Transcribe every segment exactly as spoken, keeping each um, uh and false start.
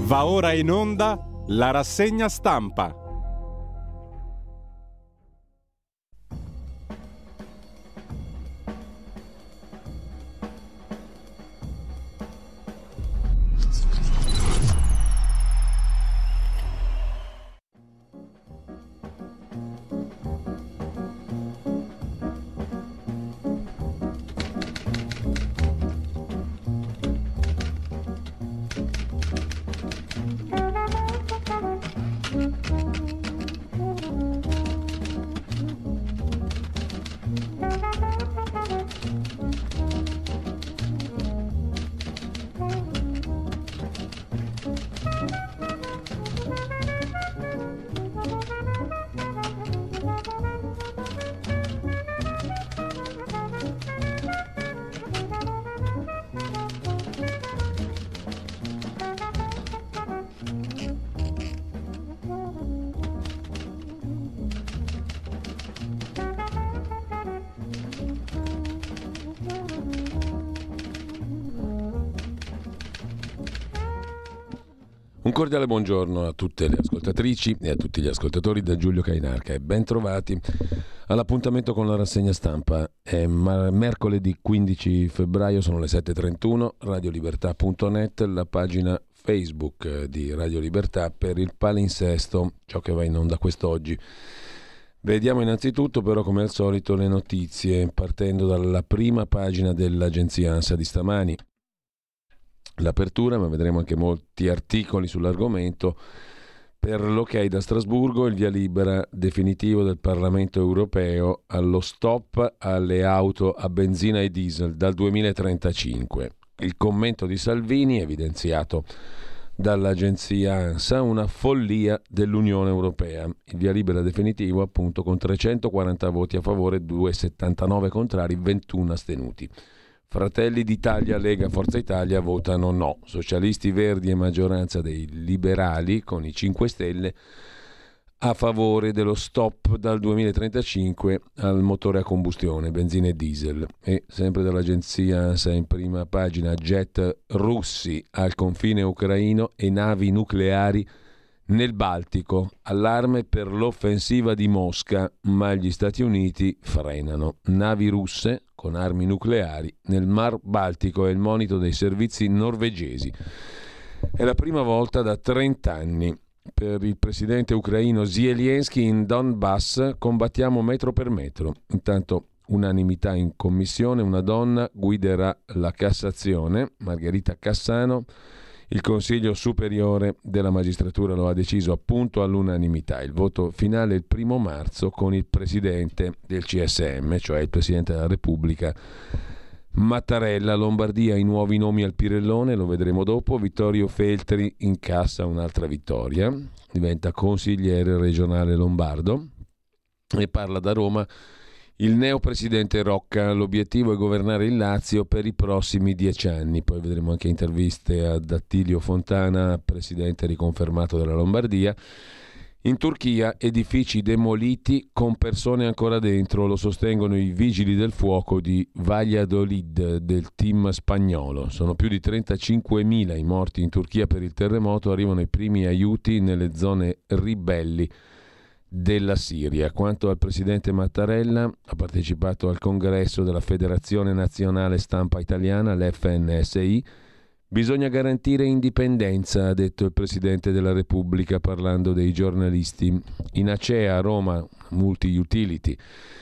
Va ora in onda la rassegna stampa. Un cordiale buongiorno a tutte le ascoltatrici e a tutti gli ascoltatori da Giulio Cainarca e ben trovati all'appuntamento con la rassegna stampa. È mar- mercoledì quindici febbraio, sono le sette e trentuno, radiolibertà punto net, la pagina Facebook di Radio Libertà per il palinsesto, ciò che va in onda quest'oggi. Vediamo innanzitutto però come al solito le notizie, partendo dalla prima pagina dell'agenzia ANSA di stamani. L'apertura, ma vedremo anche molti articoli sull'argomento. Per l'ok da Strasburgo, il via libera definitivo del Parlamento europeo allo stop alle auto a benzina e diesel dal duemilatrentacinque. Il commento di Salvini, evidenziato dall'agenzia ANSA, una follia dell'Unione Europea. Il via libera definitivo appunto con trecentoquaranta voti a favore, duecentosettantanove contrari, ventuno astenuti. Fratelli d'Italia, Lega, Forza Italia votano no. Socialisti, Verdi e maggioranza dei liberali con i cinque Stelle a favore dello stop dal duemilatrentacinque al motore a combustione, benzina e diesel. E sempre dall'agenzia ANSA in prima pagina, jet russi al confine ucraino e navi nucleari nel Baltico. Allarme per l'offensiva di Mosca, ma gli Stati Uniti frenano. Navi russe con armi nucleari nel Mar Baltico è il monito dei servizi norvegesi. È la prima volta da trenta anni. Per il presidente ucraino Zelensky in Donbass combattiamo metro per metro. Intanto unanimità in commissione, una donna guiderà la Cassazione, Margherita Cassano. Il Consiglio Superiore della Magistratura lo ha deciso appunto all'unanimità. Il voto finale è il primo marzo con il presidente del C S M, cioè il Presidente della Repubblica Mattarella. Lombardia, i nuovi nomi al Pirellone, lo vedremo dopo. Vittorio Feltri incassa un'altra vittoria, diventa consigliere regionale lombardo e parla da Roma il neopresidente Rocca. L'obiettivo è governare il Lazio per i prossimi dieci anni. Poi vedremo anche interviste ad Attilio Fontana, presidente riconfermato della Lombardia. In Turchia, edifici demoliti con persone ancora dentro, lo sostengono i vigili del fuoco di Valladolid del team spagnolo. Sono più di trentacinquemila i morti in Turchia per il terremoto, arrivano i primi aiuti nelle zone ribelli della Siria. Quanto al presidente Mattarella, ha partecipato al congresso della Federazione Nazionale Stampa Italiana, l'F N S I. Bisogna garantire indipendenza, ha detto il Presidente della Repubblica parlando dei giornalisti. In Acea a Roma, multi-utility.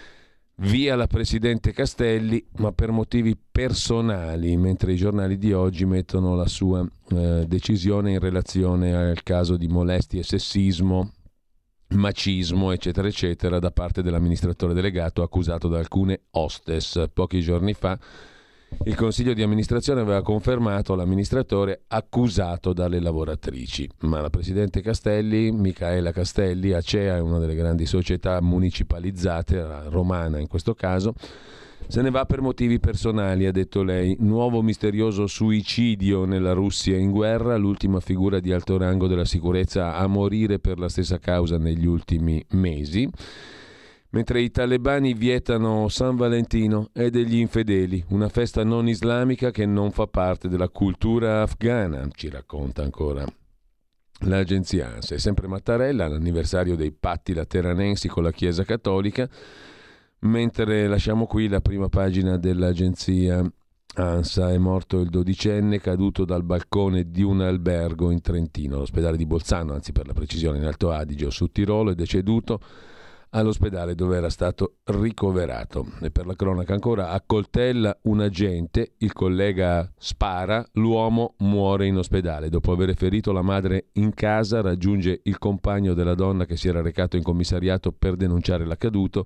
Via la Presidente Castelli, ma per motivi personali, mentre i giornali di oggi mettono la sua eh, decisione in relazione al caso di molestie e sessismo, macismo, eccetera, eccetera, da parte dell'amministratore delegato accusato da alcune hostess. Pochi giorni fa il consiglio di amministrazione aveva confermato l'amministratore accusato dalle lavoratrici, ma la presidente Castelli, Micaela Castelli, Acea è una delle grandi società municipalizzate, la romana in questo caso, se ne va per motivi personali, ha detto lei. Nuovo misterioso suicidio nella Russia in guerra, l'ultima figura di alto rango della sicurezza a morire per la stessa causa negli ultimi mesi. Mentre i talebani vietano San Valentino e degli infedeli, una festa non islamica che non fa parte della cultura afghana, ci racconta ancora l'agenzia ANSA. È sempre Mattarella, l'anniversario dei patti lateranensi con la Chiesa Cattolica, mentre lasciamo qui la prima pagina dell'agenzia ANSA. È morto il dodicenne caduto dal balcone di un albergo in Trentino, l'ospedale di Bolzano, anzi per la precisione in Alto Adige o Sud Tirolo, è deceduto all'ospedale dove era stato ricoverato. E per la cronaca ancora, accoltella un agente, il collega spara, l'uomo muore in ospedale. Dopo aver ferito la madre in casa, raggiunge il compagno della donna che si era recato in commissariato per denunciare l'accaduto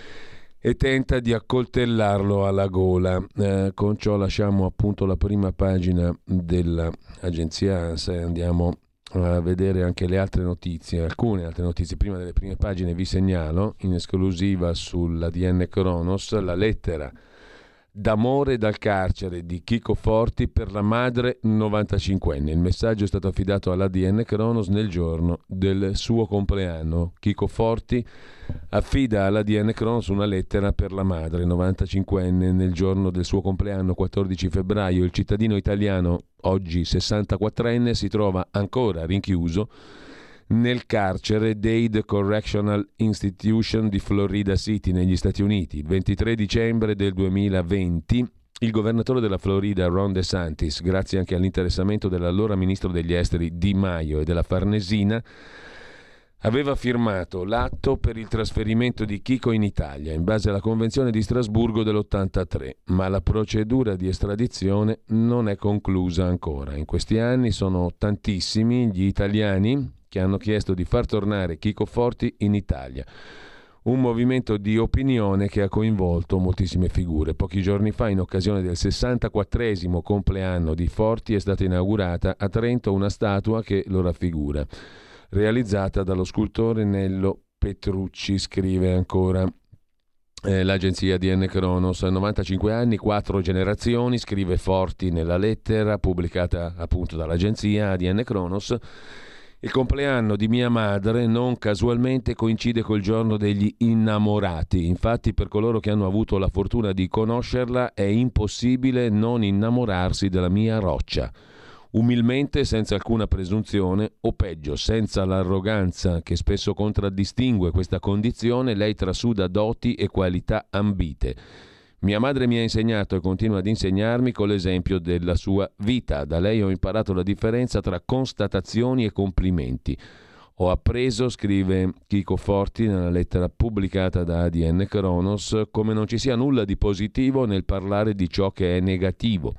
e tenta di accoltellarlo alla gola. Eh, con ciò lasciamo appunto la prima pagina dell'agenzia ANSA e andiamo a vedere anche le altre notizie, alcune altre notizie. Prima delle prime pagine vi segnalo in esclusiva sull'A D N Cronos la lettera d'amore dal carcere di Chico Forti per la madre novantacinquenne. Il messaggio è stato affidato all'A D N Cronos nel giorno del suo compleanno. Chico Forti affida all'A D N Cronos una lettera per la madre novantacinquenne nel giorno del suo compleanno, quattordici febbraio. Il cittadino italiano, oggi sessantaquattrenne, si trova ancora rinchiuso nel carcere Dade Correctional Institution di Florida City, negli Stati Uniti. Il ventitré dicembre del duemilaventi il governatore della Florida, Ron DeSantis, grazie anche all'interessamento dell'allora ministro degli esteri Di Maio e della Farnesina, aveva firmato l'atto per il trasferimento di Chico in Italia in base alla Convenzione di Strasburgo dell'ottantatré, ma la procedura di estradizione non è conclusa ancora. In questi anni sono tantissimi gli italiani che hanno chiesto di far tornare Chico Forti in Italia. Un movimento di opinione che ha coinvolto moltissime figure. Pochi giorni fa, in occasione del sessantaquattresimo compleanno di Forti, è stata inaugurata a Trento una statua che lo raffigura, realizzata dallo scultore Nello Petrucci, scrive ancora eh, l'agenzia A D N Cronos. novantacinque anni, quattro generazioni, scrive Forti nella lettera pubblicata appunto dall'agenzia A D N Cronos. Il compleanno di mia madre non casualmente coincide col giorno degli innamorati. Infatti, per coloro che hanno avuto la fortuna di conoscerla, è impossibile non innamorarsi della mia roccia. Umilmente, senza alcuna presunzione, o peggio, senza l'arroganza che spesso contraddistingue questa condizione, lei trasuda doti e qualità ambite. Mia madre mi ha insegnato e continua ad insegnarmi con l'esempio della sua vita. Da lei ho imparato la differenza tra constatazioni e complimenti. Ho appreso, scrive Chico Forti nella lettera pubblicata da A D N Cronos, come non ci sia nulla di positivo nel parlare di ciò che è negativo.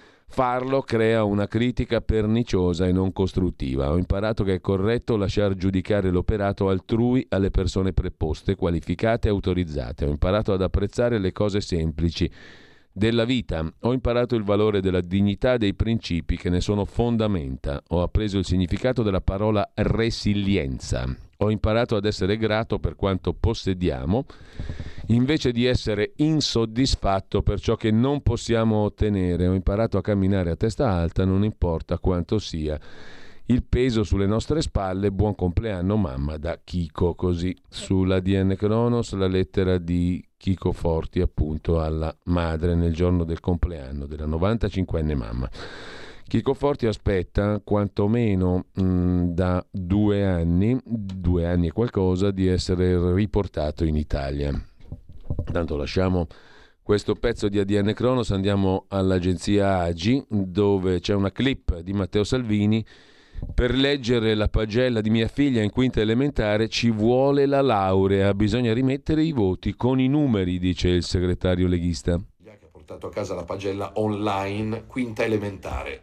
Farlo crea una critica perniciosa e non costruttiva. Ho imparato che è corretto lasciar giudicare l'operato altrui alle persone preposte, qualificate e autorizzate. Ho imparato ad apprezzare le cose semplici della vita. Ho imparato il valore della dignità dei principi che ne sono fondamenta. Ho appreso il significato della parola resilienza. Ho imparato ad essere grato per quanto possediamo, invece di essere insoddisfatto per ciò che non possiamo ottenere. Ho imparato a camminare a testa alta, non importa quanto sia il peso sulle nostre spalle. Buon compleanno mamma, da Chico. Così sull'A D N Cronos la lettera di Chico Forti appunto alla madre nel giorno del compleanno della novantacinquenne mamma. Chico Forti aspetta quantomeno mh, da due anni, due anni e qualcosa, di essere riportato in Italia. Tanto lasciamo questo pezzo di A D N Cronos, andiamo all'agenzia Agi, dove c'è una clip di Matteo Salvini. Per leggere la pagella di mia figlia in quinta elementare ci vuole la laurea, bisogna rimettere i voti con i numeri, dice il segretario leghista. Che ha portato a casa la pagella online quinta elementare.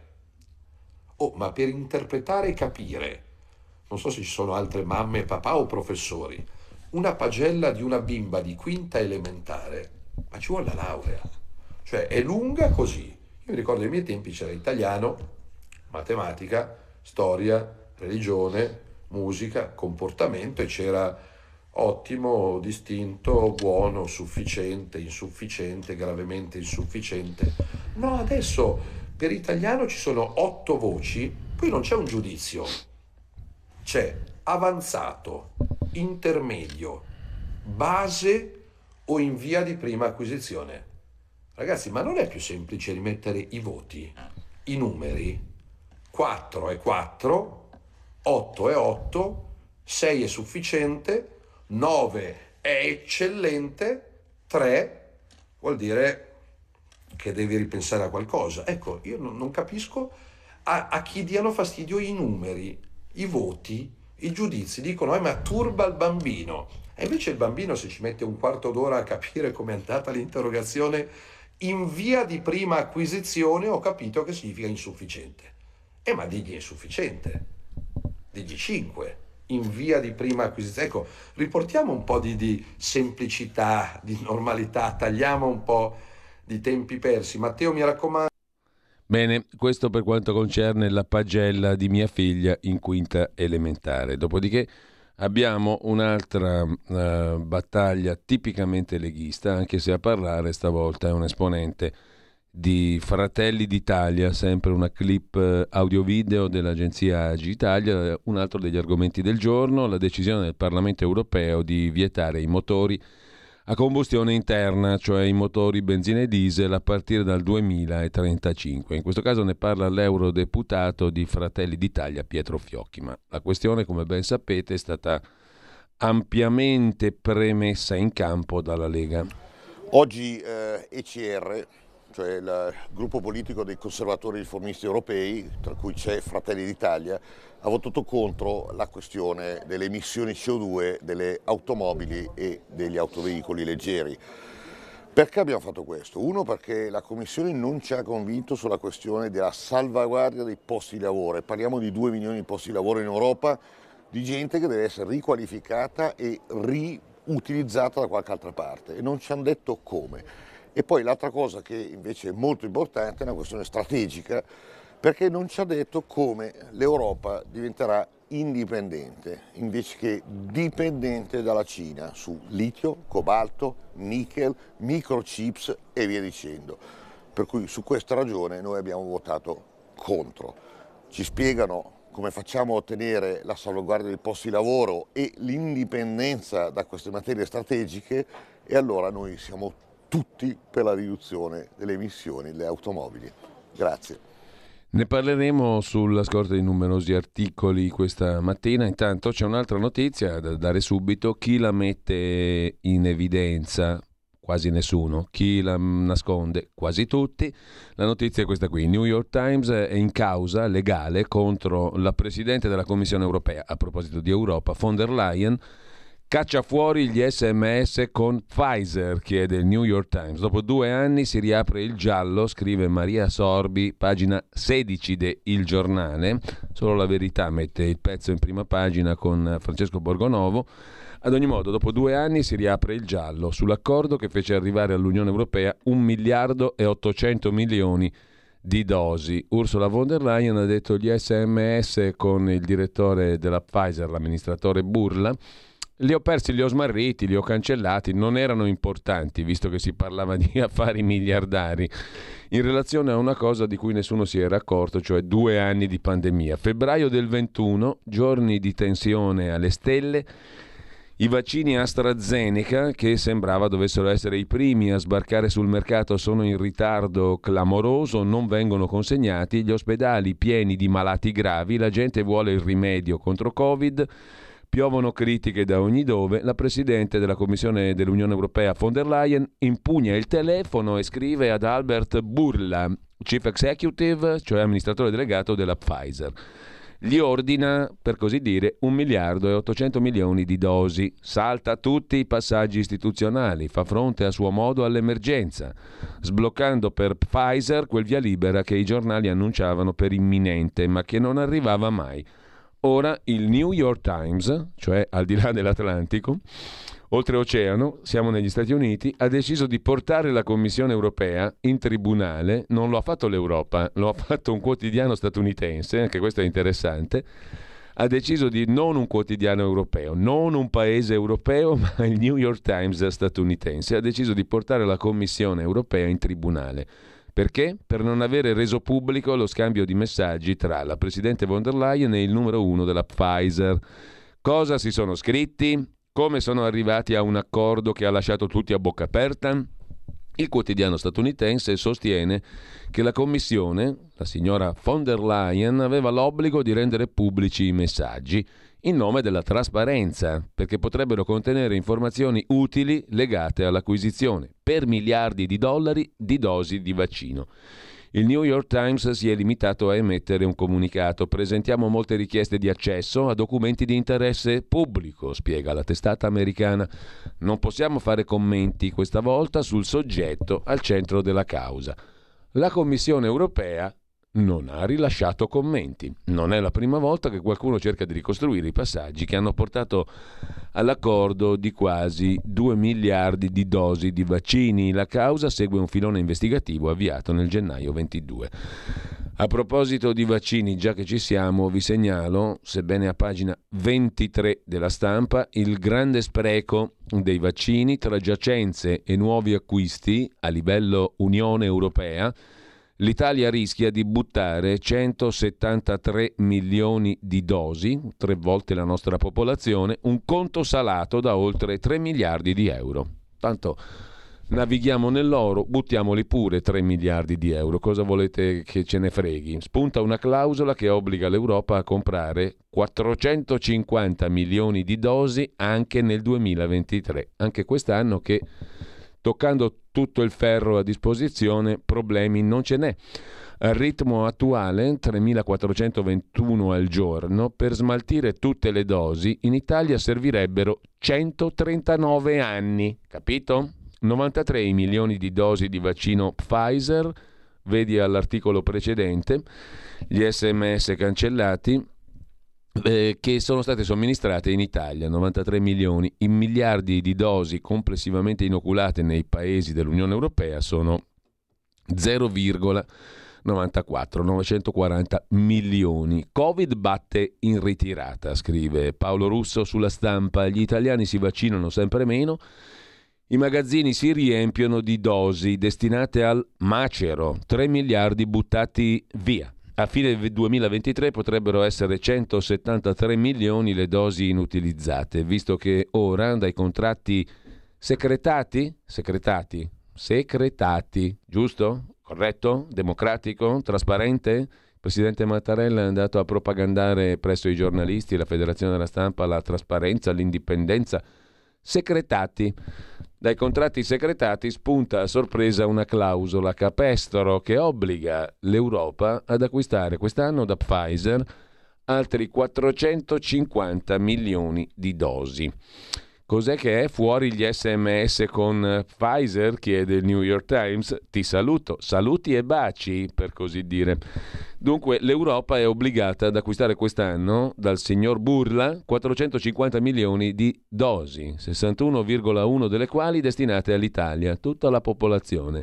Oh, ma per interpretare e capire, non so se ci sono altre mamme, papà o professori, una pagella di una bimba di quinta elementare, ma ci vuole la laurea. Cioè è lunga così. Io mi ricordo ai miei tempi c'era italiano, matematica, storia, religione, musica, comportamento e c'era ottimo, distinto, buono, sufficiente, insufficiente, gravemente insufficiente. No, adesso per italiano ci sono otto voci, poi non c'è un giudizio. C'è avanzato, intermedio, base o in via di prima acquisizione. Ragazzi, ma non è più semplice rimettere i voti, i numeri? quattro è quattro, otto è otto, sei è sufficiente, nove è eccellente, tre vuol dire che devi ripensare a qualcosa. Ecco, io non, non capisco a, a chi diano fastidio i numeri, i voti, i giudizi. Dicono, eh, ma turba il bambino. E invece il bambino, se ci mette un quarto d'ora a capire com'è andata l'interrogazione, in via di prima acquisizione ho capito che significa insufficiente. Eh, ma digli insufficiente, digli cinque. In via di prima acquisizione. Ecco, riportiamo un po' di, di semplicità, di normalità, tagliamo un po' di tempi persi. Matteo, mi raccomando. Bene, questo per quanto concerne la pagella di mia figlia in quinta elementare. Dopodiché abbiamo un'altra uh, battaglia tipicamente leghista, anche se a parlare stavolta è un esponente di Fratelli d'Italia, sempre una clip audio-video dell'agenzia Agi Italia. Un altro degli argomenti del giorno, la decisione del Parlamento europeo di vietare i motori a combustione interna, cioè i motori benzina e diesel, a partire dal duemilatrentacinque. In questo caso ne parla l'eurodeputato di Fratelli d'Italia Pietro Fiocchi, ma la questione, come ben sapete, è stata ampiamente premessa in campo dalla Lega. Oggi eh, E C R, cioè il gruppo politico dei conservatori riformisti europei, tra cui c'è Fratelli d'Italia, ha votato contro la questione delle emissioni C O due delle automobili e degli autoveicoli leggeri. Perché abbiamo fatto questo? Uno, perché la Commissione non ci ha convinto sulla questione della salvaguardia dei posti di lavoro. Parliamo di due milioni di posti di lavoro in Europa, di gente che deve essere riqualificata e riutilizzata da qualche altra parte, e non ci hanno detto come. E poi l'altra cosa che invece è molto importante è una questione strategica, perché non ci ha detto come l'Europa diventerà indipendente invece che dipendente dalla Cina su litio, cobalto, nickel, microchips e via dicendo. Per cui su questa ragione noi abbiamo votato contro. Ci spiegano come facciamo a ottenere la salvaguardia dei posti di lavoro e l'indipendenza da queste materie strategiche, e allora noi siamo tutti per la riduzione delle emissioni delle automobili. Grazie. Ne parleremo sulla scorta di numerosi articoli questa mattina. Intanto c'è un'altra notizia da dare subito. Chi la mette in evidenza? Quasi nessuno. Chi la nasconde? Quasi tutti. La notizia è questa qui. Il New York Times è in causa legale contro la Presidente della Commissione europea. A proposito di Europa, von der Leyen caccia fuori gli sms con Pfizer, chiede il New York Times. Dopo due anni si riapre il giallo, scrive Maria Sorbi, pagina sedici de Il Giornale. Solo La Verità mette il pezzo in prima pagina con Francesco Borgonovo. Ad ogni modo, dopo due anni si riapre il giallo sull'accordo che fece arrivare all'Unione Europea un miliardo e ottocento milioni di dosi. Ursula von der Leyen ha detto gli sms con il direttore della Pfizer, l'amministratore Burla. Li ho persi, li ho smarriti, li ho cancellati, non erano importanti, visto che si parlava di affari miliardari, in relazione a una cosa di cui nessuno si era accorto, cioè due anni di pandemia. Febbraio del ventuno, giorni di tensione alle stelle, i vaccini AstraZeneca, che sembrava dovessero essere i primi a sbarcare sul mercato, sono in ritardo clamoroso, non vengono consegnati, gli ospedali pieni di malati gravi, la gente vuole il rimedio contro Covid. Piovono critiche da ogni dove. La Presidente della Commissione dell'Unione Europea von der Leyen impugna il telefono e scrive ad Albert Bourla, Chief Executive, cioè amministratore delegato della Pfizer. Gli ordina, per così dire, un miliardo e ottocento milioni di dosi. Salta tutti i passaggi istituzionali, fa fronte a suo modo all'emergenza, sbloccando per Pfizer quel via libera che i giornali annunciavano per imminente, ma che non arrivava mai. Ora il New York Times, cioè al di là dell'Atlantico, oltreoceano, siamo negli Stati Uniti, ha deciso di portare la Commissione europea in tribunale. Non lo ha fatto l'Europa, lo ha fatto un quotidiano statunitense, anche questo è interessante. Ha deciso di non un quotidiano europeo, non un paese europeo, ma il New York Times statunitense ha deciso di portare la Commissione europea in tribunale. Perché? Per non avere reso pubblico lo scambio di messaggi tra la Presidente von der Leyen e il numero uno della Pfizer. Cosa si sono scritti? Come sono arrivati a un accordo che ha lasciato tutti a bocca aperta? Il quotidiano statunitense sostiene che la commissione, la signora von der Leyen, aveva l'obbligo di rendere pubblici i messaggi in nome della trasparenza, perché potrebbero contenere informazioni utili legate all'acquisizione per miliardi di dollari di dosi di vaccino. Il New York Times si è limitato a emettere un comunicato. Presentiamo molte richieste di accesso a documenti di interesse pubblico, spiega la testata americana. Non possiamo fare commenti questa volta sul soggetto al centro della causa. La Commissione europea non ha rilasciato commenti. Non è la prima volta che qualcuno cerca di ricostruire i passaggi che hanno portato all'accordo di quasi due miliardi di dosi di vaccini. La causa segue un filone investigativo avviato nel gennaio ventidue. A proposito di vaccini, già che ci siamo, vi segnalo, sebbene a pagina ventitré della Stampa, il grande spreco dei vaccini tra giacenze e nuovi acquisti a livello Unione Europea. L'Italia rischia di buttare centosettantatré milioni di dosi, tre volte la nostra popolazione, un conto salato da oltre tre miliardi di euro. Tanto navighiamo nell'oro, buttiamoli pure tre miliardi di euro. Cosa volete che ce ne freghi? Spunta una clausola che obbliga l'Europa a comprare quattrocentocinquanta milioni di dosi anche nel duemilaventitré. Anche quest'anno che, toccando tutto il ferro a disposizione, problemi non ce n'è. Al ritmo attuale, tremilaquattrocentoventuno al giorno, per smaltire tutte le dosi in Italia servirebbero centotrentanove anni, capito? novantatré milioni di dosi di vaccino Pfizer, vedi all'articolo precedente, gli sms cancellati, Eh, che sono state somministrate in Italia, novantatré milioni. I miliardi di dosi complessivamente inoculate nei paesi dell'Unione Europea sono zero virgola novantaquattro, novecentoquaranta milioni. Covid batte in ritirata, scrive Paolo Russo sulla Stampa. Gli italiani si vaccinano sempre meno, i magazzini si riempiono di dosi destinate al macero, tre miliardi buttati via. A fine duemilaventitré potrebbero essere centosettantatré milioni le dosi inutilizzate, visto che ora dai contratti secretati, secretati, secretati, giusto? Corretto? Democratico? Trasparente? Il presidente Mattarella è andato a propagandare presso i giornalisti, la Federazione della Stampa, la trasparenza, l'indipendenza. Secretati. Dai contratti secretati spunta a sorpresa una clausola capestro che obbliga l'Europa ad acquistare quest'anno da Pfizer altri quattrocentocinquanta milioni di dosi. Cos'è che è? Fuori gli sms con Pfizer? Chiede il New York Times. Ti saluto, saluti e baci, per così dire. Dunque l'Europa è obbligata ad acquistare quest'anno dal signor Burla quattrocentocinquanta milioni di dosi, sessantuno virgola uno delle quali destinate all'Italia, tutta la popolazione,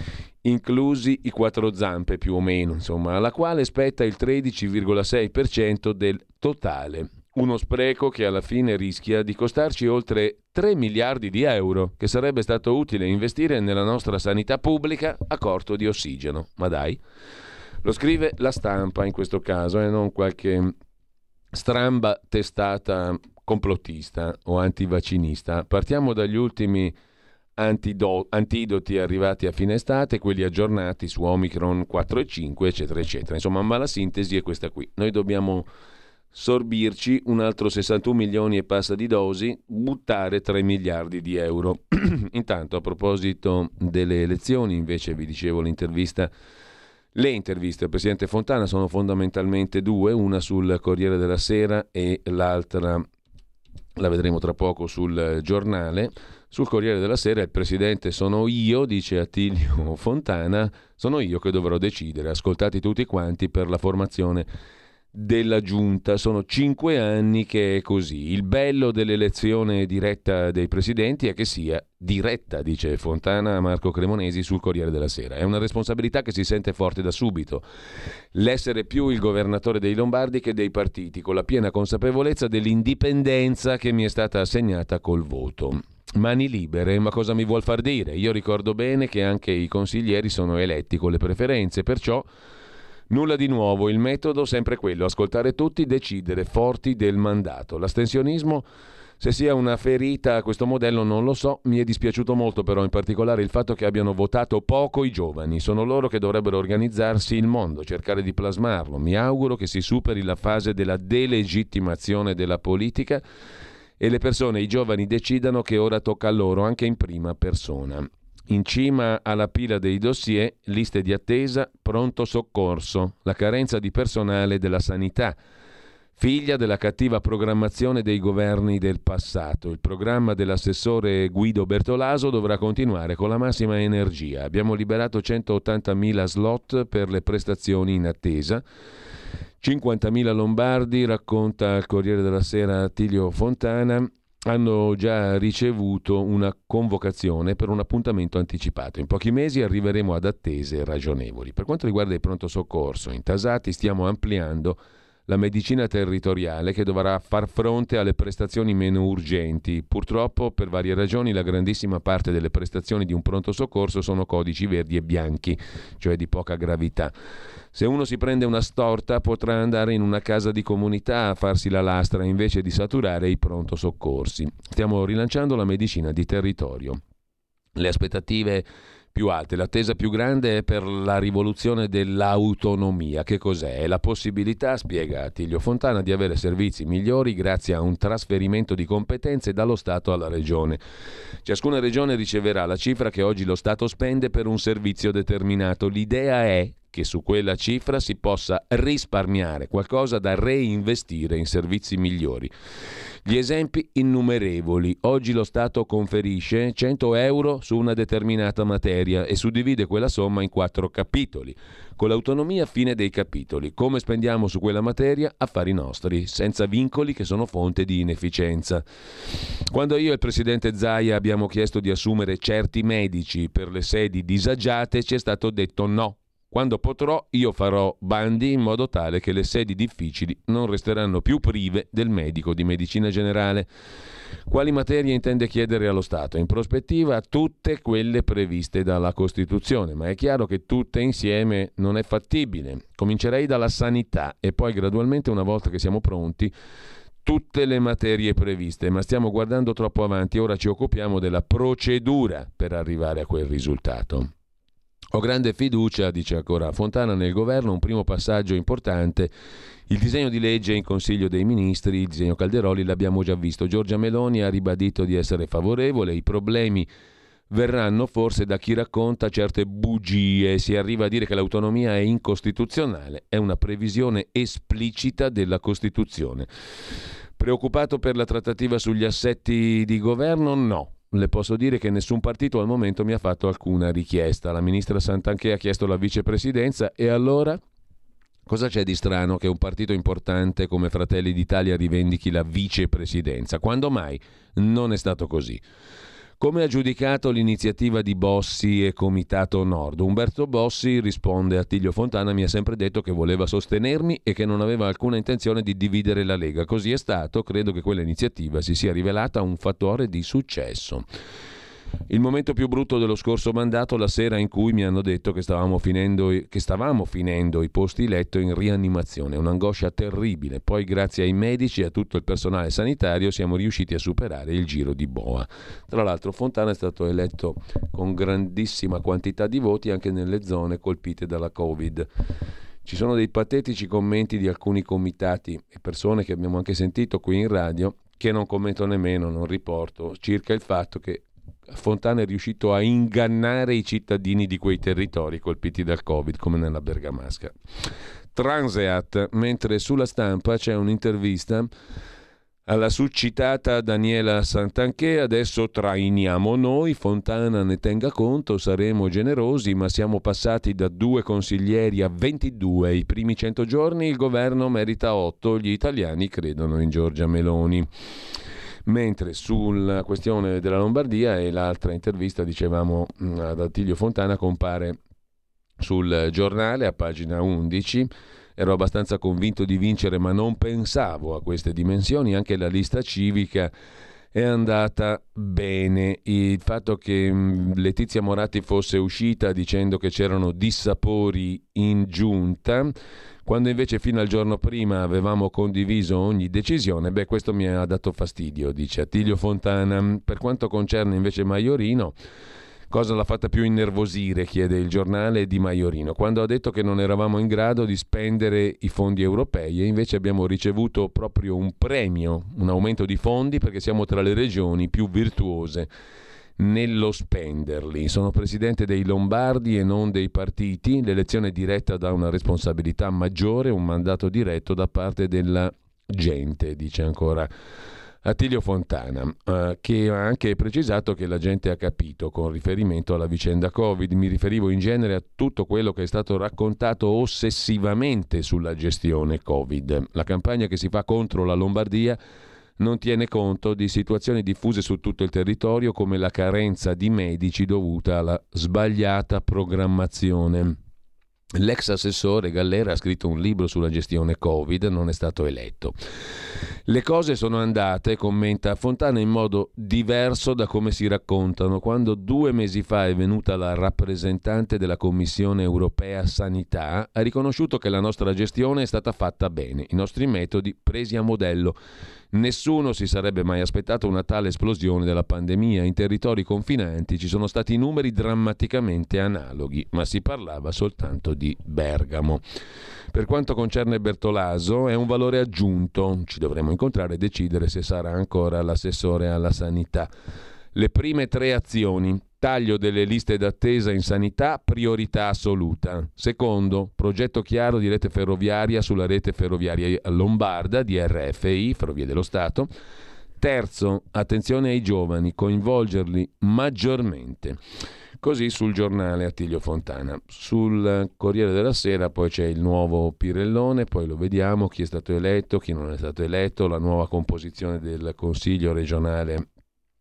inclusi i quattro zampe più o meno, insomma, alla quale spetta il tredici virgola sei per cento del totale. Uno spreco che alla fine rischia di costarci oltre tre miliardi di euro, che sarebbe stato utile investire nella nostra sanità pubblica a corto di ossigeno. Ma dai, lo scrive la Stampa in questo caso e non qualche stramba testata complottista o antivaccinista. Partiamo dagli ultimi antido- antidoti arrivati a fine estate, quelli aggiornati su Omicron quattro e cinque, eccetera, eccetera. Insomma, ma la sintesi è questa qui. Noi dobbiamo sorbirci un altro sessantuno milioni e passa di dosi, buttare tre miliardi di euro. Intanto, a proposito delle elezioni, invece vi dicevo l'intervista, le interviste al presidente Fontana sono fondamentalmente due, una sul Corriere della Sera e l'altra la vedremo tra poco sul Giornale. Sul Corriere della Sera il presidente sono io, dice Attilio Fontana, sono io che dovrò decidere, ascoltati tutti quanti per la formazione della giunta. Sono cinque anni che è così. Il bello dell'elezione diretta dei presidenti è che sia diretta, dice Fontana a Marco Cremonesi sul Corriere della Sera. È una responsabilità che si sente forte da subito, l'essere più il governatore dei Lombardi che dei partiti, con la piena consapevolezza dell'indipendenza che mi è stata assegnata col voto. Mani libere, ma cosa mi vuol far dire? Io ricordo bene che anche i consiglieri sono eletti con le preferenze, perciò nulla di nuovo, il metodo sempre quello, ascoltare tutti, decidere, forti del mandato. L'astensionismo Se sia una ferita a questo modello non lo so, mi è dispiaciuto molto però in particolare il fatto che abbiano votato poco i giovani, sono loro che dovrebbero organizzarsi il mondo, cercare di plasmarlo. Mi auguro che si superi la fase della delegittimazione della politica e le persone, i giovani decidano che ora tocca a loro anche in prima persona. In cima alla pila dei dossier, liste di attesa, pronto soccorso, la carenza di personale della sanità, figlia della cattiva programmazione dei governi del passato. Il programma dell'assessore Guido Bertolaso dovrà continuare con la massima energia. Abbiamo liberato centottantamila slot per le prestazioni in attesa. cinquantamila lombardi, racconta il Corriere della Sera Attilio Fontana, hanno già ricevuto una convocazione per un appuntamento anticipato. In pochi mesi arriveremo ad attese ragionevoli. Per quanto riguarda il pronto soccorso, in Tasati stiamo ampliando la medicina territoriale che dovrà far fronte alle prestazioni meno urgenti. Purtroppo, per varie ragioni, la grandissima parte delle prestazioni di un pronto soccorso sono codici verdi e bianchi, cioè di poca gravità. Se uno si prende una storta potrà andare in una casa di comunità a farsi la lastra invece di saturare i pronto soccorsi. Stiamo rilanciando la medicina di territorio. Le aspettative più alte, l'attesa più grande è per la rivoluzione dell'autonomia. Che cos'è? È la possibilità, spiega Attilio Fontana, di avere servizi migliori grazie a un trasferimento di competenze dallo Stato alla Regione. Ciascuna Regione riceverà la cifra che oggi lo Stato spende per un servizio determinato. L'idea è che su quella cifra si possa risparmiare qualcosa da reinvestire in servizi migliori. Gli esempi innumerevoli. Oggi lo Stato conferisce cento euro su una determinata materia e suddivide quella somma in quattro capitoli. Con l'autonomia fine dei capitoli. Come spendiamo su quella materia? Affari nostri, senza vincoli che sono fonte di inefficienza. Quando io e il presidente Zaia abbiamo chiesto di assumere certi medici per le sedi disagiate, ci è stato detto no. Quando potrò io farò bandi in modo tale che le sedi difficili non resteranno più prive del medico di medicina generale. Quali materie intende chiedere allo Stato? In prospettiva tutte quelle previste dalla Costituzione, ma è chiaro che tutte insieme non è fattibile. Comincerei dalla sanità e poi gradualmente, una volta che siamo pronti, tutte le materie previste, ma stiamo guardando troppo avanti. Ora ci occupiamo della procedura per arrivare a quel risultato. Ho grande fiducia, dice ancora Fontana, nel governo. Un primo passaggio importante, il disegno di legge in Consiglio dei Ministri, il disegno Calderoli, l'abbiamo già visto. Giorgia Meloni ha ribadito di essere favorevole. I problemi verranno forse da chi racconta certe bugie. Si arriva a dire che l'autonomia è incostituzionale. È una previsione esplicita della Costituzione. Preoccupato per la trattativa sugli assetti di governo? No. Le posso dire che nessun partito al momento mi ha fatto alcuna richiesta. La ministra Santanchè ha chiesto la vicepresidenza e allora cosa c'è di strano che un partito importante come Fratelli d'Italia rivendichi la vicepresidenza? Quando mai? Non è stato così. Come ha giudicato l'iniziativa di Bossi e Comitato Nord? Umberto Bossi, risponde Attilio Fontana, mi ha sempre detto che voleva sostenermi e che non aveva alcuna intenzione di dividere la Lega. Così è stato, credo che quella iniziativa si sia rivelata un fattore di successo. Il momento più brutto dello scorso mandato, la sera in cui mi hanno detto che stavamo finendo, che stavamo finendo i posti letto in rianimazione, un'angoscia terribile. Poi grazie ai medici e a tutto il personale sanitario siamo riusciti a superare il giro di boa. Tra l'altro Fontana è stato eletto con grandissima quantità di voti anche nelle zone colpite dalla Covid. Ci sono dei patetici commenti di alcuni comitati e persone che abbiamo anche sentito qui in radio, che non commento nemmeno, non riporto, circa il fatto che Fontana è riuscito a ingannare i cittadini di quei territori colpiti dal Covid, come nella Bergamasca. Transeat, mentre sulla Stampa c'è un'intervista alla succitata Daniela Santanchè. Adesso trainiamo noi, Fontana ne tenga conto, saremo generosi, ma siamo passati da due consiglieri a ventidue. I primi cento giorni il governo merita otto, gli italiani credono in Giorgia Meloni. Mentre sulla questione della Lombardia e l'altra intervista, dicevamo, ad Attilio Fontana, compare sul Giornale a pagina undici. Ero abbastanza convinto di vincere, ma non pensavo a queste dimensioni. Anche la lista civica è andata bene. Il fatto che Letizia Moratti fosse uscita dicendo che c'erano dissapori in giunta, quando invece fino al giorno prima avevamo condiviso ogni decisione, beh, questo mi ha dato fastidio, dice Attilio Fontana. Per quanto concerne invece Maiorino, cosa l'ha fatta più innervosire, chiede il giornale di Maiorino, quando ha detto che non eravamo in grado di spendere i fondi europei e invece abbiamo ricevuto proprio un premio, un aumento di fondi perché siamo tra le regioni più virtuose nello spenderli. Sono presidente dei Lombardi e non dei partiti, l'elezione diretta dà una responsabilità maggiore, un mandato diretto da parte della gente, dice ancora Attilio Fontana, eh, che ha anche precisato che la gente ha capito con riferimento alla vicenda Covid. Mi riferivo in genere a tutto quello che è stato raccontato ossessivamente sulla gestione Covid. La campagna che si fa contro la Lombardia non tiene conto di situazioni diffuse su tutto il territorio come la carenza di medici dovuta alla sbagliata programmazione. L'ex assessore Gallera ha scritto un libro sulla gestione Covid, non è stato eletto. Le cose sono andate, commenta Fontana, in modo diverso da come si raccontano. Quando due mesi fa è venuta la rappresentante della Commissione Europea Sanità, ha riconosciuto che la nostra gestione è stata fatta bene, i nostri metodi presi a modello. Nessuno si sarebbe mai aspettato una tale esplosione della pandemia. In territori confinanti ci sono stati numeri drammaticamente analoghi, ma si parlava soltanto di Bergamo. Per quanto concerne Bertolaso, è un valore aggiunto. Ci dovremo incontrare e decidere se sarà ancora l'assessore alla sanità. Le prime tre azioni: taglio delle liste d'attesa in sanità, priorità assoluta. Secondo, progetto chiaro di rete ferroviaria sulla rete ferroviaria lombarda, D R F I, Ferrovie dello Stato. Terzo, attenzione ai giovani, coinvolgerli maggiormente. Così sul giornale Attilio Fontana. Sul Corriere della Sera poi c'è il nuovo Pirellone, poi lo vediamo, chi è stato eletto, chi non è stato eletto, la nuova composizione del Consiglio regionale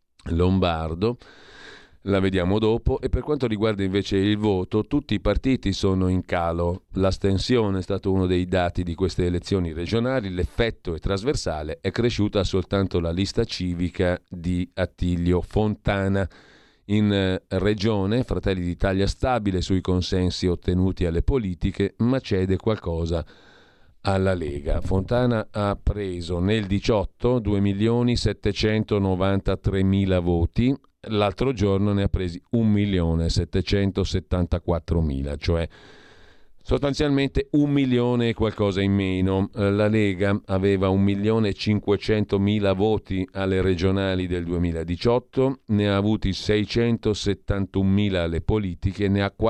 lombardo. La vediamo dopo. E per quanto riguarda invece il voto, tutti i partiti sono in calo. L'astensione è stato uno dei dati di queste elezioni regionali. L'effetto è trasversale, è cresciuta soltanto la lista civica di Attilio Fontana. In regione Fratelli d'Italia stabile sui consensi ottenuti alle politiche, ma cede qualcosa alla Lega. Fontana ha preso nel diciotto due milioni settecentonovantatremila voti, l'altro giorno ne ha presi un milione settecentosettantaquattromila, cioè sostanzialmente un milione e qualcosa in meno. La Lega aveva un milione cinquecentomila voti alle regionali del duemiladiciotto, ne ha avuti seicentosettantunomila alle politiche, ne ha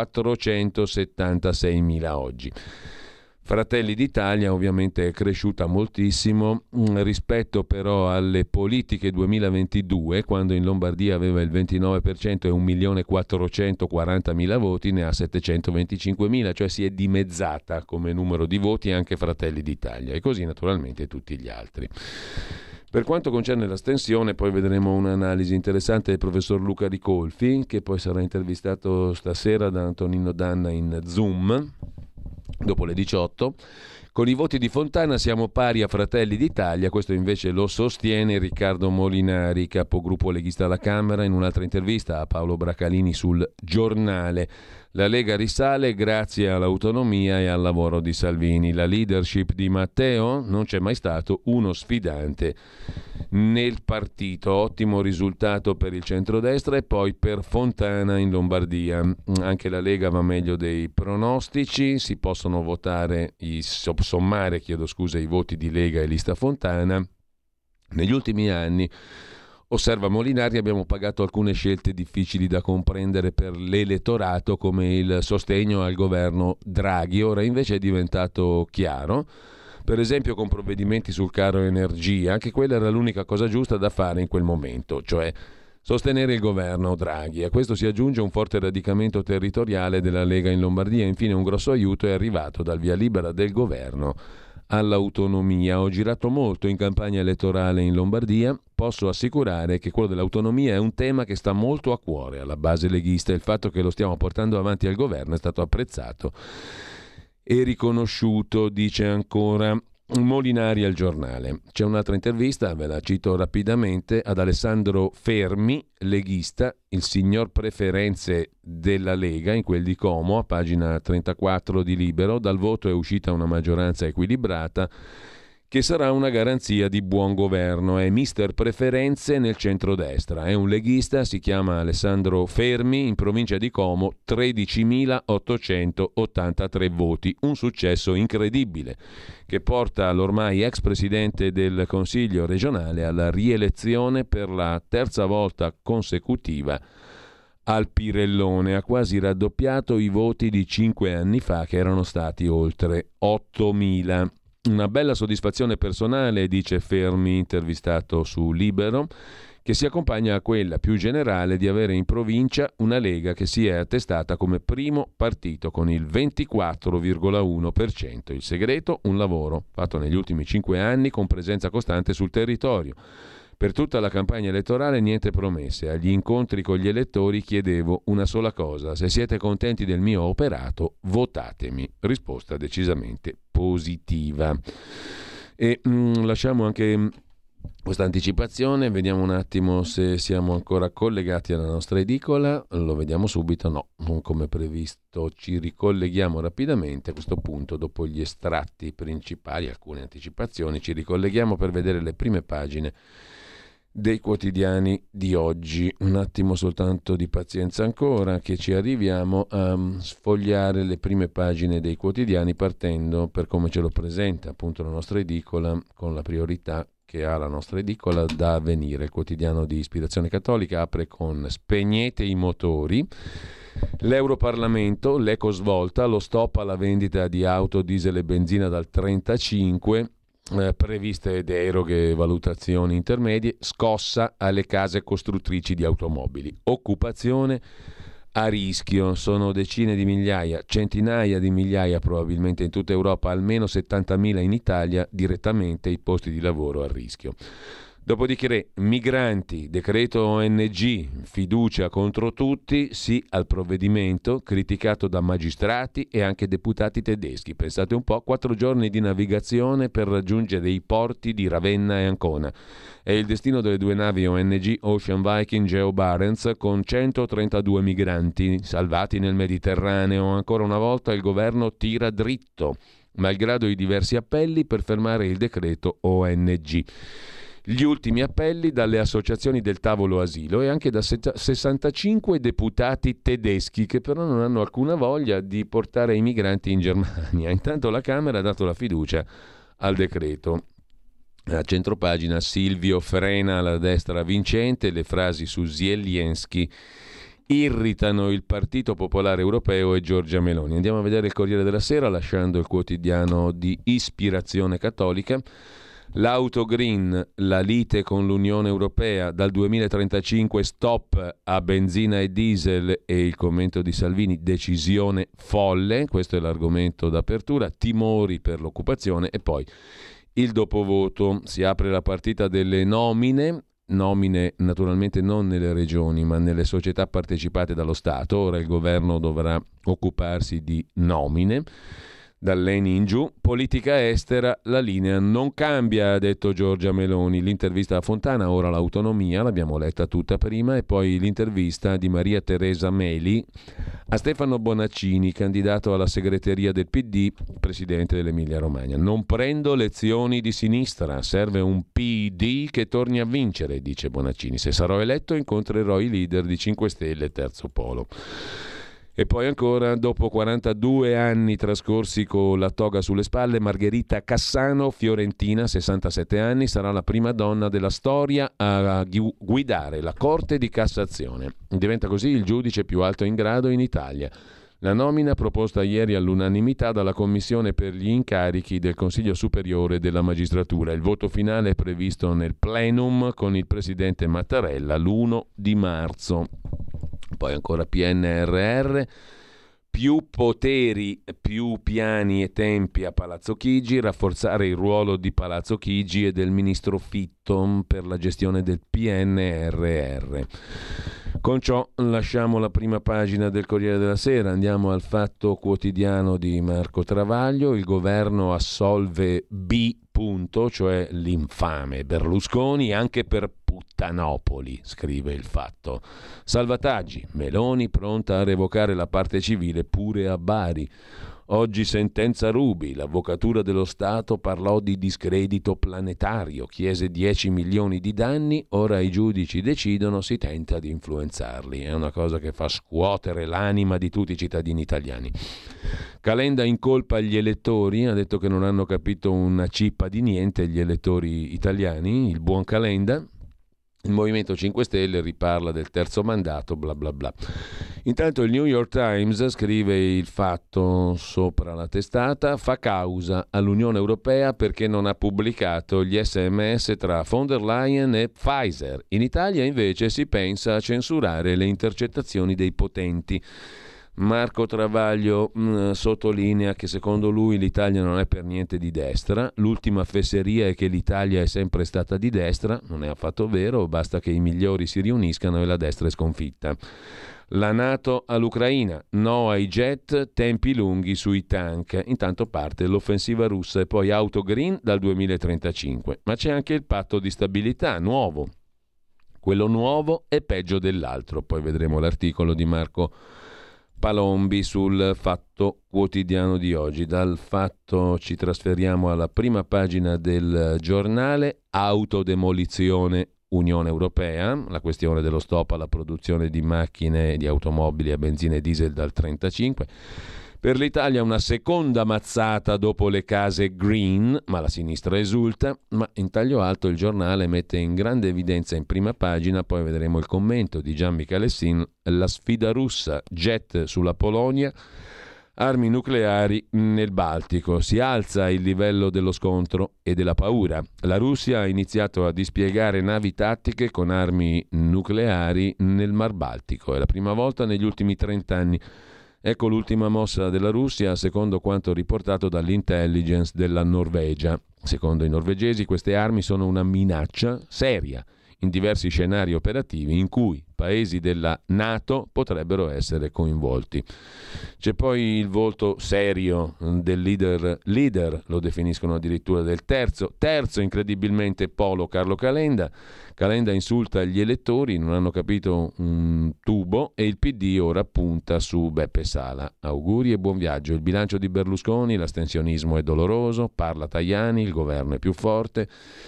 quattrocentosettantaseimila oggi. Fratelli d'Italia ovviamente è cresciuta moltissimo rispetto però alle politiche duemilaventidue, quando in Lombardia aveva il ventinove per cento e un milione quattrocentoquarantamila voti, ne ha settecentoventicinquemila, cioè si è dimezzata come numero di voti anche Fratelli d'Italia, e così naturalmente tutti gli altri. Per quanto concerne l'astensione, poi vedremo un'analisi interessante del professor Luca Ricolfi, che poi sarà intervistato stasera da Antonino Danna in Zoom dopo le diciotto. Con i voti di Fontana siamo pari a Fratelli d'Italia, questo invece lo sostiene Riccardo Molinari, capogruppo leghista alla Camera, in un'altra intervista a Paolo Bracalini sul Giornale. La Lega risale grazie all'autonomia e al lavoro di Salvini. La leadership di Matteo, non c'è mai stato uno sfidante nel partito. Ottimo risultato per il centrodestra e poi per Fontana in Lombardia. Anche la Lega va meglio dei pronostici, si possono votare, i, sommare chiedo scusa, i voti di Lega e lista Fontana. Negli ultimi anni, osserva Molinari, abbiamo pagato alcune scelte difficili da comprendere per l'elettorato, come il sostegno al governo Draghi. Ora invece è diventato chiaro, per esempio con provvedimenti sul caro energia, che quella era l'unica cosa giusta da fare in quel momento, cioè sostenere il governo Draghi. A questo si aggiunge un forte radicamento territoriale della Lega in Lombardia. Infine un grosso aiuto è arrivato dal via libera del governo all'autonomia. Ho girato molto in campagna elettorale in Lombardia, posso assicurare che quello dell'autonomia è un tema che sta molto a cuore alla base leghista. Il fatto che lo stiamo portando avanti al governo è stato apprezzato e riconosciuto, dice ancora Molinari al Giornale. C'è un'altra intervista, ve la cito rapidamente, ad Alessandro Fermi, leghista, il signor preferenze della Lega, in quel di Como, a pagina trentaquattro di Libero. Dal voto è uscita una maggioranza equilibrata che sarà una garanzia di buon governo. È mister preferenze nel centrodestra. È un leghista, si chiama Alessandro Fermi, in provincia di Como, tredicimilaottocentottantatré voti. Un successo incredibile che porta l'ormai ex presidente del Consiglio regionale alla rielezione per la terza volta consecutiva al Pirellone. Ha quasi raddoppiato i voti di cinque anni fa, che erano stati oltre ottomila. Una bella soddisfazione personale, dice Fermi, intervistato su Libero, che si accompagna a quella più generale di avere in provincia una Lega che si è attestata come primo partito con il ventiquattro virgola uno per cento. Il segreto? Un lavoro fatto negli ultimi cinque anni con presenza costante sul territorio. Per tutta la campagna elettorale niente promesse. Agli incontri con gli elettori chiedevo una sola cosa: se siete contenti del mio operato, votatemi. Risposta decisamente positiva. E mh, lasciamo anche questa anticipazione, vediamo un attimo se siamo ancora collegati alla nostra edicola. Lo vediamo subito. No, non come previsto. Ci ricolleghiamo rapidamente a questo punto, dopo gli estratti principali, alcune anticipazioni. Ci ricolleghiamo per vedere le prime pagine dei quotidiani di oggi. Un attimo soltanto di pazienza ancora, che ci arriviamo a sfogliare le prime pagine dei quotidiani, partendo per come ce lo presenta appunto la nostra edicola, con la priorità che ha la nostra edicola da Avvenire. Il quotidiano di ispirazione cattolica apre con "Spegnete i motori", l'Europarlamento, l'ecosvolta, lo stop alla vendita di auto, diesel e benzina dal trentacinque, Eh, previste deroghe e valutazioni intermedie, scossa alle case costruttrici di automobili, occupazione a rischio, sono decine di migliaia, centinaia di migliaia probabilmente in tutta Europa, almeno settantamila in Italia, direttamente i posti di lavoro a rischio. Dopodiché migranti, decreto O N G, fiducia contro tutti, sì al provvedimento, criticato da magistrati e anche deputati tedeschi. Pensate un po', quattro giorni di navigazione per raggiungere i porti di Ravenna e Ancona. È il destino delle due navi O N G Ocean Viking Geo Barents, con centotrentadue migranti salvati nel Mediterraneo. Ancora una volta il governo tira dritto, malgrado i diversi appelli per fermare il decreto O N G. Gli ultimi appelli dalle associazioni del tavolo asilo e anche da sessantacinque deputati tedeschi, che però non hanno alcuna voglia di portare i migranti in Germania. Intanto la Camera ha dato la fiducia al decreto. A centropagina Silvio frena la destra vincente, le frasi su Zelensky irritano il Partito Popolare Europeo e Giorgia Meloni. Andiamo a vedere il Corriere della Sera, lasciando il quotidiano di ispirazione cattolica. L'auto green, la lite con l'Unione Europea, dal duemilatrentacinque stop a benzina e diesel, e il commento di Salvini: decisione folle. Questo è l'argomento d'apertura. Timori per l'occupazione. E poi il dopovoto, si apre la partita delle nomine. Nomine naturalmente non nelle regioni ma nelle società partecipate dallo Stato. Ora il governo dovrà occuparsi di nomine. Dall'E N I in giù. Politica estera, la linea non cambia, ha detto Giorgia Meloni. L'intervista a Fontana, ora l'autonomia, l'abbiamo letta tutta prima, e poi l'intervista di Maria Teresa Meli a Stefano Bonaccini, candidato alla segreteria del P D, presidente dell'Emilia Romagna. Non prendo lezioni di sinistra, serve un P D che torni a vincere, dice Bonaccini. Se sarò eletto incontrerò i leader di cinque Stelle e Terzo Polo. E poi ancora, dopo quarantadue anni trascorsi con la toga sulle spalle, Margherita Cassano, fiorentina, sessantasette anni, sarà la prima donna della storia a guidare la Corte di Cassazione. Diventa così il giudice più alto in grado in Italia. La nomina, proposta ieri all'unanimità dalla Commissione per gli incarichi del Consiglio Superiore della Magistratura. Il voto finale è previsto nel plenum con il presidente Mattarella l'primo di marzo. Poi ancora P N R R, più poteri, più piani e tempi a Palazzo Chigi, rafforzare il ruolo di Palazzo Chigi e del ministro Fitto per la gestione del P N R R. Con ciò lasciamo la prima pagina del Corriere della Sera, andiamo al Fatto Quotidiano di Marco Travaglio. Il governo assolve B punto, cioè l'infame Berlusconi, anche per Puttanopoli, scrive Il Fatto. Salvataggi, Meloni pronta a revocare la parte civile pure a Bari. Oggi sentenza Ruby, l'Avvocatura dello Stato parlò di discredito planetario, chiese dieci milioni di danni, ora i giudici decidono, si tenta di influenzarli. È una cosa che fa scuotere l'anima di tutti i cittadini italiani. Calenda incolpa gli elettori, ha detto che non hanno capito una cippa di niente gli elettori italiani, il buon Calenda. Il Movimento cinque Stelle riparla del terzo mandato, bla bla bla. Intanto il New York Times scrive Il Fatto sopra la testata, fa causa all'Unione Europea perché non ha pubblicato gli sms tra von der Leyen e Pfizer. In Italia invece si pensa a censurare le intercettazioni dei potenti. Marco Travaglio mh, sottolinea che secondo lui l'Italia non è per niente di destra, l'ultima fesseria è che l'Italia è sempre stata di destra, non è affatto vero, basta che i migliori si riuniscano e la destra è sconfitta. La NATO all'Ucraina, no ai jet, tempi lunghi sui tank, intanto parte l'offensiva russa e poi auto green dal duemilatrentacinque, ma c'è anche il patto di stabilità nuovo, quello nuovo è peggio dell'altro, poi vedremo l'articolo di Marco Palombi sul Fatto Quotidiano di oggi. Dal Fatto ci trasferiamo alla prima pagina del giornale, autodemolizione Unione Europea, la questione dello stop alla produzione di macchine e di automobili a benzina e diesel dal trentacinque. Per l'Italia una seconda mazzata dopo le case green, ma la sinistra esulta, ma in taglio alto il giornale mette in grande evidenza in prima pagina, poi vedremo il commento di Gian Michalessin, la sfida russa, jet sulla Polonia, armi nucleari nel Baltico. Si alza il livello dello scontro e della paura. La Russia ha iniziato a dispiegare navi tattiche con armi nucleari nel Mar Baltico. È la prima volta negli ultimi trent'anni. Ecco l'ultima mossa della Russia, secondo quanto riportato dall'intelligence della Norvegia. Secondo i norvegesi queste armi sono una minaccia seria in diversi scenari operativi in cui paesi della NATO potrebbero essere coinvolti. C'è poi il volto serio del leader, leader lo definiscono addirittura del terzo, terzo incredibilmente polo Carlo Calenda. Calenda insulta gli elettori, non hanno capito un tubo e il P D ora punta su Beppe Sala. Auguri e buon viaggio. Il bilancio di Berlusconi, l'astensionismo è doloroso, parla Tajani, il governo è più forte.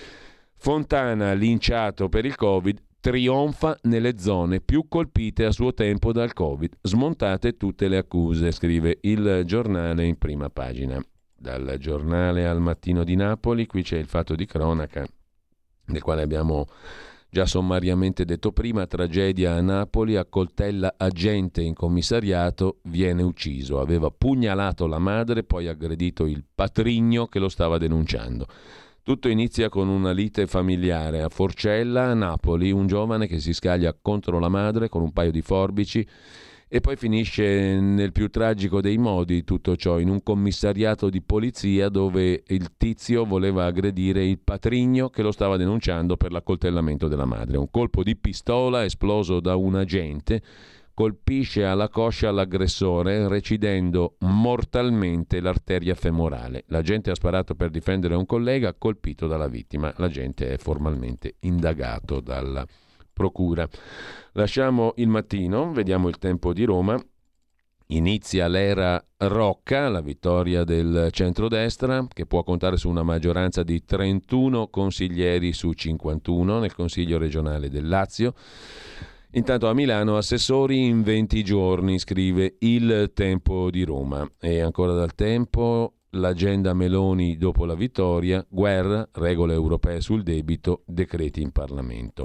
Fontana, linciato per il Covid, trionfa nelle zone più colpite a suo tempo dal Covid. Smontate tutte le accuse, scrive il giornale in prima pagina. Dal giornale al Mattino di Napoli, qui c'è il fatto di cronaca, del quale abbiamo già sommariamente detto prima, tragedia a Napoli, accoltella agente in commissariato, viene ucciso. Aveva pugnalato la madre, poi aggredito il patrigno che lo stava denunciando. Tutto inizia con una lite familiare a Forcella, a Napoli, un giovane che si scaglia contro la madre con un paio di forbici e poi finisce nel più tragico dei modi tutto ciò, in un commissariato di polizia dove il tizio voleva aggredire il patrigno che lo stava denunciando per l'accoltellamento della madre. Un colpo di pistola esploso da un agente colpisce alla coscia l'aggressore recidendo mortalmente l'arteria femorale. L'agente ha sparato per difendere un collega colpito dalla vittima. L'agente è formalmente indagato dalla procura. Lasciamo il Mattino, vediamo il Tempo di Roma. Inizia l'era Rocca, la vittoria del centrodestra che può contare su una maggioranza di trentuno consiglieri su cinquantuno nel Consiglio regionale del Lazio. Intanto a Milano assessori in venti giorni, scrive il Tempo di Roma. E ancora dal Tempo, l'agenda Meloni dopo la vittoria, guerra, regole europee sul debito, decreti in Parlamento.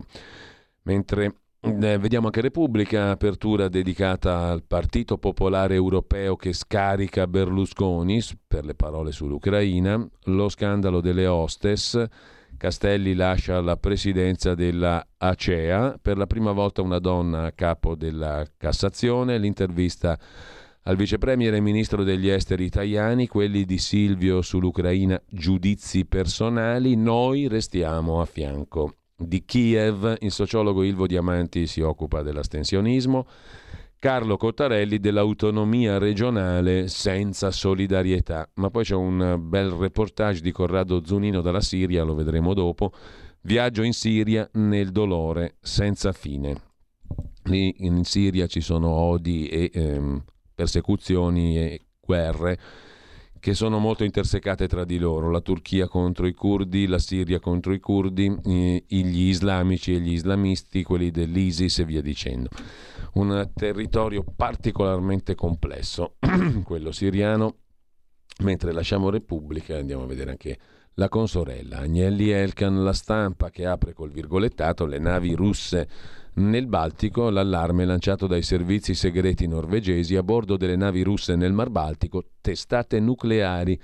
Mentre eh, vediamo anche Repubblica, apertura dedicata al Partito Popolare Europeo che scarica Berlusconi per le parole sull'Ucraina, lo scandalo delle hostess. Castelli lascia la presidenza della A C E A, per la prima volta una donna a capo della Cassazione, l'intervista al vicepremier e ministro degli esteri Tajani, quelli di Silvio sull'Ucraina, giudizi personali, noi restiamo a fianco di Kiev. Il sociologo Ilvo Diamanti si occupa dell'astensionismo. Carlo Cottarelli dell'autonomia regionale senza solidarietà. Ma poi c'è un bel reportage di Corrado Zunino dalla Siria, lo vedremo dopo. Viaggio in Siria nel dolore senza fine. Lì in Siria ci sono odi e ehm, persecuzioni e guerre che sono molto intersecate tra di loro, la Turchia contro i curdi, la Siria contro i curdi, eh, gli islamici e gli islamisti, quelli dell'ISIS e via dicendo. Un territorio particolarmente complesso, quello siriano. Mentre lasciamo Repubblica e andiamo a vedere anche la consorella. Agnelli Elkan, La Stampa, che apre col virgolettato: le navi russe nel Baltico, l'allarme lanciato dai servizi segreti norvegesi a bordo delle navi russe nel Mar Baltico, testate nucleari.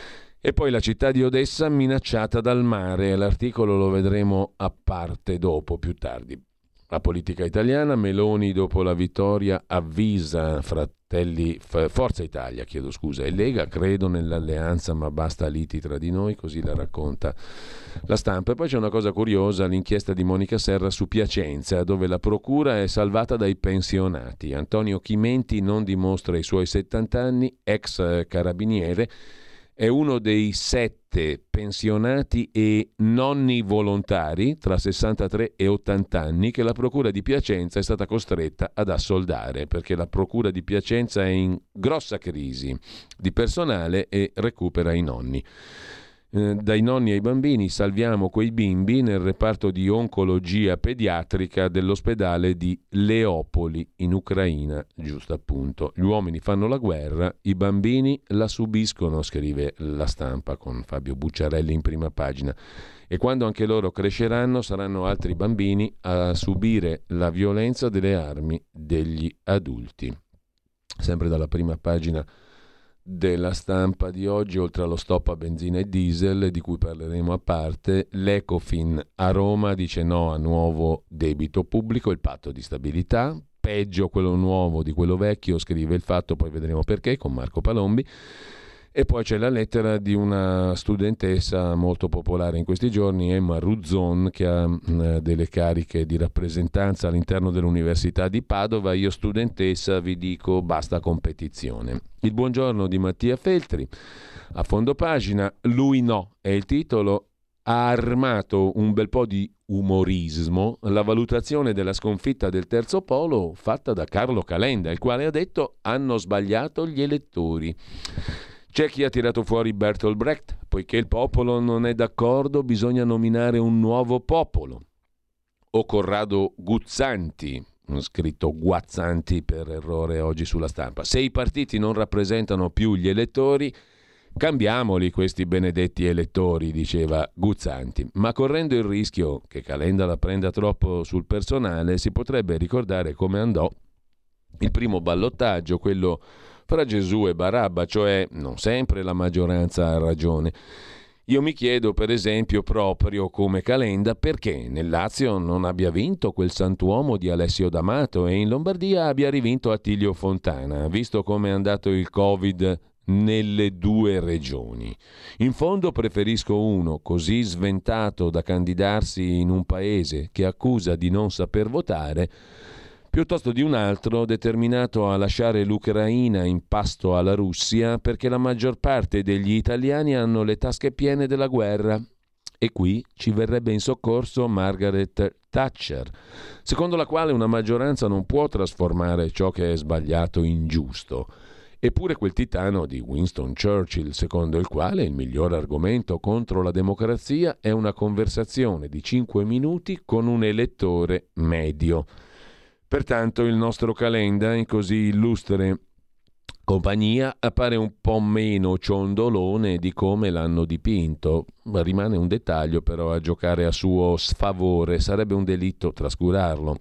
E poi la città di Odessa minacciata dal mare, l'articolo lo vedremo a parte dopo, più tardi. La politica italiana, Meloni dopo la vittoria avvisa Fratelli, Forza Italia, chiedo scusa, e Lega, credo nell'alleanza ma basta liti tra di noi, così la racconta La Stampa. E poi c'è una cosa curiosa, l'inchiesta di Monica Serra su Piacenza, dove la procura è salvata dai pensionati. Antonio Chimenti non dimostra i suoi settanta anni, ex carabiniere, è uno dei sette pensionati e nonni volontari tra sessantatré e ottanta anni che la Procura di Piacenza è stata costretta ad assoldare, perché la Procura di Piacenza è in grossa crisi di personale e recupera i nonni. Eh, dai nonni ai bambini salviamo quei bimbi nel reparto di oncologia pediatrica dell'ospedale di Leopoli in Ucraina, giusto appunto. Gli uomini fanno la guerra, i bambini la subiscono, scrive La Stampa con Fabio Bucciarelli in prima pagina. E quando anche loro cresceranno saranno altri bambini a subire la violenza delle armi degli adulti. Sempre dalla prima pagina della Stampa di oggi, oltre allo stop a benzina e diesel di cui parleremo a parte, l'Ecofin a Roma dice no a nuovo debito pubblico, il patto di stabilità, peggio quello nuovo di quello vecchio, scrive Il Fatto, poi vedremo perché, con Marco Palombi. E poi c'è la lettera di una studentessa molto popolare in questi giorni, Emma Ruzzon, che ha mh, delle cariche di rappresentanza all'interno dell'Università di Padova. Io studentessa vi dico basta competizione. Il buongiorno di Mattia Feltri, a fondo pagina, lui no, è il titolo, ha armato un bel po' di umorismo la valutazione della sconfitta del Terzo Polo fatta da Carlo Calenda, il quale ha detto hanno sbagliato gli elettori. C'è chi ha tirato fuori Bertolt Brecht, poiché il popolo non è d'accordo bisogna nominare un nuovo popolo. O Corrado Guzzanti, scritto Guazzanti per errore oggi sulla Stampa. Se i partiti non rappresentano più gli elettori, cambiamoli questi benedetti elettori, diceva Guzzanti. Ma correndo il rischio che Calenda la prenda troppo sul personale, si potrebbe ricordare come andò il primo ballottaggio, quello fra Gesù e Barabba, cioè non sempre la maggioranza ha ragione. Io mi chiedo, per esempio, proprio come Calenda, perché nel Lazio non abbia vinto quel santuomo di Alessio D'Amato e in Lombardia abbia rivinto Attilio Fontana, visto come è andato il Covid nelle due regioni. In fondo preferisco uno così sventato da candidarsi in un paese che accusa di non saper votare, piuttosto di un altro determinato a lasciare l'Ucraina in pasto alla Russia perché la maggior parte degli italiani hanno le tasche piene della guerra. E qui ci verrebbe in soccorso Margaret Thatcher, secondo la quale una maggioranza non può trasformare ciò che è sbagliato in giusto. Eppure quel titano di Winston Churchill, secondo il quale il miglior argomento contro la democrazia è una conversazione di cinque minuti con un elettore medio. Pertanto il nostro Calenda, in così illustre compagnia, appare un po' meno ciondolone di come l'hanno dipinto. Rimane un dettaglio però a giocare a suo sfavore, sarebbe un delitto trascurarlo.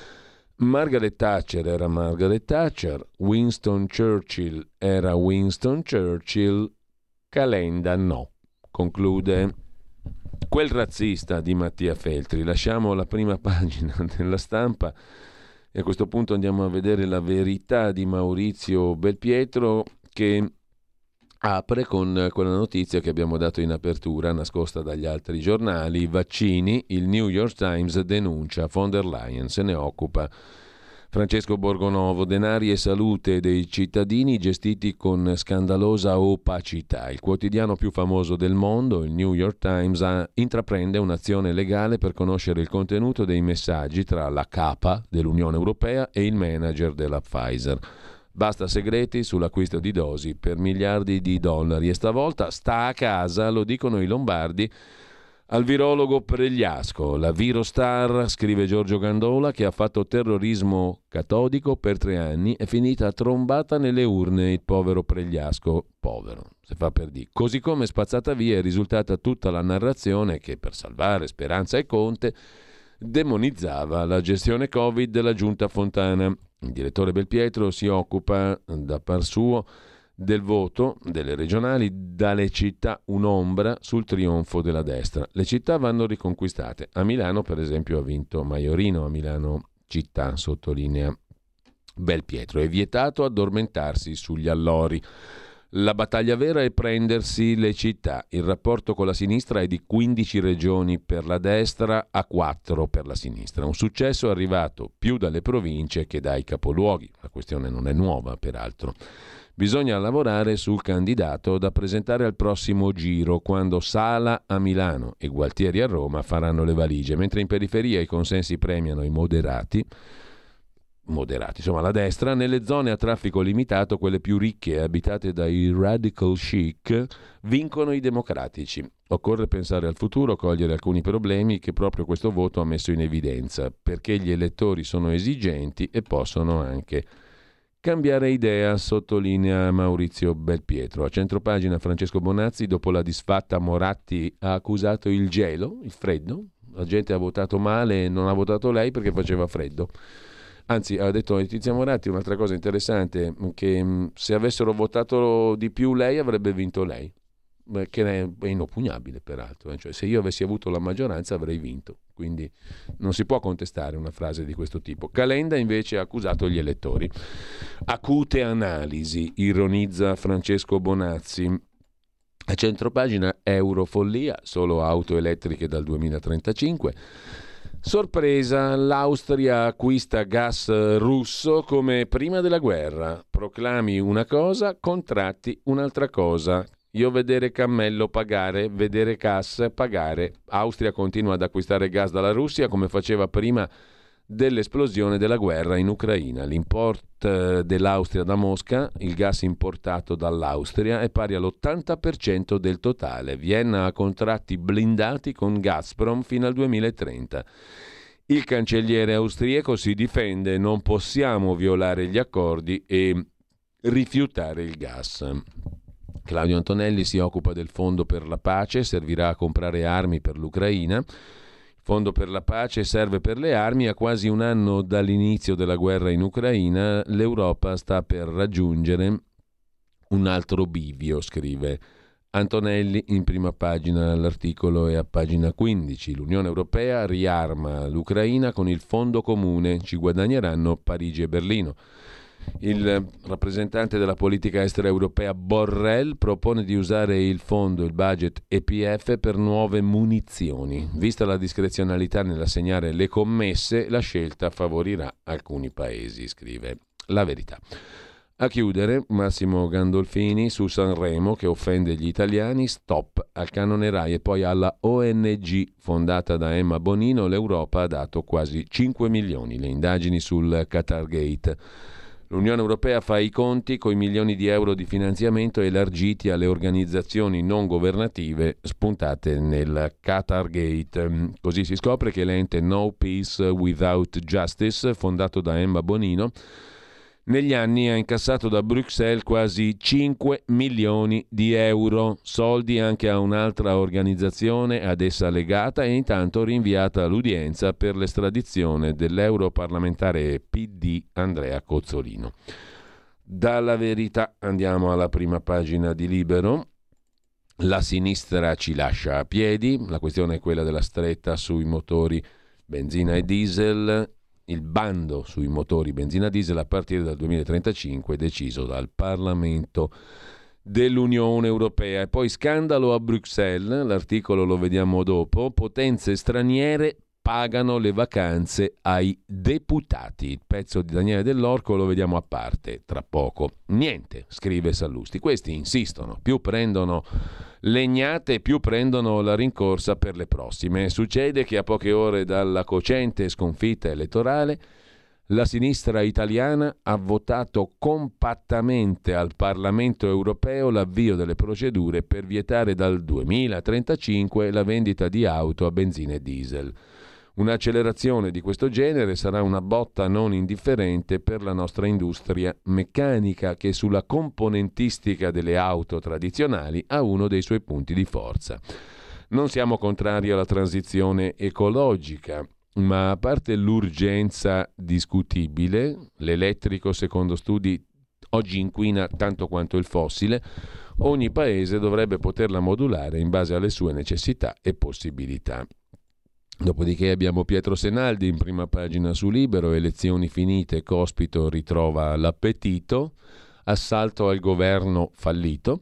Margaret Thatcher era Margaret Thatcher, Winston Churchill era Winston Churchill, Calenda no, conclude quel razzista di Mattia Feltri. Lasciamo la prima pagina della Stampa e a questo punto andiamo a vedere La Verità di Maurizio Belpietro, che apre con quella notizia che abbiamo dato in apertura, nascosta dagli altri giornali: vaccini, il New York Times denuncia, von der Leyen se ne occupa. Francesco Borgonovo, denari e salute dei cittadini gestiti con scandalosa opacità. Il quotidiano più famoso del mondo, il New York Times, ha, intraprende un'azione legale per conoscere il contenuto dei messaggi tra la capa dell'Unione Europea e il manager della Pfizer. Basta segreti sull'acquisto di dosi per miliardi di dollari e stavolta sta a casa, lo dicono i lombardi, al virologo Pregliasco. La Virostar, scrive Giorgio Gandola, che ha fatto terrorismo catodico per tre anni, è finita trombata nelle urne il povero Pregliasco. Povero, se fa per dire. Così come spazzata via è risultata tutta la narrazione che per salvare Speranza e Conte demonizzava la gestione Covid della giunta Fontana. Il direttore Belpietro si occupa da par suo del voto delle regionali, dalle città un'ombra sul trionfo della destra. Le città vanno riconquistate. A Milano, per esempio, ha vinto Maiorino, a Milano città, sottolinea Belpietro. È vietato addormentarsi sugli allori. La battaglia vera è prendersi le città. Il rapporto con la sinistra è di quindici regioni per la destra a quattro per la sinistra. Un successo arrivato più dalle province che dai capoluoghi. La questione non è nuova, peraltro. Bisogna lavorare sul candidato da presentare al prossimo giro, quando Sala a Milano e Gualtieri a Roma faranno le valigie, mentre in periferia i consensi premiano i moderati, moderati, insomma la destra. Nelle zone a traffico limitato, quelle più ricche e abitate dai radical chic, vincono i democratici. Occorre pensare al futuro, cogliere alcuni problemi che proprio questo voto ha messo in evidenza, perché gli elettori sono esigenti e possono anche cambiare idea, sottolinea Maurizio Belpietro. A centropagina Francesco Bonazzi, dopo la disfatta Moratti, ha accusato il gelo, il freddo. La gente ha votato male e non ha votato lei perché faceva freddo. Anzi, ha detto Letizia Moratti un'altra cosa interessante, che mh, se avessero votato di più lei avrebbe vinto lei, che è inoppugnabile peraltro, eh? Cioè, se io avessi avuto la maggioranza avrei vinto, quindi non si può contestare una frase di questo tipo. Calenda invece ha accusato gli elettori. Acute analisi, ironizza Francesco Bonazzi. A centropagina Eurofollia, solo auto elettriche dal duemilatrentacinque. Sorpresa, l'Austria acquista gas russo come prima della guerra. Proclami una cosa, contratti un'altra cosa. Io vedere cammello pagare, vedere cassa pagare. Austria continua ad acquistare gas dalla Russia come faceva prima dell'esplosione della guerra in Ucraina. L'import dell'Austria da Mosca, il gas importato dall'Austria, è pari all'ottanta per cento del totale. Vienna ha contratti blindati con Gazprom fino al duemilatrenta. Il cancelliere austriaco si difende: non possiamo violare gli accordi e rifiutare il gas. Claudio Antonelli si occupa del Fondo per la Pace, servirà a comprare armi per l'Ucraina. Il Fondo per la Pace serve per le armi. A quasi un anno dall'inizio della guerra in Ucraina, l'Europa sta per raggiungere un altro bivio, scrive Antonelli in prima pagina. L'articolo è a pagina quindici. L'Unione Europea riarma l'Ucraina con il fondo comune, ci guadagneranno Parigi e Berlino. Il rappresentante della politica estera europea Borrell propone di usare il fondo, il budget E P F, per nuove munizioni. Vista la discrezionalità nell'assegnare le commesse, la scelta favorirà alcuni paesi, scrive La Verità. A chiudere, Massimo Gandolfini su Sanremo, che offende gli italiani, stop al canone Rai. E poi alla O N G fondata da Emma Bonino, l'Europa ha dato quasi cinque milioni. Le indagini sul Qatargate. L'Unione Europea fa i conti con i milioni di euro di finanziamento elargiti alle organizzazioni non governative spuntate nel Qatargate. Così si scopre che l'ente No Peace Without Justice, fondato da Emma Bonino, negli anni ha incassato da Bruxelles quasi cinque milioni di euro, soldi anche a un'altra organizzazione ad essa legata, e intanto rinviata l'udienza per l'estradizione dell'europarlamentare P D Andrea Cozzolino. Dalla Verità andiamo alla prima pagina di Libero. La sinistra ci lascia a piedi, la questione è quella della stretta sui motori benzina e diesel. Il bando sui motori benzina diesel a partire dal duemilatrentacinque deciso dal Parlamento dell'Unione Europea. E poi scandalo a Bruxelles, l'articolo lo vediamo dopo, potenze straniere pagano le vacanze ai deputati. Il pezzo di Daniele Dell'Orco lo vediamo a parte tra poco. Niente, scrive Sallusti. Questi insistono, più prendono legnate, più prendono la rincorsa per le prossime. Succede che a poche ore dalla cocente sconfitta elettorale la sinistra italiana ha votato compattamente al Parlamento europeo l'avvio delle procedure per vietare dal duemilatrentacinque la vendita di auto a benzina e diesel. Un'accelerazione di questo genere sarà una botta non indifferente per la nostra industria meccanica, che sulla componentistica delle auto tradizionali ha uno dei suoi punti di forza. Non siamo contrari alla transizione ecologica, ma a parte l'urgenza discutibile, l'elettrico secondo studi oggi inquina tanto quanto il fossile, ogni paese dovrebbe poterla modulare in base alle sue necessità e possibilità. Dopodiché abbiamo Pietro Senaldi in prima pagina su Libero, elezioni finite, Cospito ritrova l'appetito, assalto al governo fallito,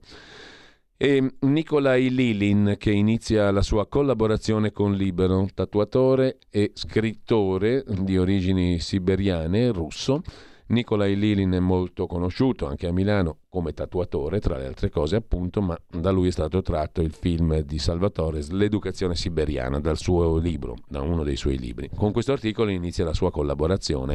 e Nikolai Lilin che inizia la sua collaborazione con Libero, tatuatore e scrittore di origini siberiane, russo. Nikolai Lilin è molto conosciuto anche a Milano come tatuatore, tra le altre cose appunto, ma da lui è stato tratto il film di Salvatore, L'educazione siberiana, dal suo libro, da uno dei suoi libri. Con questo articolo inizia la sua collaborazione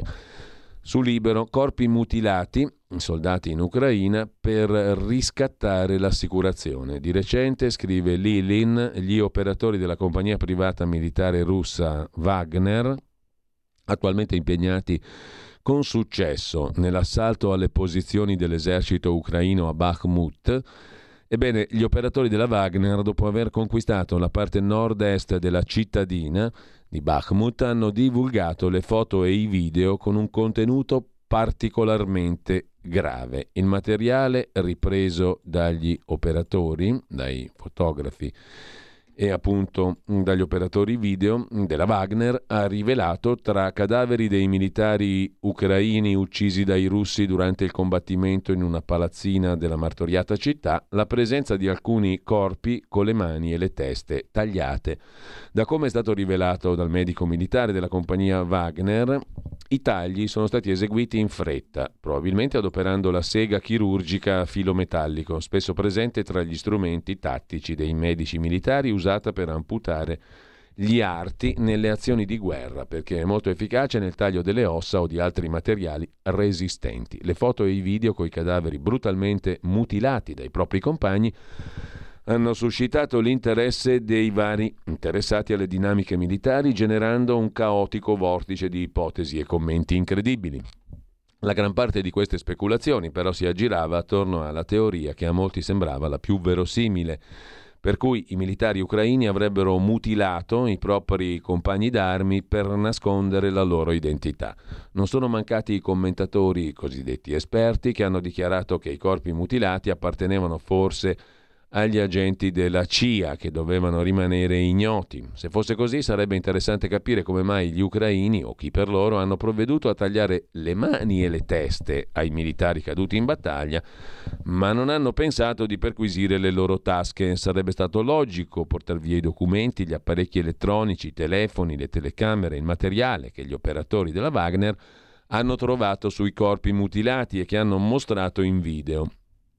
su Libero. Corpi mutilati, soldati in Ucraina, per riscattare l'assicurazione. Di recente, scrive Lilin, gli operatori della compagnia privata militare russa Wagner, attualmente impegnati con successo nell'assalto alle posizioni dell'esercito ucraino a Bakhmut. Ebbene, gli operatori della Wagner, dopo aver conquistato la parte nord-est della cittadina di Bakhmut, hanno divulgato le foto e i video con un contenuto particolarmente grave. Il materiale ripreso dagli operatori, dai fotografi e appunto dagli operatori video della Wagner, ha rivelato, tra cadaveri dei militari ucraini uccisi dai russi durante il combattimento in una palazzina della martoriata città, la presenza di alcuni corpi con le mani e le teste tagliate. Da come è stato rivelato dal medico militare della compagnia Wagner, i tagli sono stati eseguiti in fretta, probabilmente adoperando la sega chirurgica a filo metallico, spesso presente tra gli strumenti tattici dei medici militari, usata per amputare gli arti nelle azioni di guerra, perché è molto efficace nel taglio delle ossa o di altri materiali resistenti. Le foto e i video coi cadaveri brutalmente mutilati dai propri compagni hanno suscitato l'interesse dei vari interessati alle dinamiche militari, generando un caotico vortice di ipotesi e commenti incredibili. La gran parte di queste speculazioni però si aggirava attorno alla teoria che a molti sembrava la più verosimile, per cui i militari ucraini avrebbero mutilato i propri compagni d'armi per nascondere la loro identità. Non sono mancati i commentatori cosiddetti esperti che hanno dichiarato che i corpi mutilati appartenevano forse agli agenti della C I A, che dovevano rimanere ignoti. Se fosse così, sarebbe interessante capire come mai gli ucraini, o chi per loro, hanno provveduto a tagliare le mani e le teste ai militari caduti in battaglia, ma non hanno pensato di perquisire le loro tasche. Sarebbe stato logico portar via i documenti, gli apparecchi elettronici, i telefoni, le telecamere, il materiale che gli operatori della Wagner hanno trovato sui corpi mutilati e che hanno mostrato in video.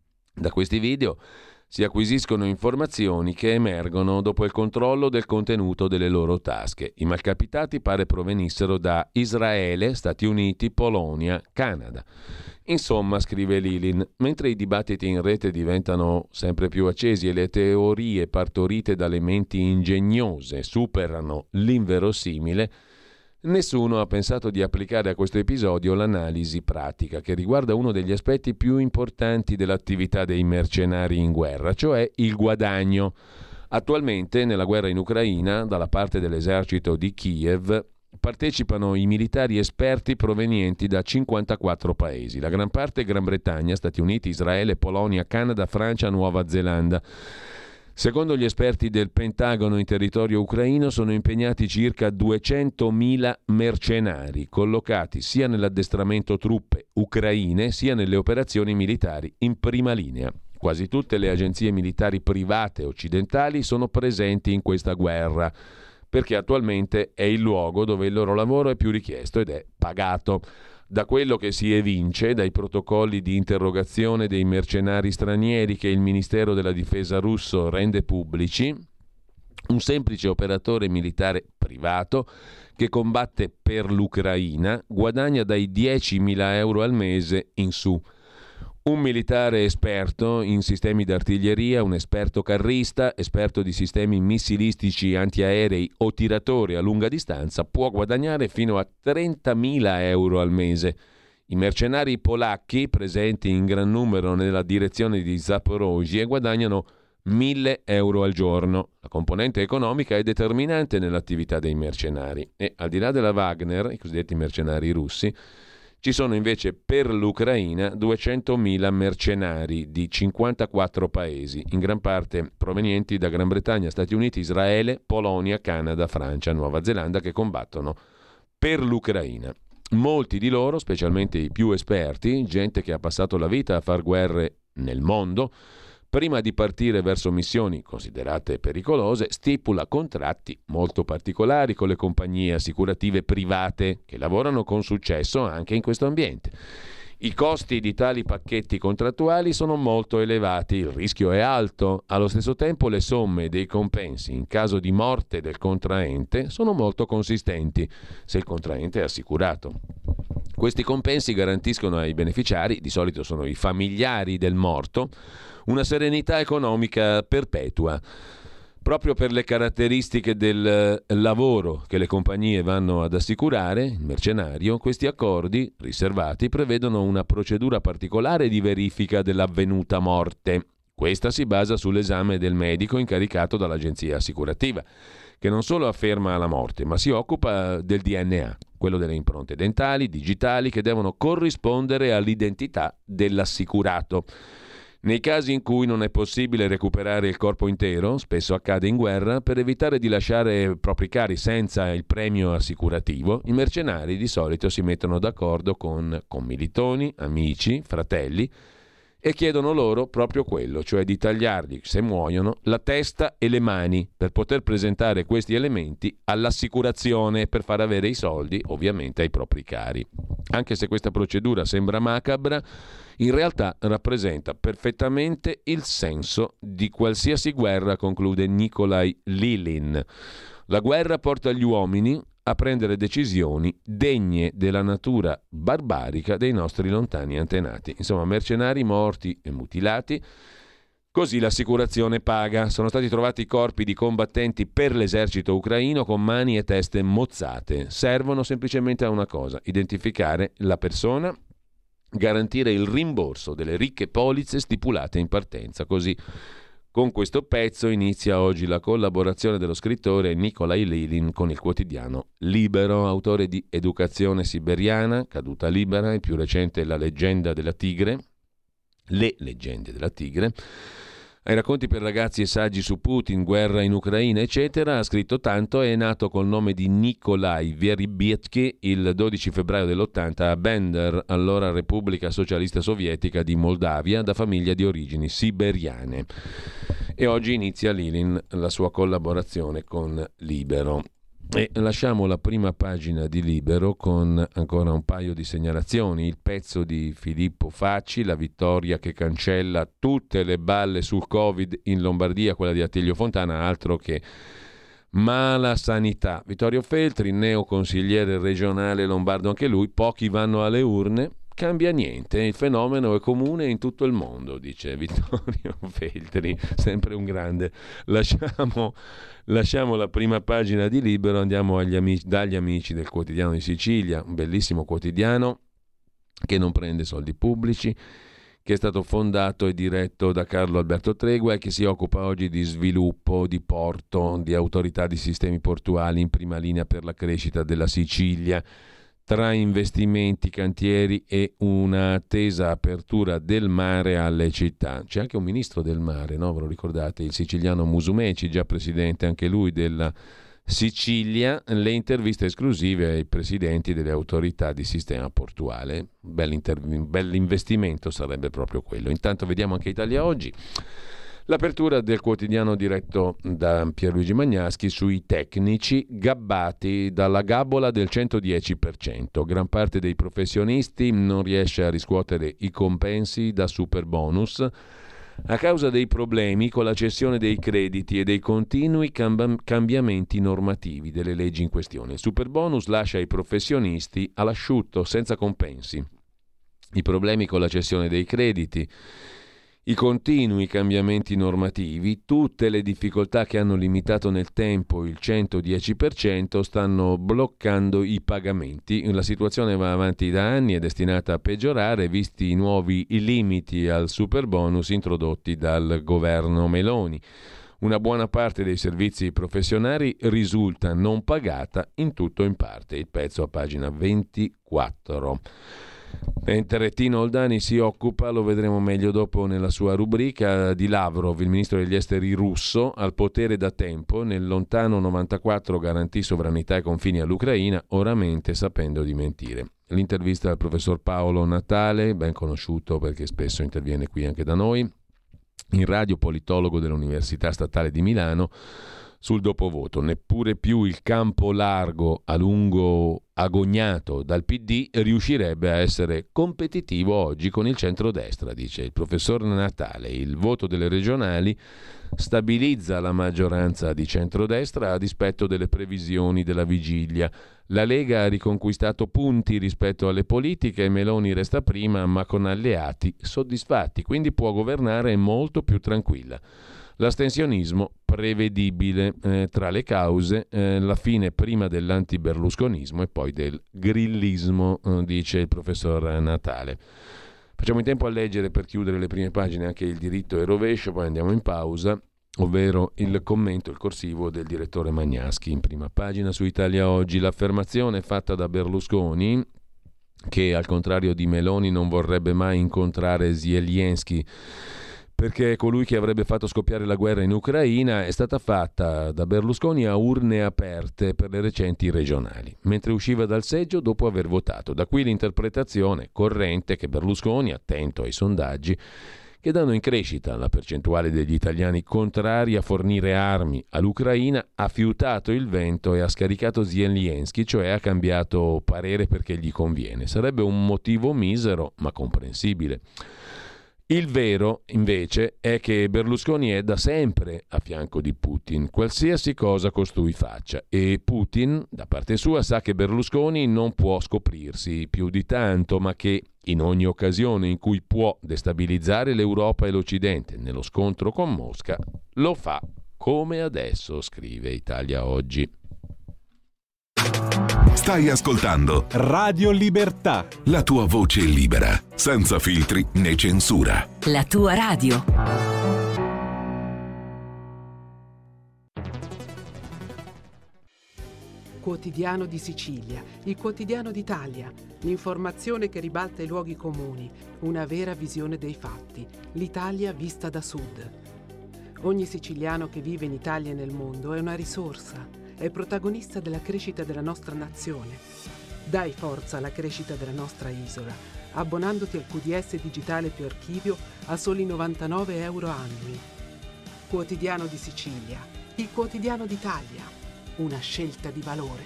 Da questi video si acquisiscono informazioni che emergono dopo il controllo del contenuto delle loro tasche. I malcapitati pare provenissero da Israele, Stati Uniti, Polonia, Canada. Insomma, scrive Lilin, mentre i dibattiti in rete diventano sempre più accesi e le teorie partorite dalle menti ingegnose superano l'inverosimile, nessuno ha pensato di applicare a questo episodio l'analisi pratica che riguarda uno degli aspetti più importanti dell'attività dei mercenari in guerra, cioè il guadagno. Attualmente, nella guerra in Ucraina, dalla parte dell'esercito di Kiev, partecipano i militari esperti provenienti da cinquantaquattro paesi, la gran parte Gran Bretagna, Stati Uniti, Israele, Polonia, Canada, Francia, Nuova Zelanda. Secondo gli esperti del Pentagono in territorio ucraino sono impegnati circa duecentomila mercenari, collocati sia nell'addestramento truppe ucraine sia nelle operazioni militari in prima linea. Quasi tutte le agenzie militari private occidentali sono presenti in questa guerra. perché attualmente è il luogo dove il loro lavoro è più richiesto ed è pagato. Da quello che si evince dai protocolli di interrogazione dei mercenari stranieri che il Ministero della Difesa russo rende pubblici, un semplice operatore militare privato che combatte per l'Ucraina guadagna dai diecimila euro al mese in su. Un militare esperto in sistemi d'artiglieria, un esperto carrista, esperto di sistemi missilistici antiaerei o tiratore a lunga distanza può guadagnare fino a trentamila euro al mese. I mercenari polacchi, presenti in gran numero nella direzione di Zaporozhye, guadagnano mille euro al giorno. La componente economica è determinante nell'attività dei mercenari e, al di là della Wagner, i cosiddetti mercenari russi, ci sono invece per l'Ucraina duecentomila mercenari di cinquantaquattro paesi, in gran parte provenienti da Gran Bretagna, Stati Uniti, Israele, Polonia, Canada, Francia, Nuova Zelanda, che combattono per l'Ucraina. Molti di loro, specialmente i più esperti, gente che ha passato la vita a far guerre nel mondo, prima di partire verso missioni considerate pericolose, stipula contratti molto particolari con le compagnie assicurative private che lavorano con successo anche in questo ambiente. I costi di tali pacchetti contrattuali sono molto elevati, il rischio è alto, allo stesso tempo le somme dei compensi in caso di morte del contraente sono molto consistenti, se il contraente è assicurato. Questi compensi garantiscono ai beneficiari, di solito sono i familiari del morto, una serenità economica perpetua. Proprio per le caratteristiche del lavoro che le compagnie vanno ad assicurare, il mercenario, questi accordi riservati prevedono una procedura particolare di verifica dell'avvenuta morte. Questa si basa sull'esame del medico incaricato dall'agenzia assicurativa, che non solo afferma la morte, ma si occupa del D N A, quello delle impronte dentali, digitali, che devono corrispondere all'identità dell'assicurato. Nei casi in cui non è possibile recuperare il corpo intero, spesso accade in guerra, per evitare di lasciare propri cari senza il premio assicurativo, i mercenari di solito si mettono d'accordo con commilitoni, amici, fratelli e chiedono loro proprio quello, cioè di tagliargli, se muoiono, la testa e le mani per poter presentare questi elementi all'assicurazione per far avere i soldi, ovviamente, ai propri cari. Anche se questa procedura sembra macabra, in realtà rappresenta perfettamente il senso di qualsiasi guerra, conclude Nikolai Lilin. La guerra porta gli uomini a prendere decisioni degne della natura barbarica dei nostri lontani antenati. Insomma, mercenari morti e mutilati, così l'assicurazione paga. Sono stati trovati corpi di combattenti per l'esercito ucraino con mani e teste mozzate. Servono semplicemente a una cosa: identificare la persona, garantire il rimborso delle ricche polizze stipulate in partenza. Così, con questo pezzo inizia oggi la collaborazione dello scrittore Nikolai Lilin con il quotidiano Libero, autore di Educazione siberiana, Caduta libera, il più recente La leggenda della tigre, Le leggende della tigre, ai racconti per ragazzi e saggi su Putin, guerra in Ucraina, eccetera. Ha scritto tanto e è nato col nome di Nikolai Verbytsky il dodici febbraio dell'ottanta a Bender, allora Repubblica Socialista Sovietica di Moldavia, da famiglia di origini siberiane. E oggi inizia Lilin la sua collaborazione con Libero. E lasciamo la prima pagina di Libero con ancora un paio di segnalazioni. Il pezzo di Filippo Facci, la vittoria che cancella tutte le balle sul Covid in Lombardia, quella di Attilio Fontana, altro che mala sanità. Vittorio Feltri, neoconsigliere regionale lombardo anche lui, pochi vanno alle urne, cambia niente, il fenomeno è comune in tutto il mondo, dice Vittorio Feltri, sempre un grande. Lasciamo, lasciamo la prima pagina di Libero, andiamo agli amici, dagli amici del Quotidiano di Sicilia, un bellissimo quotidiano che non prende soldi pubblici, che è stato fondato e diretto da Carlo Alberto Tregua e che si occupa oggi di sviluppo, di porto, di autorità di sistemi portuali in prima linea per la crescita della Sicilia, tra investimenti, cantieri e una attesa apertura del mare alle città. C'è anche un ministro del mare, no? Ve lo ricordate? Il siciliano Musumeci, già presidente anche lui della Sicilia. Le interviste esclusive ai presidenti delle autorità di sistema portuale. Bell'inter- bell'investimento sarebbe proprio quello. Intanto vediamo anche Italia Oggi. L'apertura del quotidiano diretto da Pierluigi Magnaschi sui tecnici gabbati dalla gabola del centodieci per cento. Gran parte dei professionisti non riesce a riscuotere i compensi da superbonus a causa dei problemi con la cessione dei crediti e dei continui camb- cambiamenti normativi delle leggi in questione. Il superbonus lascia i professionisti all'asciutto, senza compensi. I problemi con la cessione dei crediti, i continui cambiamenti normativi, tutte le difficoltà che hanno limitato nel tempo il centodieci per cento stanno bloccando i pagamenti. La situazione va avanti da anni, è destinata a peggiorare visti i nuovi limiti al superbonus introdotti dal governo Meloni. Una buona parte dei servizi professionali risulta non pagata in tutto o in parte. Il pezzo a pagina ventiquattro. Mentre Tino Oldani si occupa, lo vedremo meglio dopo nella sua rubrica, di Lavrov, il ministro degli esteri russo, al potere da tempo, nel lontano novantaquattro garantì sovranità e confini all'Ucraina, oramente sapendo di mentire. L'intervista al professor Paolo Natale, ben conosciuto perché spesso interviene qui anche da noi, in radio, politologo dell'Università Statale di Milano, sul dopovoto. Neppure più il campo largo a lungo agognato dal P D riuscirebbe a essere competitivo oggi con il centrodestra, dice il professor Natale. Il voto delle regionali stabilizza la maggioranza di centrodestra a dispetto delle previsioni della vigilia. La Lega ha riconquistato punti rispetto alle politiche e Meloni resta prima, ma con alleati soddisfatti, quindi può governare molto più tranquilla. L'astensionismo prevedibile, eh, tra le cause eh, la fine prima dell'antiberlusconismo e poi del grillismo, eh, dice il professor Natale. Facciamo in tempo a leggere, per chiudere le prime pagine, anche il diritto e rovescio, poi andiamo in pausa, ovvero il commento, il corsivo del direttore Magnaschi. In prima pagina su Italia Oggi l'affermazione fatta da Berlusconi, che al contrario di Meloni non vorrebbe mai incontrare Zelensky perché è colui che avrebbe fatto scoppiare la guerra in Ucraina, è stata fatta da Berlusconi a urne aperte per le recenti regionali, mentre usciva dal seggio dopo aver votato. Da qui l'interpretazione corrente che Berlusconi, attento ai sondaggi, che danno in crescita la percentuale degli italiani contrari a fornire armi all'Ucraina, ha fiutato il vento e ha scaricato Zelensky, cioè ha cambiato parere perché gli conviene. Sarebbe un motivo misero, ma comprensibile. Il vero, invece, è che Berlusconi è da sempre a fianco di Putin, qualsiasi cosa costui faccia, e Putin, da parte sua, sa che Berlusconi non può scoprirsi più di tanto, ma che in ogni occasione in cui può destabilizzare l'Europa e l'Occidente nello scontro con Mosca, lo fa come adesso, scrive Italia Oggi. Stai ascoltando Radio Libertà, la tua voce libera, senza filtri né censura. La tua radio. Quotidiano di Sicilia, il quotidiano d'Italia, l'informazione che ribalta i luoghi comuni, una vera visione dei fatti, l'Italia vista da sud. Ogni siciliano che vive in Italia e nel mondo è una risorsa, è protagonista della crescita della nostra nazione. Dai forza alla crescita della nostra isola, abbonandoti al Q D S digitale più archivio a soli novantanove euro annui. Quotidiano di Sicilia, il quotidiano d'Italia, una scelta di valore.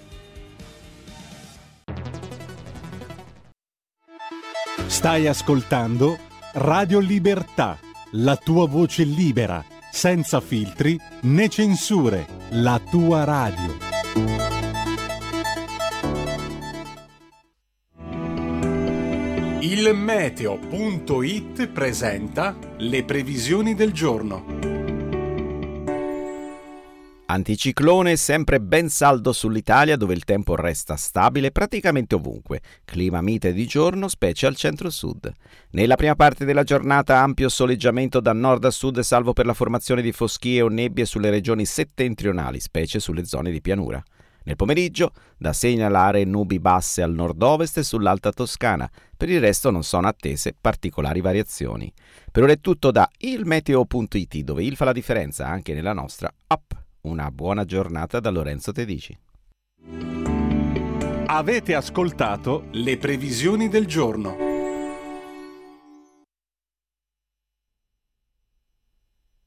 Stai ascoltando Radio Libertà, la tua voce libera, senza filtri né censure, la tua radio. Il meteo punto it presenta le previsioni del giorno. Anticiclone sempre ben saldo sull'Italia, dove il tempo resta stabile praticamente ovunque. Clima mite di giorno, specie al centro-sud. Nella prima parte della giornata ampio soleggiamento da nord a sud, salvo per la formazione di foschie o nebbie sulle regioni settentrionali, specie sulle zone di pianura. Nel pomeriggio da segnalare nubi basse al nord-ovest e sull'Alta Toscana. Per il resto non sono attese particolari variazioni. Per ora è tutto da il meteo punto it, dove il fa la differenza anche nella nostra app. Una buona giornata da Lorenzo Tedici. Avete ascoltato le previsioni del giorno.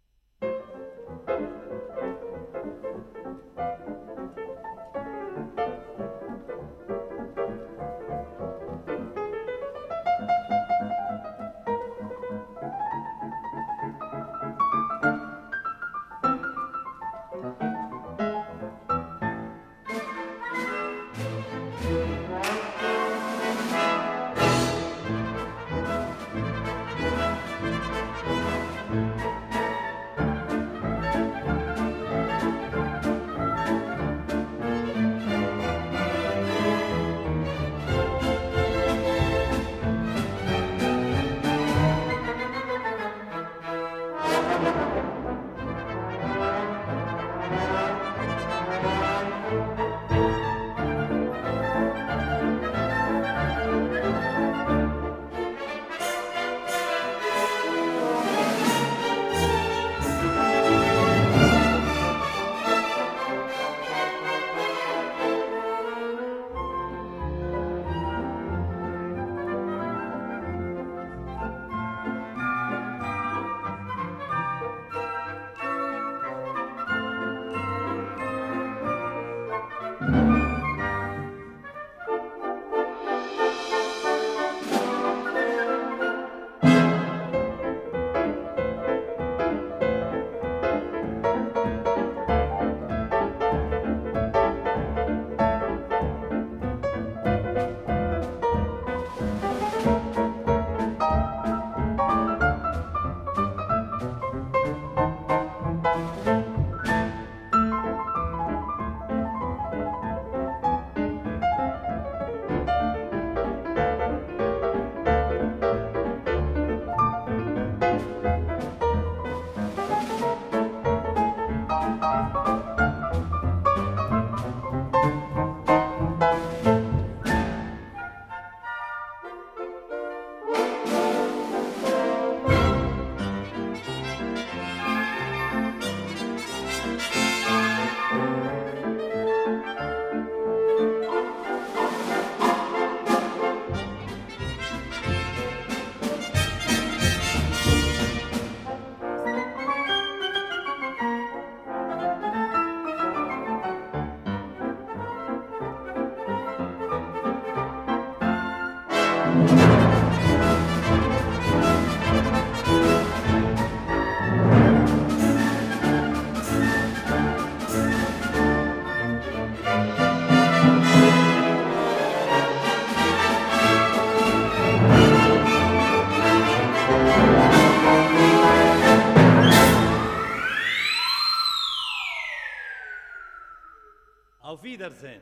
Auf Wiedersehen.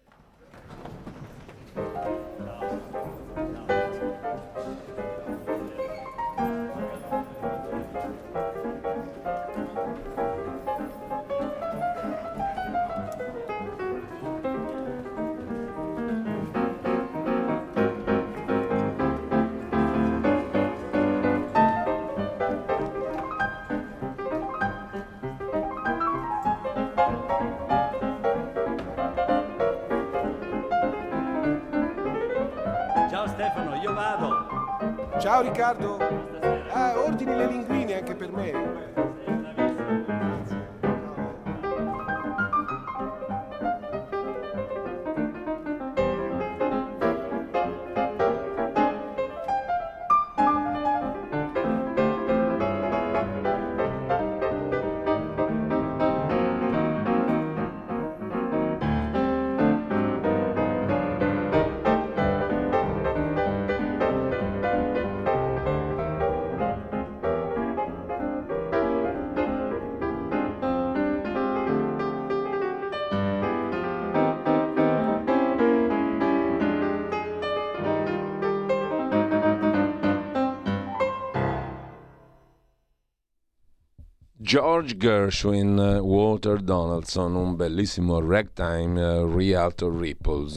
Ciao Riccardo, ah, ordini le linguine anche per me. George Gershwin, Walter Donaldson, un bellissimo ragtime, uh, Rialto Ripples.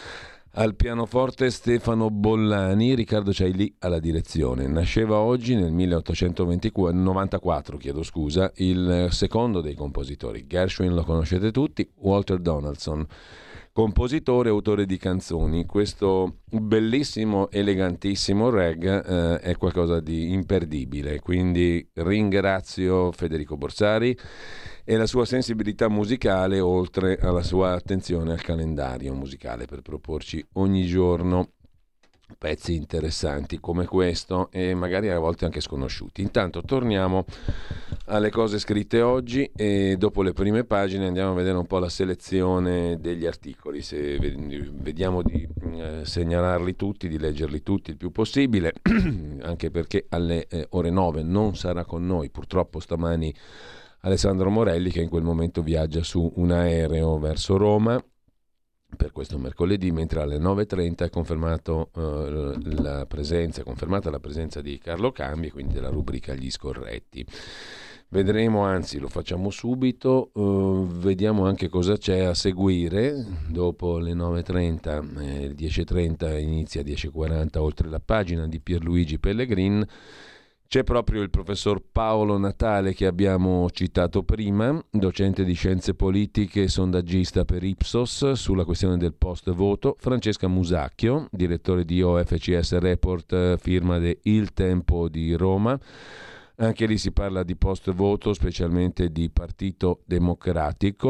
Al pianoforte Stefano Bollani, Riccardo Ciailì alla direzione. Nasceva oggi nel millenottocentovantaquattro, chiedo scusa, il secondo dei compositori. Gershwin lo conoscete tutti, Walter Donaldson, compositore e autore di canzoni. Questo bellissimo, elegantissimo rag eh, è qualcosa di imperdibile, quindi ringrazio Federico Borsari e la sua sensibilità musicale, oltre alla sua attenzione al calendario musicale per proporci ogni giorno pezzi interessanti come questo e magari a volte anche sconosciuti. Intanto torniamo alle cose scritte oggi e dopo le prime pagine andiamo a vedere un po' la selezione degli articoli, se vediamo di eh, segnalarli tutti, di leggerli tutti il più possibile, anche perché alle eh, ore nove non sarà con noi purtroppo stamani Alessandro Morelli, che in quel momento viaggia su un aereo verso Roma per questo mercoledì, mentre alle nove e trenta è confermato uh, la presenza, è confermata la presenza di Carlo Cambi, quindi della rubrica Gli Scorretti. Vedremo, anzi lo facciamo subito, uh, vediamo anche cosa c'è a seguire dopo le nove e trenta, eh, dieci e trenta inizia, dieci e quaranta, oltre la pagina di Pierluigi Pellegrin. C'è proprio il professor Paolo Natale che abbiamo citato prima, docente di scienze politiche e sondaggista per Ipsos sulla questione del post voto, Francesca Musacchio, direttore di O F C S Report, firma de Il Tempo di Roma. Anche lì si parla di post voto, specialmente di Partito Democratico.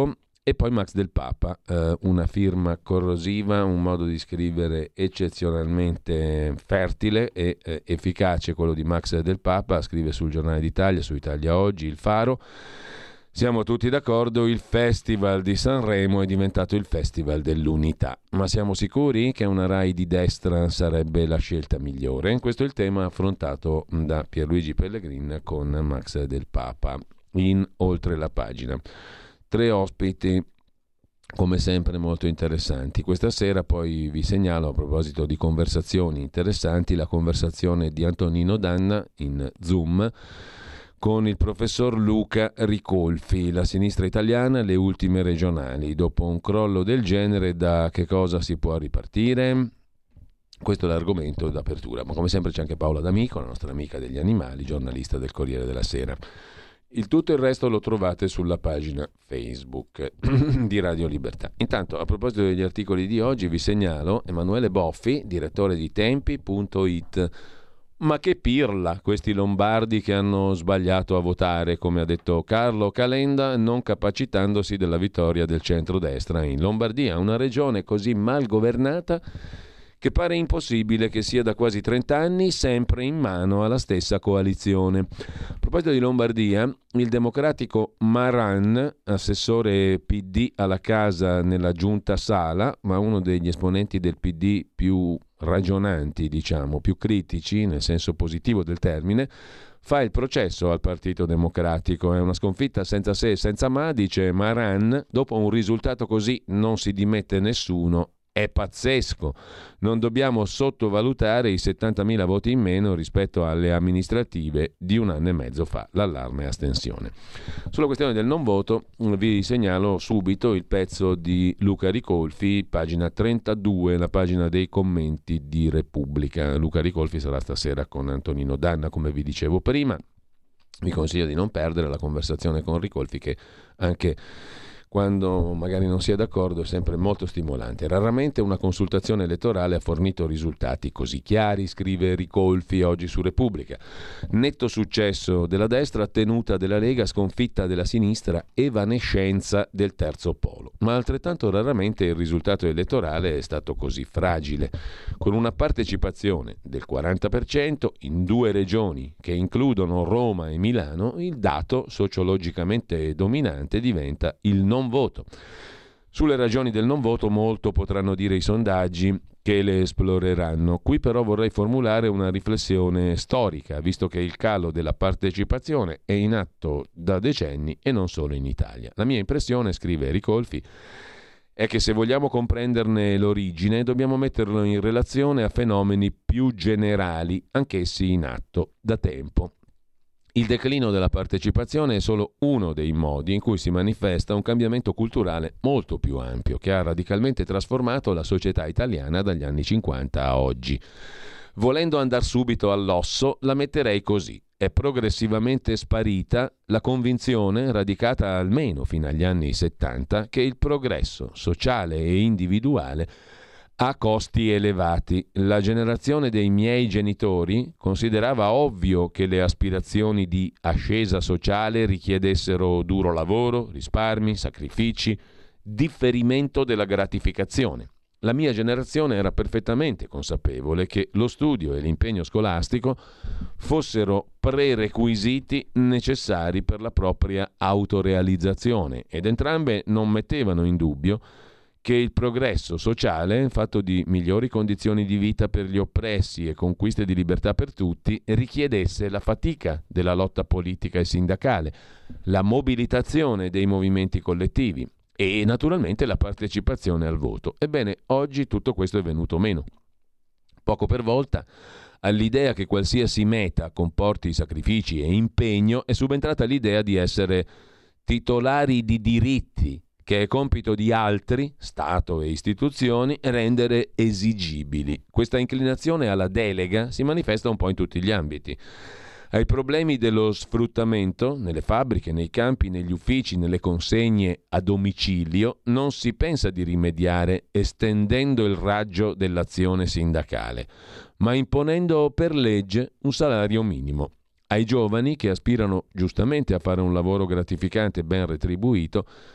E poi Max del Papa, eh, una firma corrosiva, un modo di scrivere eccezionalmente fertile e eh, efficace, quello di Max del Papa. Scrive sul Giornale d'Italia, su Italia Oggi, Il Faro. Siamo tutti d'accordo, il Festival di Sanremo è diventato il Festival dell'Unità. Ma siamo sicuri che una Rai di destra sarebbe la scelta migliore? Questo è il tema affrontato da Pierluigi Pellegrin con Max del Papa in Oltre la Pagina. Tre ospiti, come sempre, molto interessanti. Questa sera poi vi segnalo, a proposito di conversazioni interessanti, la conversazione di Antonino Danna in Zoom con il professor Luca Ricolfi. La sinistra italiana, le ultime regionali. Dopo un crollo del genere, da che cosa si può ripartire? Questo è l'argomento d'apertura. Ma come sempre c'è anche Paola D'Amico, la nostra amica degli animali, giornalista del Corriere della Sera. Il tutto e il resto lo trovate sulla pagina Facebook di Radio Libertà. Intanto, a proposito degli articoli di oggi, vi segnalo Emanuele Boffi, direttore di Tempi punto it. Ma che pirla questi lombardi che hanno sbagliato a votare, come ha detto Carlo Calenda, non capacitandosi della vittoria del centrodestra in Lombardia, una regione così mal governata che pare impossibile che sia da quasi trenta anni sempre in mano alla stessa coalizione. A proposito di Lombardia, il democratico Maran, assessore P D alla casa nella giunta Sala, ma uno degli esponenti del P D più ragionanti, diciamo, più critici nel senso positivo del termine, fa il processo al Partito Democratico. È una sconfitta senza se e senza ma, dice Maran. Dopo un risultato così non si dimette nessuno. È pazzesco. Non dobbiamo sottovalutare i settantamila voti in meno rispetto alle amministrative di un anno e mezzo fa. L'allarme e astensione. Sulla questione del non voto vi segnalo subito il pezzo di Luca Ricolfi, pagina trentadue, la pagina dei commenti di Repubblica. Luca Ricolfi sarà stasera con Antonino Danna, come vi dicevo prima. Vi consiglio di non perdere la conversazione con Ricolfi, che anche quando magari non si è d'accordo è sempre molto stimolante. Raramente una consultazione elettorale ha fornito risultati così chiari, scrive Ricolfi oggi su Repubblica. Netto successo della destra, tenuta della Lega, sconfitta della sinistra, evanescenza del terzo polo. Ma altrettanto raramente il risultato elettorale è stato così fragile. Con una partecipazione del quaranta per cento in due regioni che includono Roma e Milano, il dato sociologicamente dominante diventa il non voto. Sulle ragioni del non voto molto potranno dire i sondaggi che le esploreranno. Qui però vorrei formulare una riflessione storica, visto che il calo della partecipazione è in atto da decenni e non solo in Italia. La mia impressione, scrive Ricolfi, è che se vogliamo comprenderne l'origine dobbiamo metterlo in relazione a fenomeni più generali, anch'essi in atto da tempo. Il declino della partecipazione è solo uno dei modi in cui si manifesta un cambiamento culturale molto più ampio, che ha radicalmente trasformato la società italiana dagli anni cinquanta a oggi. Volendo andare subito all'osso, la metterei così. È progressivamente sparita la convinzione, radicata almeno fino agli anni settanta, che il progresso sociale e individuale ha costi elevati. La generazione dei miei genitori considerava ovvio che le aspirazioni di ascesa sociale richiedessero duro lavoro, risparmi, sacrifici, differimento della gratificazione. La mia generazione era perfettamente consapevole che lo studio e l'impegno scolastico fossero prerequisiti necessari per la propria autorealizzazione ed entrambe non mettevano in dubbio che il progresso sociale, fatto di migliori condizioni di vita per gli oppressi e conquiste di libertà per tutti, richiedesse la fatica della lotta politica e sindacale, la mobilitazione dei movimenti collettivi e naturalmente la partecipazione al voto. Ebbene, oggi tutto questo è venuto meno. Poco per volta, all'idea che qualsiasi meta comporti sacrifici e impegno è subentrata l'idea di essere titolari di diritti, che è compito di altri, Stato e istituzioni, rendere esigibili. Questa inclinazione alla delega si manifesta un po' in tutti gli ambiti. Ai problemi dello sfruttamento, nelle fabbriche, nei campi, negli uffici, nelle consegne a domicilio, non si pensa di rimediare estendendo il raggio dell'azione sindacale, ma imponendo per legge un salario minimo. Ai giovani che aspirano giustamente a fare un lavoro gratificante e ben retribuito,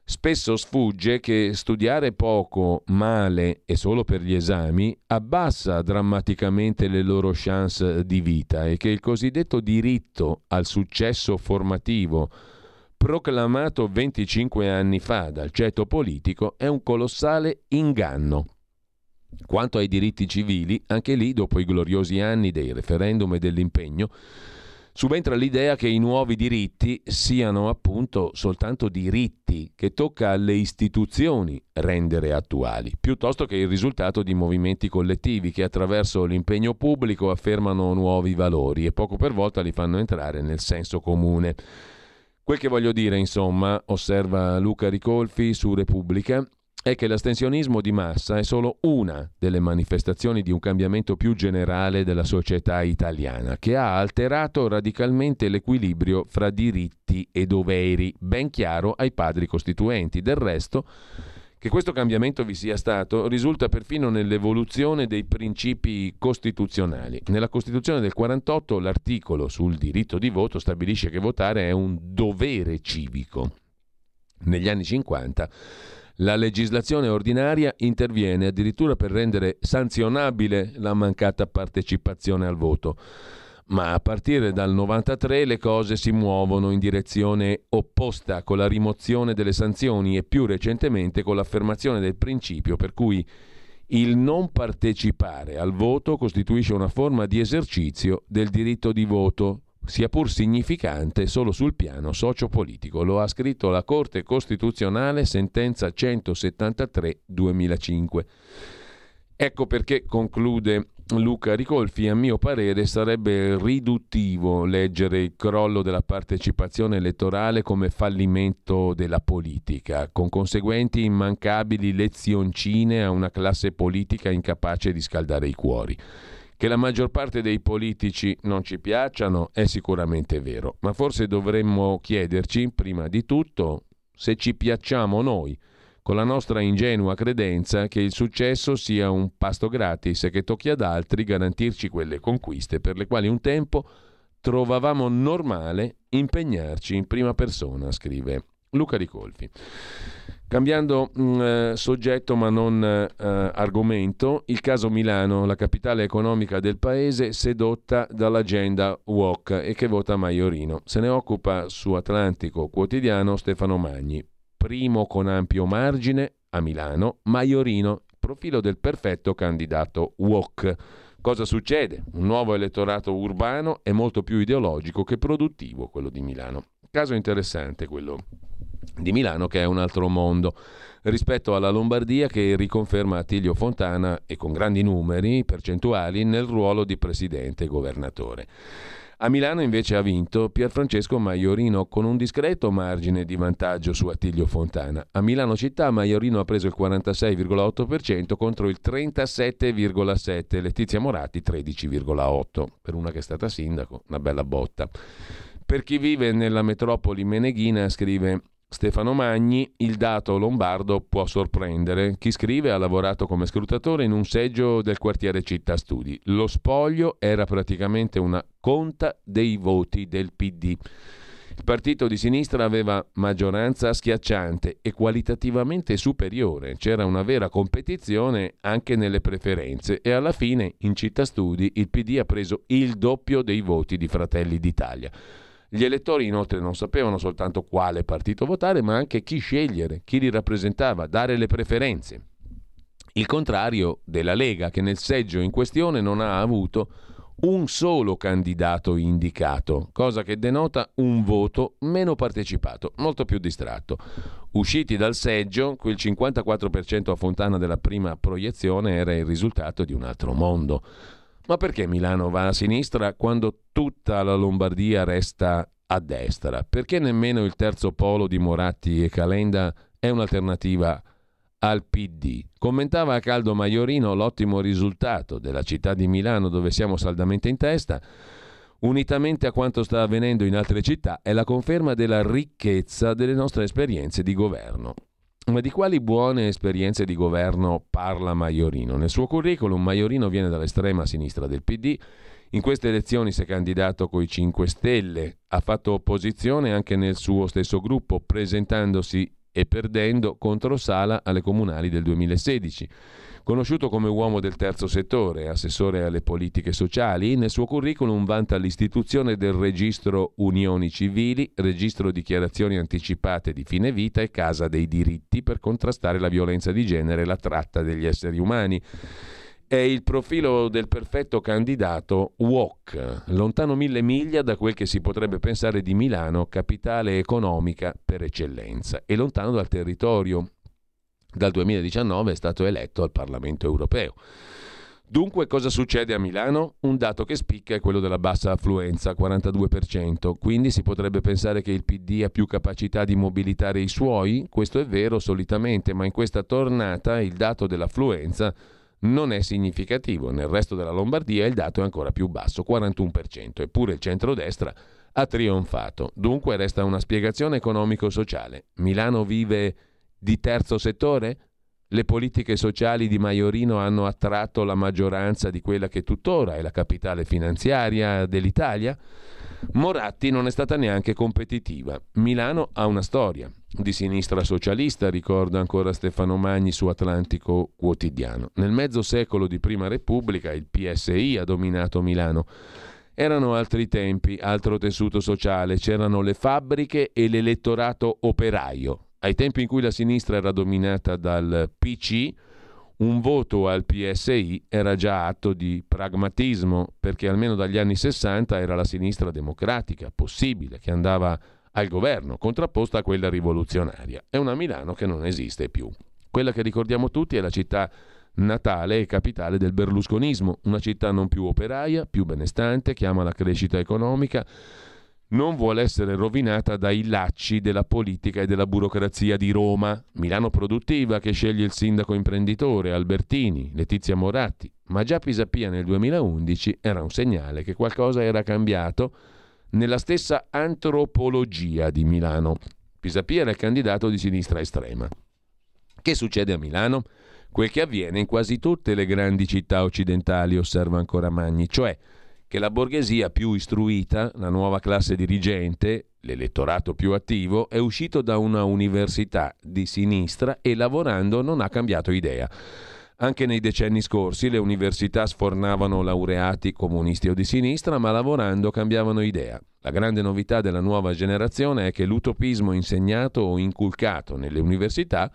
Spesso sfugge che studiare poco, male e solo per gli esami abbassa drammaticamente le loro chance di vita e che il cosiddetto diritto al successo formativo proclamato venticinque anni fa dal ceto politico è un colossale inganno. Quanto ai diritti civili, anche lì, dopo i gloriosi anni dei referendum e dell'impegno, subentra l'idea che i nuovi diritti siano appunto soltanto diritti che tocca alle istituzioni rendere attuali, piuttosto che il risultato di movimenti collettivi che attraverso l'impegno pubblico affermano nuovi valori e poco per volta li fanno entrare nel senso comune. Quel che voglio dire, insomma, osserva Luca Ricolfi su Repubblica, è che l'astensionismo di massa è solo una delle manifestazioni di un cambiamento più generale della società italiana, che ha alterato radicalmente l'equilibrio fra diritti e doveri, ben chiaro ai padri costituenti. Del resto, che questo cambiamento vi sia stato risulta perfino nell'evoluzione dei principi costituzionali. Nella Costituzione del quarantotto l'articolo sul diritto di voto stabilisce che votare è un dovere civico. Negli anni cinquanta la legislazione ordinaria interviene addirittura per rendere sanzionabile la mancata partecipazione al voto. Ma a partire dal novantatré le cose si muovono in direzione opposta, con la rimozione delle sanzioni e più recentemente con l'affermazione del principio per cui il non partecipare al voto costituisce una forma di esercizio del diritto di voto, sia pur significante solo sul piano sociopolitico. Lo ha scritto la Corte Costituzionale, sentenza centosettantatré duemilacinque. Ecco perché, conclude Luca Ricolfi, a mio parere sarebbe riduttivo leggere il crollo della partecipazione elettorale come fallimento della politica, con conseguenti immancabili lezioncine a una classe politica incapace di scaldare i cuori. Che la maggior parte dei politici non ci piacciono è sicuramente vero, ma forse dovremmo chiederci, prima di tutto, se ci piacciamo noi, con la nostra ingenua credenza che il successo sia un pasto gratis e che tocchi ad altri garantirci quelle conquiste per le quali un tempo trovavamo normale impegnarci in prima persona, scrive Luca Ricolfi. Cambiando mh, soggetto ma non eh, argomento, il caso Milano, la capitale economica del paese sedotta dall'agenda woke e che vota Maiorino. Se ne occupa su Atlantico Quotidiano Stefano Magni. Primo con ampio margine a Milano, Maiorino, profilo del perfetto candidato woke. Cosa succede? Un nuovo elettorato urbano è molto più ideologico che produttivo, quello di Milano. Caso interessante quello di Milano, che è un altro mondo rispetto alla Lombardia, che riconferma Attilio Fontana e con grandi numeri percentuali nel ruolo di presidente e governatore. A Milano invece ha vinto Pierfrancesco Maiorino con un discreto margine di vantaggio su Attilio Fontana. A Milano città Maiorino ha preso il quarantasei virgola otto per cento contro il trentasette virgola sette per cento, Letizia Moratti tredici virgola otto per cento, per una che è stata sindaco, una bella botta. Per chi vive nella metropoli meneghina, scrive Stefano Magni, il dato lombardo può sorprendere. Chi scrive ha lavorato come scrutatore in un seggio del quartiere Città Studi. Lo spoglio era praticamente una conta dei voti del P D. Il partito di sinistra aveva maggioranza schiacciante e qualitativamente superiore. C'era una vera competizione anche nelle preferenze e alla fine in Città Studi il P D ha preso il doppio dei voti di Fratelli d'Italia. Gli elettori inoltre non sapevano soltanto quale partito votare, ma anche chi scegliere, chi li rappresentava, dare le preferenze. Il contrario della Lega, che nel seggio in questione non ha avuto un solo candidato indicato, cosa che denota un voto meno partecipato, molto più distratto. Usciti dal seggio, quel cinquantaquattro per cento a Fontana della prima proiezione era il risultato di un altro mondo. Ma perché Milano va a sinistra quando tutta la Lombardia resta a destra? Perché nemmeno il terzo polo di Moratti e Calenda è un'alternativa al P D? Commentava a caldo Maiorino l'ottimo risultato della città di Milano, dove siamo saldamente in testa. Unitamente a quanto sta avvenendo in altre città, è la conferma della ricchezza delle nostre esperienze di governo. Ma di quali buone esperienze di governo parla Maiorino? Nel suo curriculum Maiorino viene dall'estrema sinistra del P D, in queste elezioni si è candidato coi cinque Stelle, ha fatto opposizione anche nel suo stesso gruppo, presentandosi e perdendo contro Sala alle comunali del duemilasedici. Conosciuto come uomo del terzo settore, assessore alle politiche sociali, nel suo curriculum vanta l'istituzione del registro unioni civili, registro dichiarazioni anticipate di fine vita e casa dei diritti per contrastare la violenza di genere e la tratta degli esseri umani. È il profilo del perfetto candidato W O C, lontano mille miglia da quel che si potrebbe pensare di Milano, capitale economica per eccellenza, e lontano dal territorio. Dal duemiladiciannove è stato eletto al Parlamento europeo. Dunque cosa succede a Milano? Un dato che spicca è quello della bassa affluenza, quarantadue per cento, quindi si potrebbe pensare che il P D ha più capacità di mobilitare i suoi? Questo è vero solitamente, ma in questa tornata il dato dell'affluenza non è significativo. Nel resto della Lombardia il dato è ancora più basso, quarantuno per cento, eppure il centrodestra ha trionfato. Dunque resta una spiegazione economico-sociale. Milano vive di terzo settore? Le politiche sociali di Maiorino hanno attratto la maggioranza di quella che tuttora è la capitale finanziaria dell'Italia? Moratti non è stata neanche competitiva. Milano ha una storia di sinistra socialista, ricorda ancora Stefano Magni su Atlantico Quotidiano. Nel mezzo secolo di Prima Repubblica il P S I ha dominato Milano. Erano altri tempi, altro tessuto sociale, c'erano le fabbriche e l'elettorato operaio. Ai tempi in cui la sinistra era dominata dal P C, un voto al P S I era già atto di pragmatismo, perché almeno dagli anni sessanta era la sinistra democratica, possibile, che andava al governo, contrapposta a quella rivoluzionaria. È una Milano che non esiste più. Quella che ricordiamo tutti è la città natale e capitale del berlusconismo, una città non più operaia, più benestante, che ama la crescita economica, non vuole essere rovinata dai lacci della politica e della burocrazia di Roma. Milano produttiva che sceglie il sindaco imprenditore, Albertini, Letizia Moratti. Ma già Pisapia nel duemilaundici era un segnale che qualcosa era cambiato nella stessa antropologia di Milano. Pisapia era il candidato di sinistra estrema. Che succede a Milano? Quel che avviene in quasi tutte le grandi città occidentali, osserva ancora Magni, cioè che la borghesia più istruita, la nuova classe dirigente, l'elettorato più attivo, è uscito da una università di sinistra e lavorando non ha cambiato idea. Anche nei decenni scorsi le università sfornavano laureati comunisti o di sinistra, ma lavorando cambiavano idea. La grande novità della nuova generazione è che l'utopismo insegnato o inculcato nelle università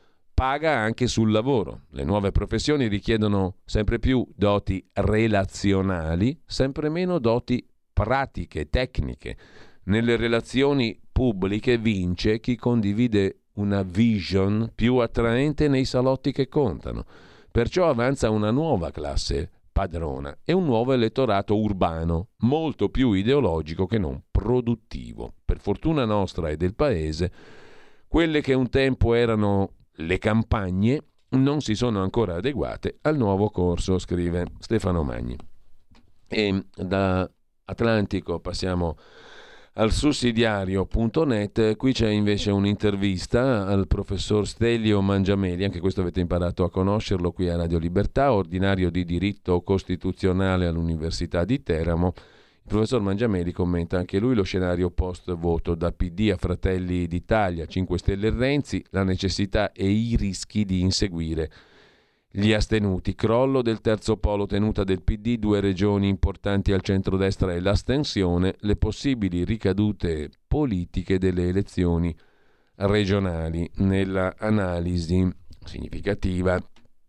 paga anche sul lavoro. Le nuove professioni richiedono sempre più doti relazionali, sempre meno doti pratiche, tecniche. Nelle relazioni pubbliche vince chi condivide una vision più attraente nei salotti che contano. Perciò avanza una nuova classe padrona e un nuovo elettorato urbano, molto più ideologico che non produttivo. Per fortuna nostra e del paese, quelle che un tempo erano le campagne non si sono ancora adeguate al nuovo corso, scrive Stefano Magni. E da Atlantico passiamo al sussidiario punto net. Qui c'è invece un'intervista al professor Stelio Mangiameli, anche questo avete imparato a conoscerlo qui a Radio Libertà, ordinario di diritto costituzionale all'Università di Teramo. Il professor Mangiameli commenta anche lui lo scenario post-voto da P D a Fratelli d'Italia, cinque Stelle e Renzi, la necessità e i rischi di inseguire gli astenuti. Crollo del terzo polo, tenuta del P D, due regioni importanti al centrodestra e l'astensione, le possibili ricadute politiche delle elezioni regionali. Nella analisi significativa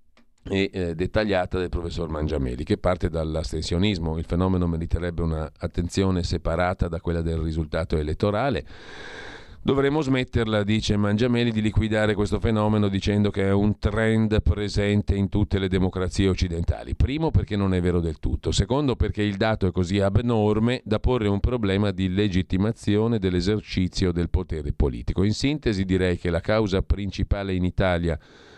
e eh, dettagliata del professor Mangiameli, che parte dall'astensionismo. Il fenomeno meriterebbe una attenzione separata da quella del risultato elettorale. Dovremmo smetterla, dice Mangiameli, di liquidare questo fenomeno dicendo che è un trend presente in tutte le democrazie occidentali. Primo, perché non è vero del tutto. Secondo, perché il dato è così abnorme da porre un problema di legittimazione dell'esercizio del potere politico. In sintesi, direi che la causa principale in Italia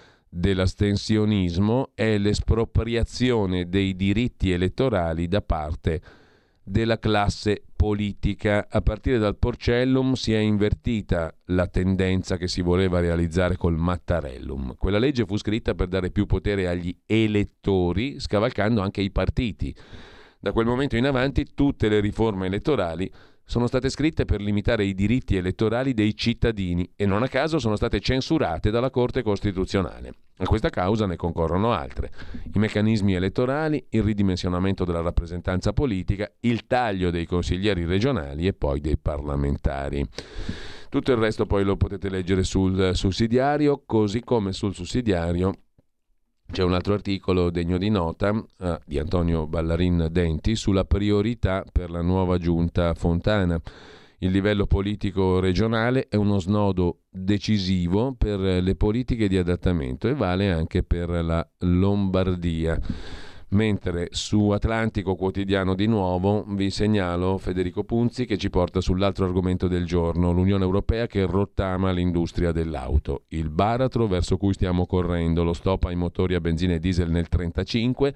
dell'astensionismo è l'espropriazione dei diritti elettorali da parte della classe politica. A partire dal Porcellum si è invertita la tendenza che si voleva realizzare col Mattarellum. Quella legge fu scritta per dare più potere agli elettori, scavalcando anche i partiti. Da quel momento in avanti tutte le riforme elettorali sono state scritte per limitare i diritti elettorali dei cittadini e non a caso sono state censurate dalla Corte Costituzionale. A questa causa ne concorrono altre: i meccanismi elettorali, il ridimensionamento della rappresentanza politica, il taglio dei consiglieri regionali e poi dei parlamentari. Tutto il resto poi lo potete leggere sul sussidiario, così come sul sussidiario c'è un altro articolo degno di nota eh, di Antonio Ballarin Denti sulla priorità per la nuova giunta Fontana. Il livello politico regionale è uno snodo decisivo per le politiche di adattamento e vale anche per la Lombardia. Mentre su Atlantico Quotidiano di nuovo vi segnalo Federico Punzi che ci porta sull'altro argomento del giorno, l'Unione Europea che rottama l'industria dell'auto. Il baratro verso cui stiamo correndo, lo stop ai motori a benzina e diesel nel trentacinque,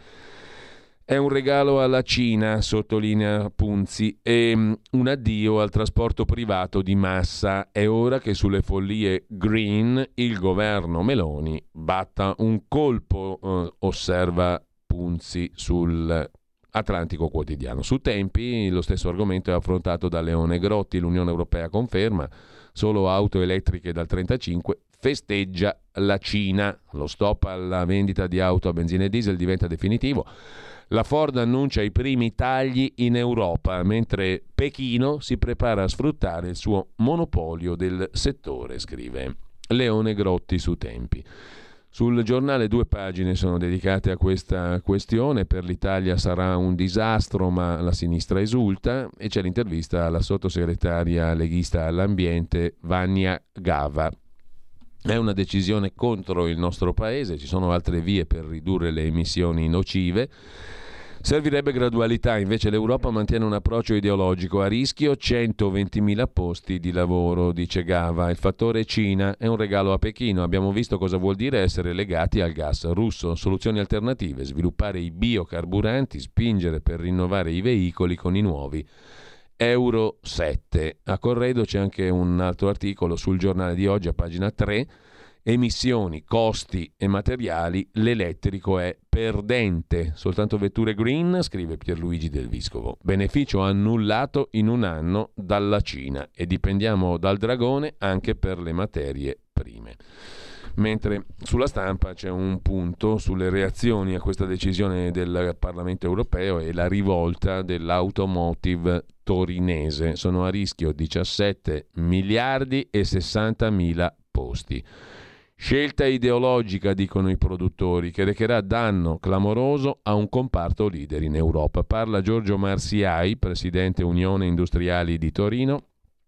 è un regalo alla Cina, sottolinea Punzi, e un addio al trasporto privato di massa. È ora che sulle follie green il governo Meloni batta un colpo, eh, osserva Punzi sul Atlantico Quotidiano. Su Tempi lo stesso argomento è affrontato da Leone Grotti. L'Unione Europea conferma solo auto elettriche dal trentacinque, festeggia la Cina. Lo stop alla vendita di auto a benzina e diesel diventa definitivo. La Ford annuncia i primi tagli in Europa, mentre Pechino si prepara a sfruttare il suo monopolio del settore, scrive Leone Grotti su Tempi. Sul giornale due pagine sono dedicate a questa questione. Per l'Italia sarà un disastro, ma la sinistra esulta, e c'è l'intervista alla sottosegretaria leghista all'ambiente Vania Gava. È una decisione contro il nostro paese, ci sono altre vie per ridurre le emissioni nocive. Servirebbe gradualità, invece l'Europa mantiene un approccio ideologico a rischio, centoventimila posti di lavoro, dice Gava. Il fattore Cina è un regalo a Pechino, abbiamo visto cosa vuol dire essere legati al gas russo. Soluzioni alternative, sviluppare i biocarburanti, spingere per rinnovare i veicoli con i nuovi Euro sette. A Corredo c'è anche un altro articolo sul giornale di oggi a pagina tre. Emissioni, costi e materiali, l'elettrico è perdente. Soltanto vetture green, scrive Pierluigi Del Vescovo. Beneficio annullato in un anno dalla Cina e dipendiamo dal dragone anche per le materie prime. Mentre sulla Stampa c'è un punto sulle reazioni a questa decisione del Parlamento europeo e la rivolta dell'automotive torinese. Sono a rischio diciassette miliardi e sessantamila posti. Scelta ideologica, dicono i produttori, che recherà danno clamoroso a un comparto leader in Europa. Parla Giorgio Marsiai, presidente Unione Industriali di Torino.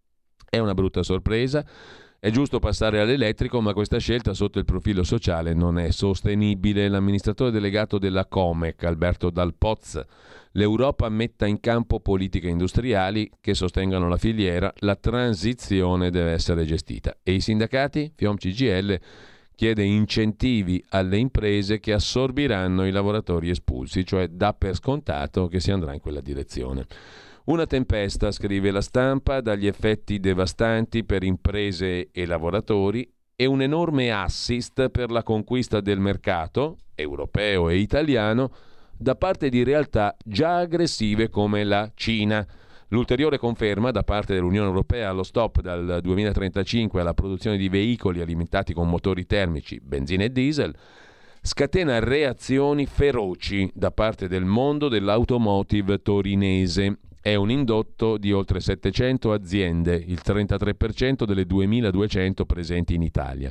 È una brutta sorpresa. È giusto passare all'elettrico, ma questa scelta sotto il profilo sociale non è sostenibile. L'amministratore delegato della Comec, Alberto Dal Poz: l'Europa metta in campo politiche industriali che sostengano la filiera, la transizione deve essere gestita. E i sindacati? Fiom C G I L chiede incentivi alle imprese che assorbiranno i lavoratori espulsi, cioè dà per scontato che si andrà in quella direzione. Una tempesta, scrive La Stampa, dagli effetti devastanti per imprese e lavoratori e un enorme assist per la conquista del mercato europeo e italiano da parte di realtà già aggressive come la Cina. L'ulteriore conferma da parte dell'Unione Europea allo stop dal duemilatrentacinque alla produzione di veicoli alimentati con motori termici, benzina e diesel, scatena reazioni feroci da parte del mondo dell'automotive torinese. È un indotto di oltre settecento aziende, il trentatré per cento delle duemiladuecento presenti in Italia.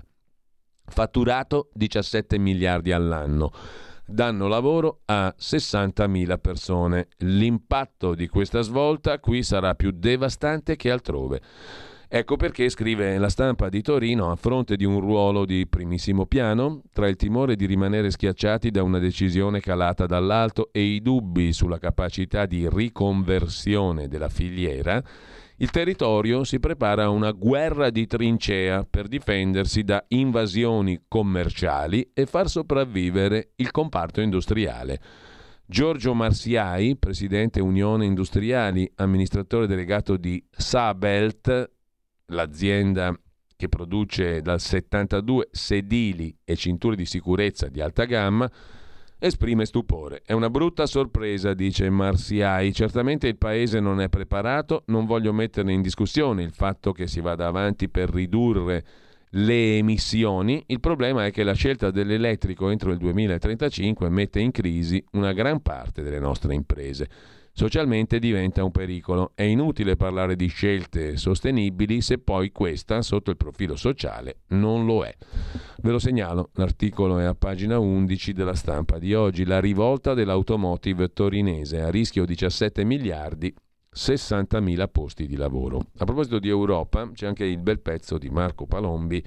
Fatturato diciassette miliardi all'anno. Danno lavoro a sessantamila persone. L'impatto di questa svolta qui sarà più devastante che altrove. Ecco perché, scrive La Stampa di Torino, a fronte di un ruolo di primissimo piano, tra il timore di rimanere schiacciati da una decisione calata dall'alto e i dubbi sulla capacità di riconversione della filiera, il territorio si prepara a una guerra di trincea per difendersi da invasioni commerciali e far sopravvivere il comparto industriale. Giorgio Marsiai, presidente Unione Industriali, amministratore delegato di Sabelt, l'azienda che produce dal settantadue sedili e cinture di sicurezza di alta gamma, esprime stupore. È una brutta sorpresa, dice Marsiai. Certamente il paese non è preparato, non voglio mettere in discussione il fatto che si vada avanti per ridurre le emissioni. Il problema è che la scelta dell'elettrico entro il duemilatrentacinque mette in crisi una gran parte delle nostre imprese. Socialmente diventa un pericolo. È inutile parlare di scelte sostenibili se poi questa, sotto il profilo sociale, non lo è. Ve lo segnalo, l'articolo è a pagina undici della Stampa di oggi. La rivolta dell'automotive torinese, a rischio diciassette miliardi, sessantamila posti di lavoro. A proposito di Europa, c'è anche il bel pezzo di Marco Palombi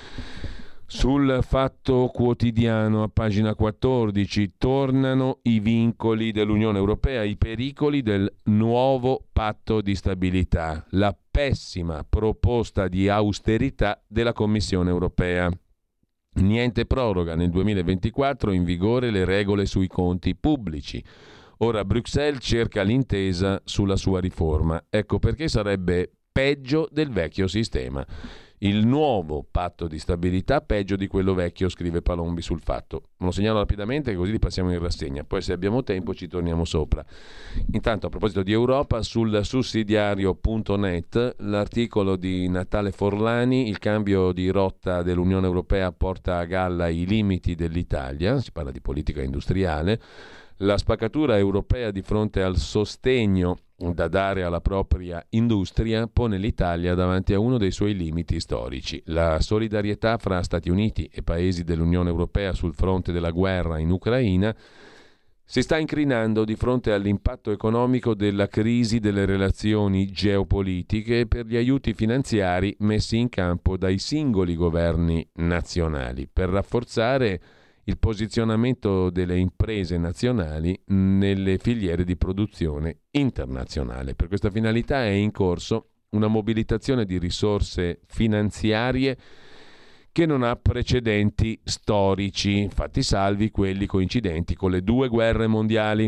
sul Fatto Quotidiano a pagina quattordici. Tornano i vincoli dell'Unione Europea, i pericoli del nuovo patto di stabilità, la pessima proposta di austerità della Commissione Europea. Niente proroga nel duemilaventiquattro, in vigore le regole sui conti pubblici. Ora Bruxelles cerca l'intesa sulla sua riforma. Ecco perché sarebbe peggio del vecchio sistema. Il nuovo patto di stabilità peggio di quello vecchio, scrive Palombi sul Fatto. Me lo segnalo rapidamente così li passiamo in rassegna, poi se abbiamo tempo ci torniamo sopra. Intanto, a proposito di Europa, sul sussidiario punto net l'articolo di Natale Forlani: il cambio di rotta dell'Unione Europea porta a galla i limiti dell'Italia, si parla di politica industriale. La spaccatura europea di fronte al sostegno da dare alla propria industria pone l'Italia davanti a uno dei suoi limiti storici. La solidarietà fra Stati Uniti e paesi dell'Unione Europea sul fronte della guerra in Ucraina si sta incrinando di fronte all'impatto economico della crisi delle relazioni geopolitiche per gli aiuti finanziari messi in campo dai singoli governi nazionali per rafforzare il posizionamento delle imprese nazionali nelle filiere di produzione internazionale. Per questa finalità è in corso una mobilitazione di risorse finanziarie che non ha precedenti storici, fatti salvi quelli coincidenti con le due guerre mondiali.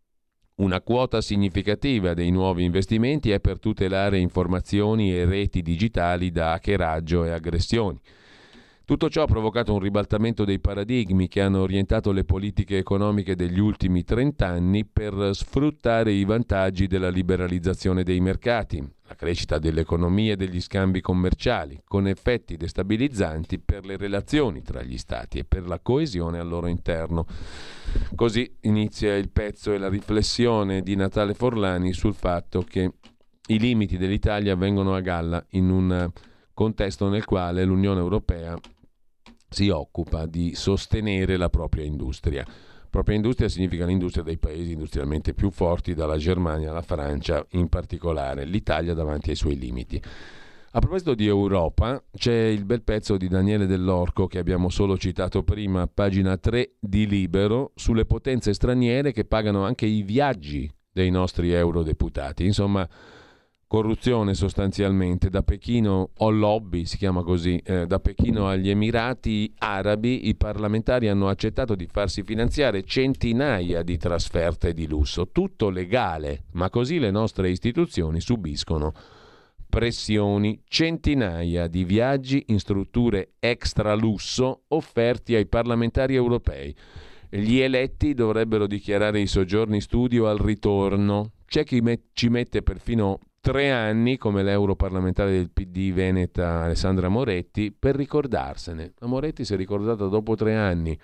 Una quota significativa dei nuovi investimenti è per tutelare informazioni e reti digitali da hackeraggio e aggressioni. Tutto ciò ha provocato un ribaltamento dei paradigmi che hanno orientato le politiche economiche degli ultimi trent'anni per sfruttare i vantaggi della liberalizzazione dei mercati, la crescita dell'economia e degli scambi commerciali, con effetti destabilizzanti per le relazioni tra gli stati e per la coesione al loro interno. Così inizia il pezzo e la riflessione di Natale Forlani sul fatto che i limiti dell'Italia vengono a galla in un contesto nel quale l'Unione Europea si occupa di sostenere la propria industria. Propria industria significa l'industria dei paesi industrialmente più forti, dalla Germania alla Francia in particolare, l'Italia davanti ai suoi limiti. A proposito di Europa, c'è il bel pezzo di Daniele Dell'Orco che abbiamo solo citato prima, pagina tre di Libero, sulle potenze straniere che pagano anche i viaggi dei nostri eurodeputati. Insomma, corruzione sostanzialmente, da Pechino o lobby, si chiama così, eh, da Pechino agli Emirati Arabi i parlamentari hanno accettato di farsi finanziare centinaia di trasferte di lusso, tutto legale, ma così le nostre istituzioni subiscono pressioni, centinaia di viaggi in strutture extra lusso offerti ai parlamentari europei. Gli eletti dovrebbero dichiarare i soggiorni studio al ritorno. C'è chi met- ci mette perfino tre anni, come l'europarlamentare del P D veneta Alessandra Moretti, per ricordarsene. La Moretti si è ricordata dopo tre anni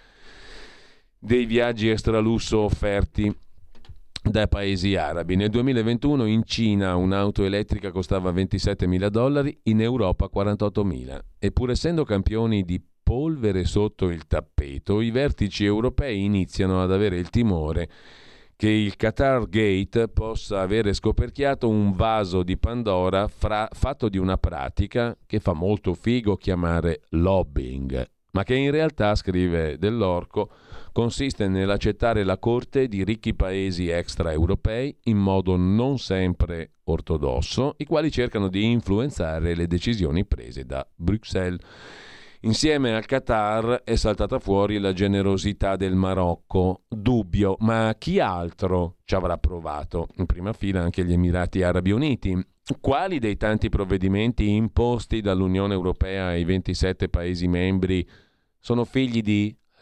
dei viaggi extralusso offerti dai paesi arabi. Nel duemilaventuno in Cina un'auto elettrica costava ventisettemila dollari, in Europa quarantottomila. E pur essendo campioni di polvere sotto il tappeto, i vertici europei iniziano ad avere il timore che il Qatar Gate possa avere scoperchiato un vaso di Pandora fra, fatto di una pratica che fa molto figo chiamare lobbying, ma che in realtà, scrive Dell'Orco, consiste nell'accettare la corte di ricchi paesi extraeuropei in modo non sempre ortodosso, i quali cercano di influenzare le decisioni prese da Bruxelles. Insieme al Qatar è saltata fuori la generosità del Marocco. Dubbio, ma chi altro ci avrà provato? In prima fila anche gli Emirati Arabi Uniti. Quali dei tanti provvedimenti imposti dall'Unione Europea ai ventisette Paesi membri sono figli di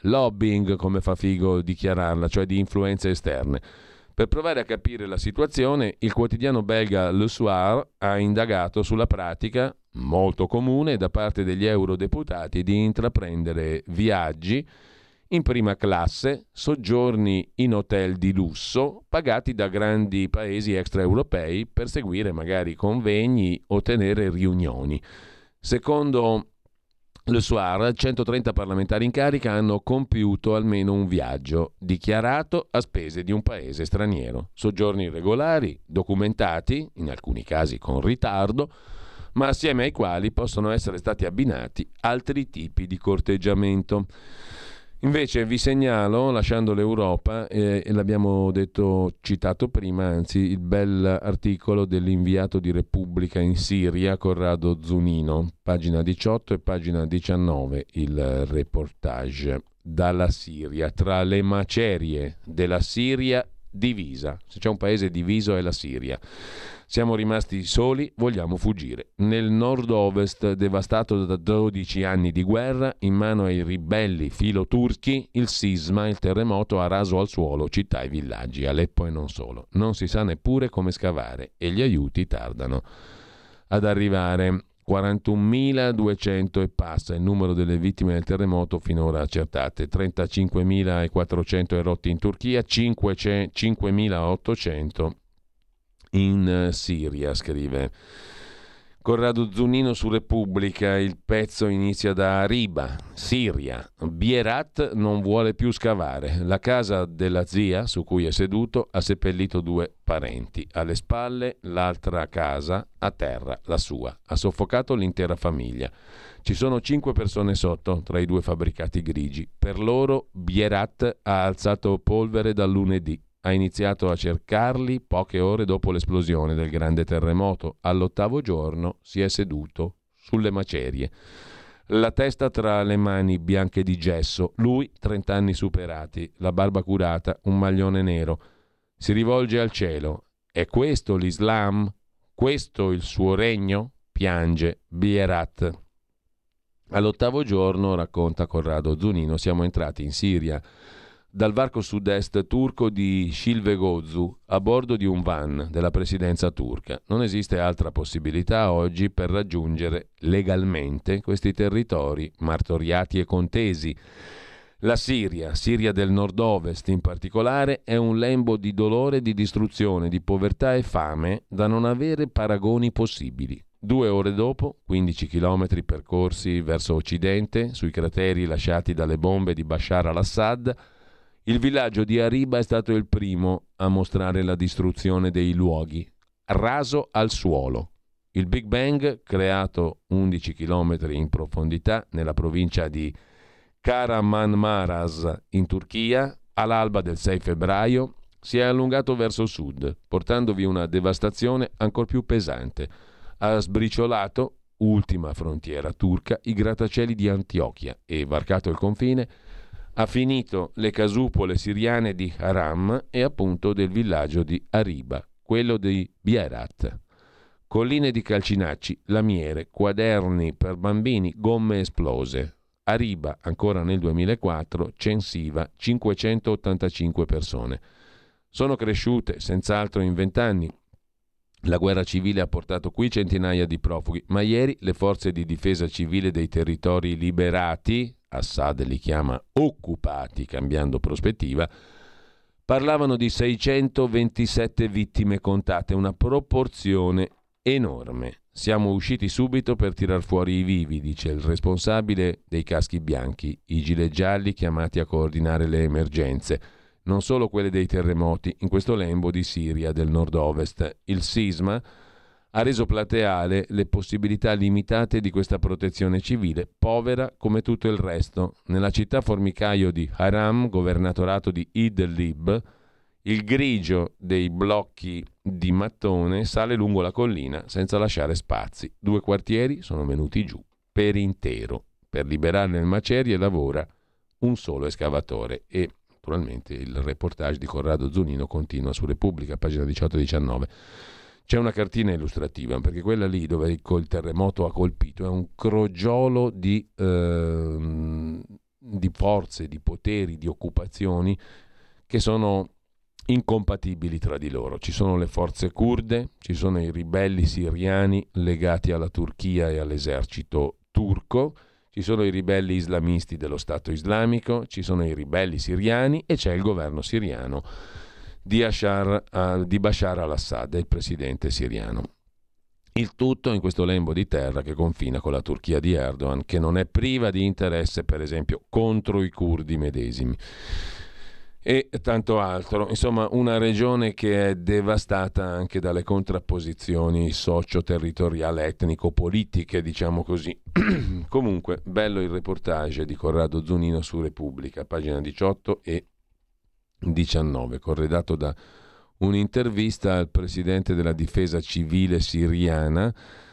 lobbying, come fa Figo dichiararla, cioè di influenze esterne. Per provare a capire la situazione, il quotidiano belga Le Soir ha indagato sulla pratica, molto comune da parte degli eurodeputati, di intraprendere viaggi in prima classe, soggiorni in hotel di lusso, pagati da grandi paesi extraeuropei per seguire magari convegni o tenere riunioni. Secondo Le Soir, centotrenta parlamentari in carica hanno compiuto almeno un viaggio dichiarato a spese di un paese straniero. Soggiorni regolari, documentati, in alcuni casi con ritardo, ma assieme ai quali possono essere stati abbinati altri tipi di corteggiamento. Invece vi segnalo, lasciando l'Europa, eh, e l'abbiamo detto, citato prima, anzi, il bel articolo dell'inviato di Repubblica in Siria, Corrado Zunino, pagina diciotto e pagina diciannove, il reportage dalla Siria, tra le macerie della Siria divisa. Se c'è un paese diviso è la Siria. Siamo rimasti soli, vogliamo fuggire. Nel nord-ovest, devastato da dodici anni di guerra, in mano ai ribelli filo-turchi, il sisma, il terremoto ha raso al suolo città e villaggi, Aleppo e non solo. Non si sa neppure come scavare e gli aiuti tardano ad arrivare. quarantunomiladuecento e passa il numero delle vittime del terremoto finora accertate, trentacinquemilaquattrocento erotti in Turchia, cinquemilaottocento in Siria, scrive Corrado Zunino su Repubblica. Il pezzo inizia da Ariba, Siria. Bierat non vuole più scavare. La casa della zia su cui è seduto ha seppellito due parenti. Alle spalle l'altra casa, a terra la sua. Ha soffocato l'intera famiglia. Ci sono cinque persone sotto, tra i due fabbricati grigi. Per loro Bierat ha alzato polvere dal lunedì. Ha iniziato a cercarli poche ore dopo l'esplosione del grande terremoto. All'ottavo giorno si è seduto sulle macerie, la testa tra le mani bianche di gesso. Lui, trent'anni superati, la barba curata, un maglione nero. Si rivolge al cielo. È questo l'Islam? Questo il suo regno? Piange Bierat. All'ottavo giorno, racconta Corrado Zunino, siamo entrati in Siria dal varco sud-est turco di Şilvegözu a bordo di un van della presidenza turca. Non esiste altra possibilità oggi per raggiungere legalmente questi territori martoriati e contesi. La Siria, Siria del nord-ovest in particolare, è un lembo di dolore, di distruzione, di povertà e fame da non avere paragoni possibili. Due ore dopo, quindici chilometri percorsi verso occidente, sui crateri lasciati dalle bombe di Bashar al-Assad, il villaggio di Ariba è stato il primo a mostrare la distruzione dei luoghi, raso al suolo. Il Big Bang, creato undici chilometri in profondità nella provincia di Kahramanmaraş in Turchia, all'alba del sei febbraio, si è allungato verso sud, portandovi una devastazione ancor più pesante. Ha sbriciolato, ultima frontiera turca, i grattacieli di Antiochia e, varcato il confine, ha finito le casupole siriane di Haram e appunto del villaggio di Ariba, quello di Bierat. Colline di calcinacci, lamiere, quaderni per bambini, gomme esplose. Ariba, ancora nel duemilaquattro, censiva cinquecentottantacinque persone. Sono cresciute, senz'altro, in vent'anni. La guerra civile ha portato qui centinaia di profughi, ma ieri le forze di difesa civile dei territori liberati, Assad li chiama occupati, cambiando prospettiva, parlavano di seicentoventisette vittime contate, una proporzione enorme. Siamo usciti subito per tirar fuori i vivi, dice il responsabile dei caschi bianchi, i gilet gialli chiamati a coordinare le emergenze, non solo quelle dei terremoti, in questo lembo di Siria del nord-ovest. Il sisma ha reso plateale le possibilità limitate di questa protezione civile, povera come tutto il resto. Nella città formicaio di Haram, governatorato di Idlib, il grigio dei blocchi di mattone sale lungo la collina senza lasciare spazi. Due quartieri sono venuti giù per intero. Per liberarne le macerie lavora un solo escavatore. E naturalmente il reportage di Corrado Zunino continua su Repubblica, pagina diciotto diciannove. C'è una cartina illustrativa, perché quella lì dove il terremoto ha colpito è un crogiolo di eh, di forze, di poteri, di occupazioni che sono incompatibili tra di loro. Ci sono le forze curde, ci sono i ribelli siriani legati alla Turchia e all'esercito turco, ci sono i ribelli islamisti dello Stato islamico, ci sono i ribelli siriani e c'è il governo siriano di, Ashar, uh, di Bashar al-Assad, il presidente siriano. Il tutto in questo lembo di terra che confina con la Turchia di Erdogan, che non è priva di interesse, per esempio, contro i curdi medesimi. E tanto altro, insomma una regione che è devastata anche dalle contrapposizioni socio-territoriali, etnico-politiche, diciamo così. Comunque, bello il reportage di Corrado Zunino su Repubblica, pagina diciotto e diciannove, corredato da un'intervista al presidente della difesa civile siriana,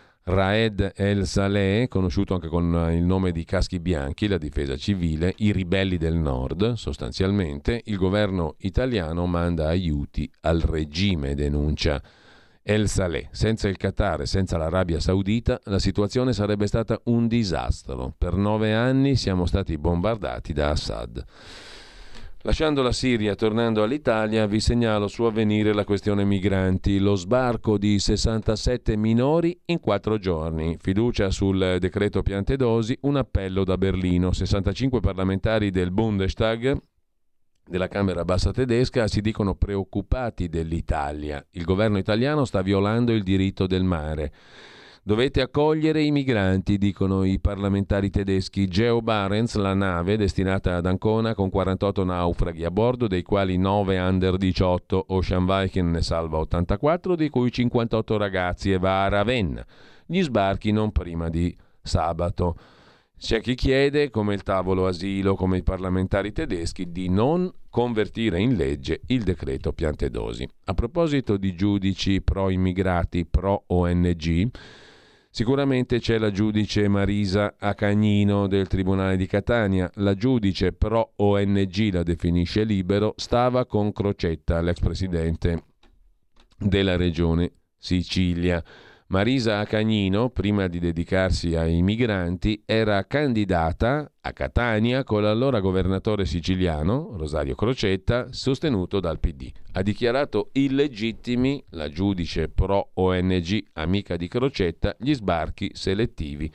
Raed El Saleh, conosciuto anche con il nome di Caschi Bianchi, la difesa civile, i ribelli del nord, sostanzialmente. Il governo italiano manda aiuti al regime, denuncia El Saleh. Senza il Qatar e senza l'Arabia Saudita la situazione sarebbe stata un disastro. Per nove anni siamo stati bombardati da Assad. Lasciando la Siria, tornando all'Italia, vi segnalo su Avvenire la questione migranti. Lo sbarco di sessantasette minori in quattro giorni. Fiducia sul decreto Piantedosi, un appello da Berlino. sessantacinque parlamentari del Bundestag, della Camera Bassa tedesca, si dicono preoccupati dell'Italia. Il governo italiano sta violando il diritto del mare. Dovete accogliere i migranti, dicono i parlamentari tedeschi. Geo Barents, la nave destinata ad Ancona con quarantotto naufraghi a bordo, dei quali nove under diciotto. Ocean Viking ne salva ottantaquattro, di cui cinquantotto ragazzi, e va a Ravenna. Gli sbarchi non prima di sabato. C'è chi chiede, come il tavolo asilo, come i parlamentari tedeschi, di non convertire in legge il decreto Piantedosi. A proposito di giudici pro-immigrati, pro-O N G, sicuramente c'è la giudice Marisa Acagnino del Tribunale di Catania. La giudice pro-O N G, la definisce Libero, stava con Crocetta, l'ex presidente della regione Sicilia. Marisa Acagnino, prima di dedicarsi ai migranti, era candidata a Catania con l'allora governatore siciliano, Rosario Crocetta, sostenuto dal P D. Ha dichiarato illegittimi, la giudice pro-O N G, amica di Crocetta, gli sbarchi selettivi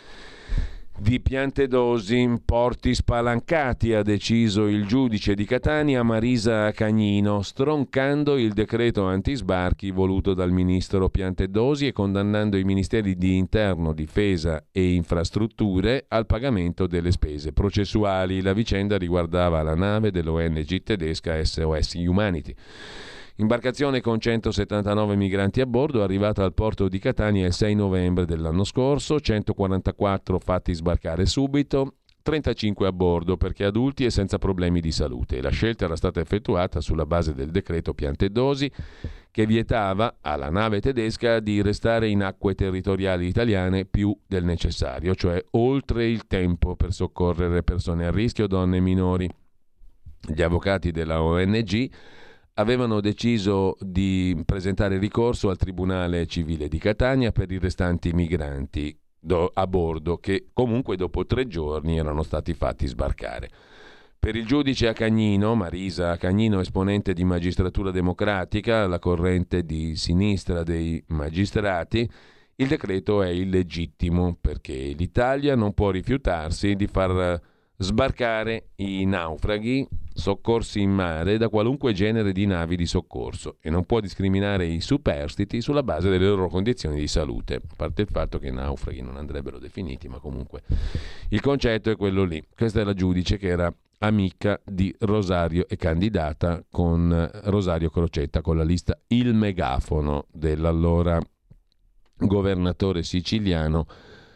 di Piantedosi. Porti spalancati, ha deciso il giudice di Catania Marisa Acagnino, stroncando il decreto antisbarchi voluto dal ministro Piantedosi e condannando i ministeri di Interno, Difesa e Infrastrutture al pagamento delle spese processuali. La vicenda riguardava la nave dell'O N G tedesca S O S Humanity. Imbarcazione con centosettantanove migranti a bordo, arrivata al porto di Catania il sei novembre dell'anno scorso, centoquarantaquattro fatti sbarcare subito, trentacinque a bordo perché adulti e senza problemi di salute. La scelta era stata effettuata sulla base del decreto Piantedosi, che vietava alla nave tedesca di restare in acque territoriali italiane più del necessario, cioè oltre il tempo, per soccorrere persone a rischio, donne e minori. Gli avvocati della O N G avevano deciso di presentare ricorso al Tribunale Civile di Catania per i restanti migranti do, a bordo, che comunque dopo tre giorni erano stati fatti sbarcare. Per il giudice Acagnino, Marisa Acagnino, esponente di Magistratura Democratica, la corrente di sinistra dei magistrati, il decreto è illegittimo perché l'Italia non può rifiutarsi di far sbarcare i naufraghi soccorsi in mare da qualunque genere di navi di soccorso e non può discriminare i superstiti sulla base delle loro condizioni di salute, a parte il fatto che i naufraghi non andrebbero definiti, ma comunque il concetto è quello lì. Questa è la giudice che era amica di Rosario e candidata con Rosario Crocetta, con la lista Il Megafono dell'allora governatore siciliano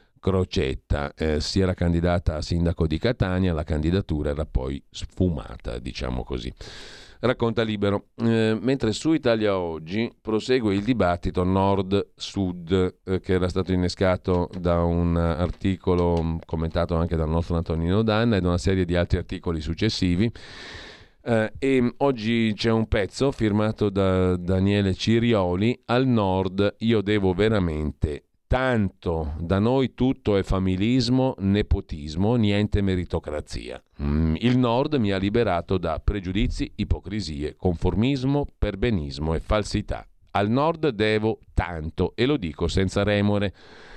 Crocetta. Eh, si era candidata a sindaco di Catania, la candidatura era poi sfumata, diciamo così. Racconta Libero. Eh, mentre su Italia Oggi prosegue il dibattito nord-sud eh, che era stato innescato da un articolo commentato anche dal nostro Antonino Danna e da una serie di altri articoli successivi. Eh, e oggi c'è un pezzo firmato da Daniele Cirioli: al nord io devo veramente tanto, da noi tutto è familismo, nepotismo, niente meritocrazia. Mm, il Nord mi ha liberato da pregiudizi, ipocrisie, conformismo, perbenismo e falsità. Al Nord devo tanto e lo dico senza remore.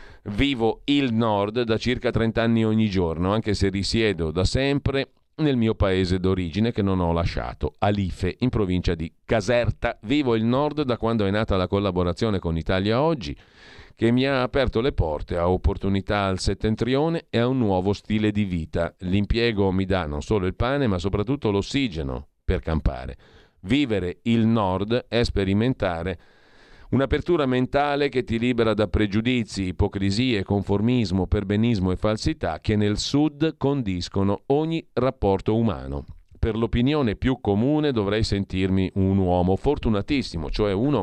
Vivo il Nord da circa trenta anni ogni giorno, anche se risiedo da sempre nel mio paese d'origine che non ho lasciato, Alife, in provincia di Caserta. Vivo il Nord da quando è nata la collaborazione con Italia Oggi, che mi ha aperto le porte a opportunità al settentrione e a un nuovo stile di vita. L'impiego mi dà non solo il pane, ma soprattutto l'ossigeno per campare. Vivere il Nord è sperimentare un'apertura mentale che ti libera da pregiudizi, ipocrisie, conformismo, perbenismo e falsità che nel Sud condiscono ogni rapporto umano. Per l'opinione più comune dovrei sentirmi un uomo fortunatissimo, cioè uno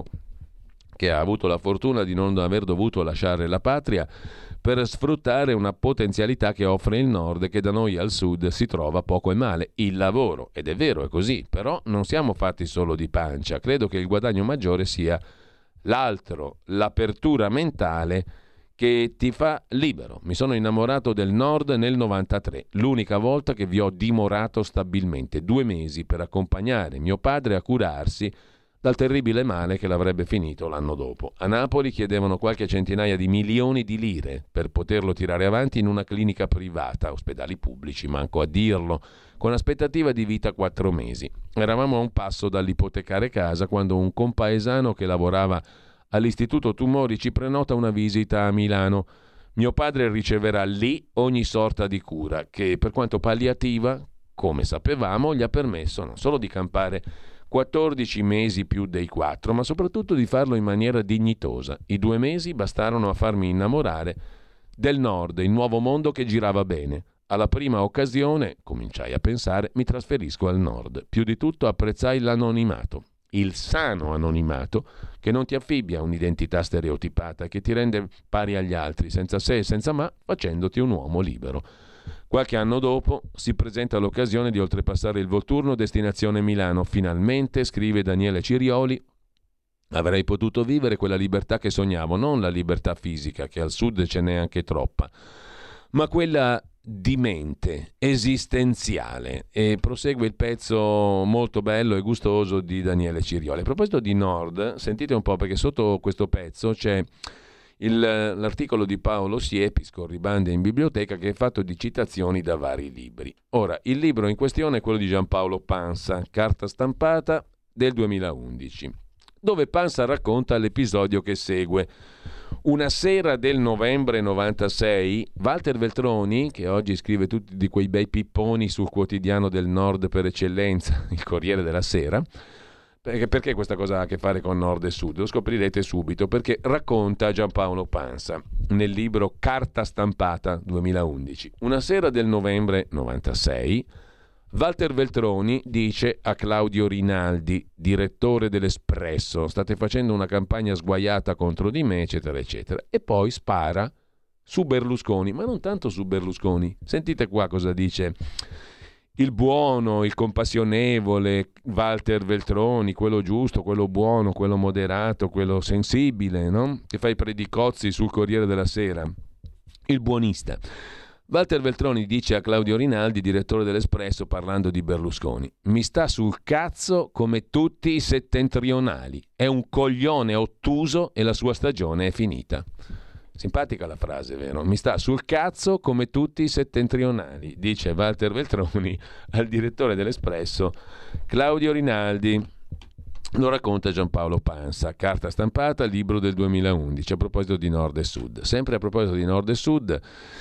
che ha avuto la fortuna di non aver dovuto lasciare la patria per sfruttare una potenzialità che offre il Nord e che da noi al Sud si trova poco e male, il lavoro. Ed è vero, è così, però non siamo fatti solo di pancia. Credo che il guadagno maggiore sia l'altro, l'apertura mentale che ti fa libero. Mi sono innamorato del Nord nel novantatré, l'unica volta che vi ho dimorato stabilmente, due mesi per accompagnare mio padre a curarsi dal terribile male che l'avrebbe finito l'anno dopo. A Napoli chiedevano qualche centinaia di milioni di lire per poterlo tirare avanti in una clinica privata, ospedali pubblici, manco a dirlo, con aspettativa di vita quattro mesi. Eravamo a un passo dall'ipotecare casa quando un compaesano che lavorava all'Istituto Tumori ci prenota una visita a Milano. Mio padre riceverà lì ogni sorta di cura che, per quanto palliativa, come sapevamo, gli ha permesso non solo di campare quattordici mesi più dei quattro, ma soprattutto di farlo in maniera dignitosa. I due mesi bastarono a farmi innamorare del Nord, il nuovo mondo che girava bene. Alla prima occasione, cominciai a pensare, mi trasferisco al Nord. Più di tutto apprezzai l'anonimato, il sano anonimato che non ti affibbia un'identità stereotipata, che ti rende pari agli altri, senza se e senza ma, facendoti un uomo libero. Qualche anno dopo si presenta l'occasione di oltrepassare il Volturno destinazione Milano. Finalmente, scrive Daniele Cirioli, avrei potuto vivere quella libertà che sognavo, non la libertà fisica, che al Sud ce n'è anche troppa, ma quella di mente, esistenziale. E prosegue il pezzo molto bello e gustoso di Daniele Cirioli. A proposito di Nord, sentite un po', perché sotto questo pezzo c'è Il, l'articolo di Paolo Siepi, scorribande in biblioteca, che è fatto di citazioni da vari libri. Ora, il libro in questione è quello di Giampaolo Pansa, carta stampata del duemilaundici, dove Pansa racconta l'episodio che segue. Una sera del novembre novantasei, Walter Veltroni, che oggi scrive tutti di quei bei pipponi sul quotidiano del Nord per eccellenza, il Corriere della Sera. Perché questa cosa ha a che fare con Nord e Sud? Lo scoprirete subito, perché racconta Giampaolo Pansa nel libro Carta stampata duemilaundici. Una sera del novembre novantasei, Walter Veltroni dice a Claudio Rinaldi, direttore dell'Espresso: state facendo una campagna sguaiata contro di me, eccetera, eccetera. E poi spara su Berlusconi, ma non tanto su Berlusconi. Sentite qua cosa dice il buono, il compassionevole Walter Veltroni, quello giusto, quello buono, quello moderato, quello sensibile, no? Che fa i predicozzi sul Corriere della Sera. Il buonista. Walter Veltroni dice a Claudio Rinaldi, direttore dell'Espresso, parlando di Berlusconi: mi sta sul cazzo come tutti i settentrionali. È un coglione ottuso e la sua stagione è finita. Simpatica la frase, vero? Mi sta sul cazzo come tutti i settentrionali, dice Walter Veltroni al direttore dell'Espresso Claudio Rinaldi. Lo racconta Giampaolo Pansa, carta stampata, libro del duemilaundici, a proposito di Nord e Sud. Sempre a proposito di Nord e Sud,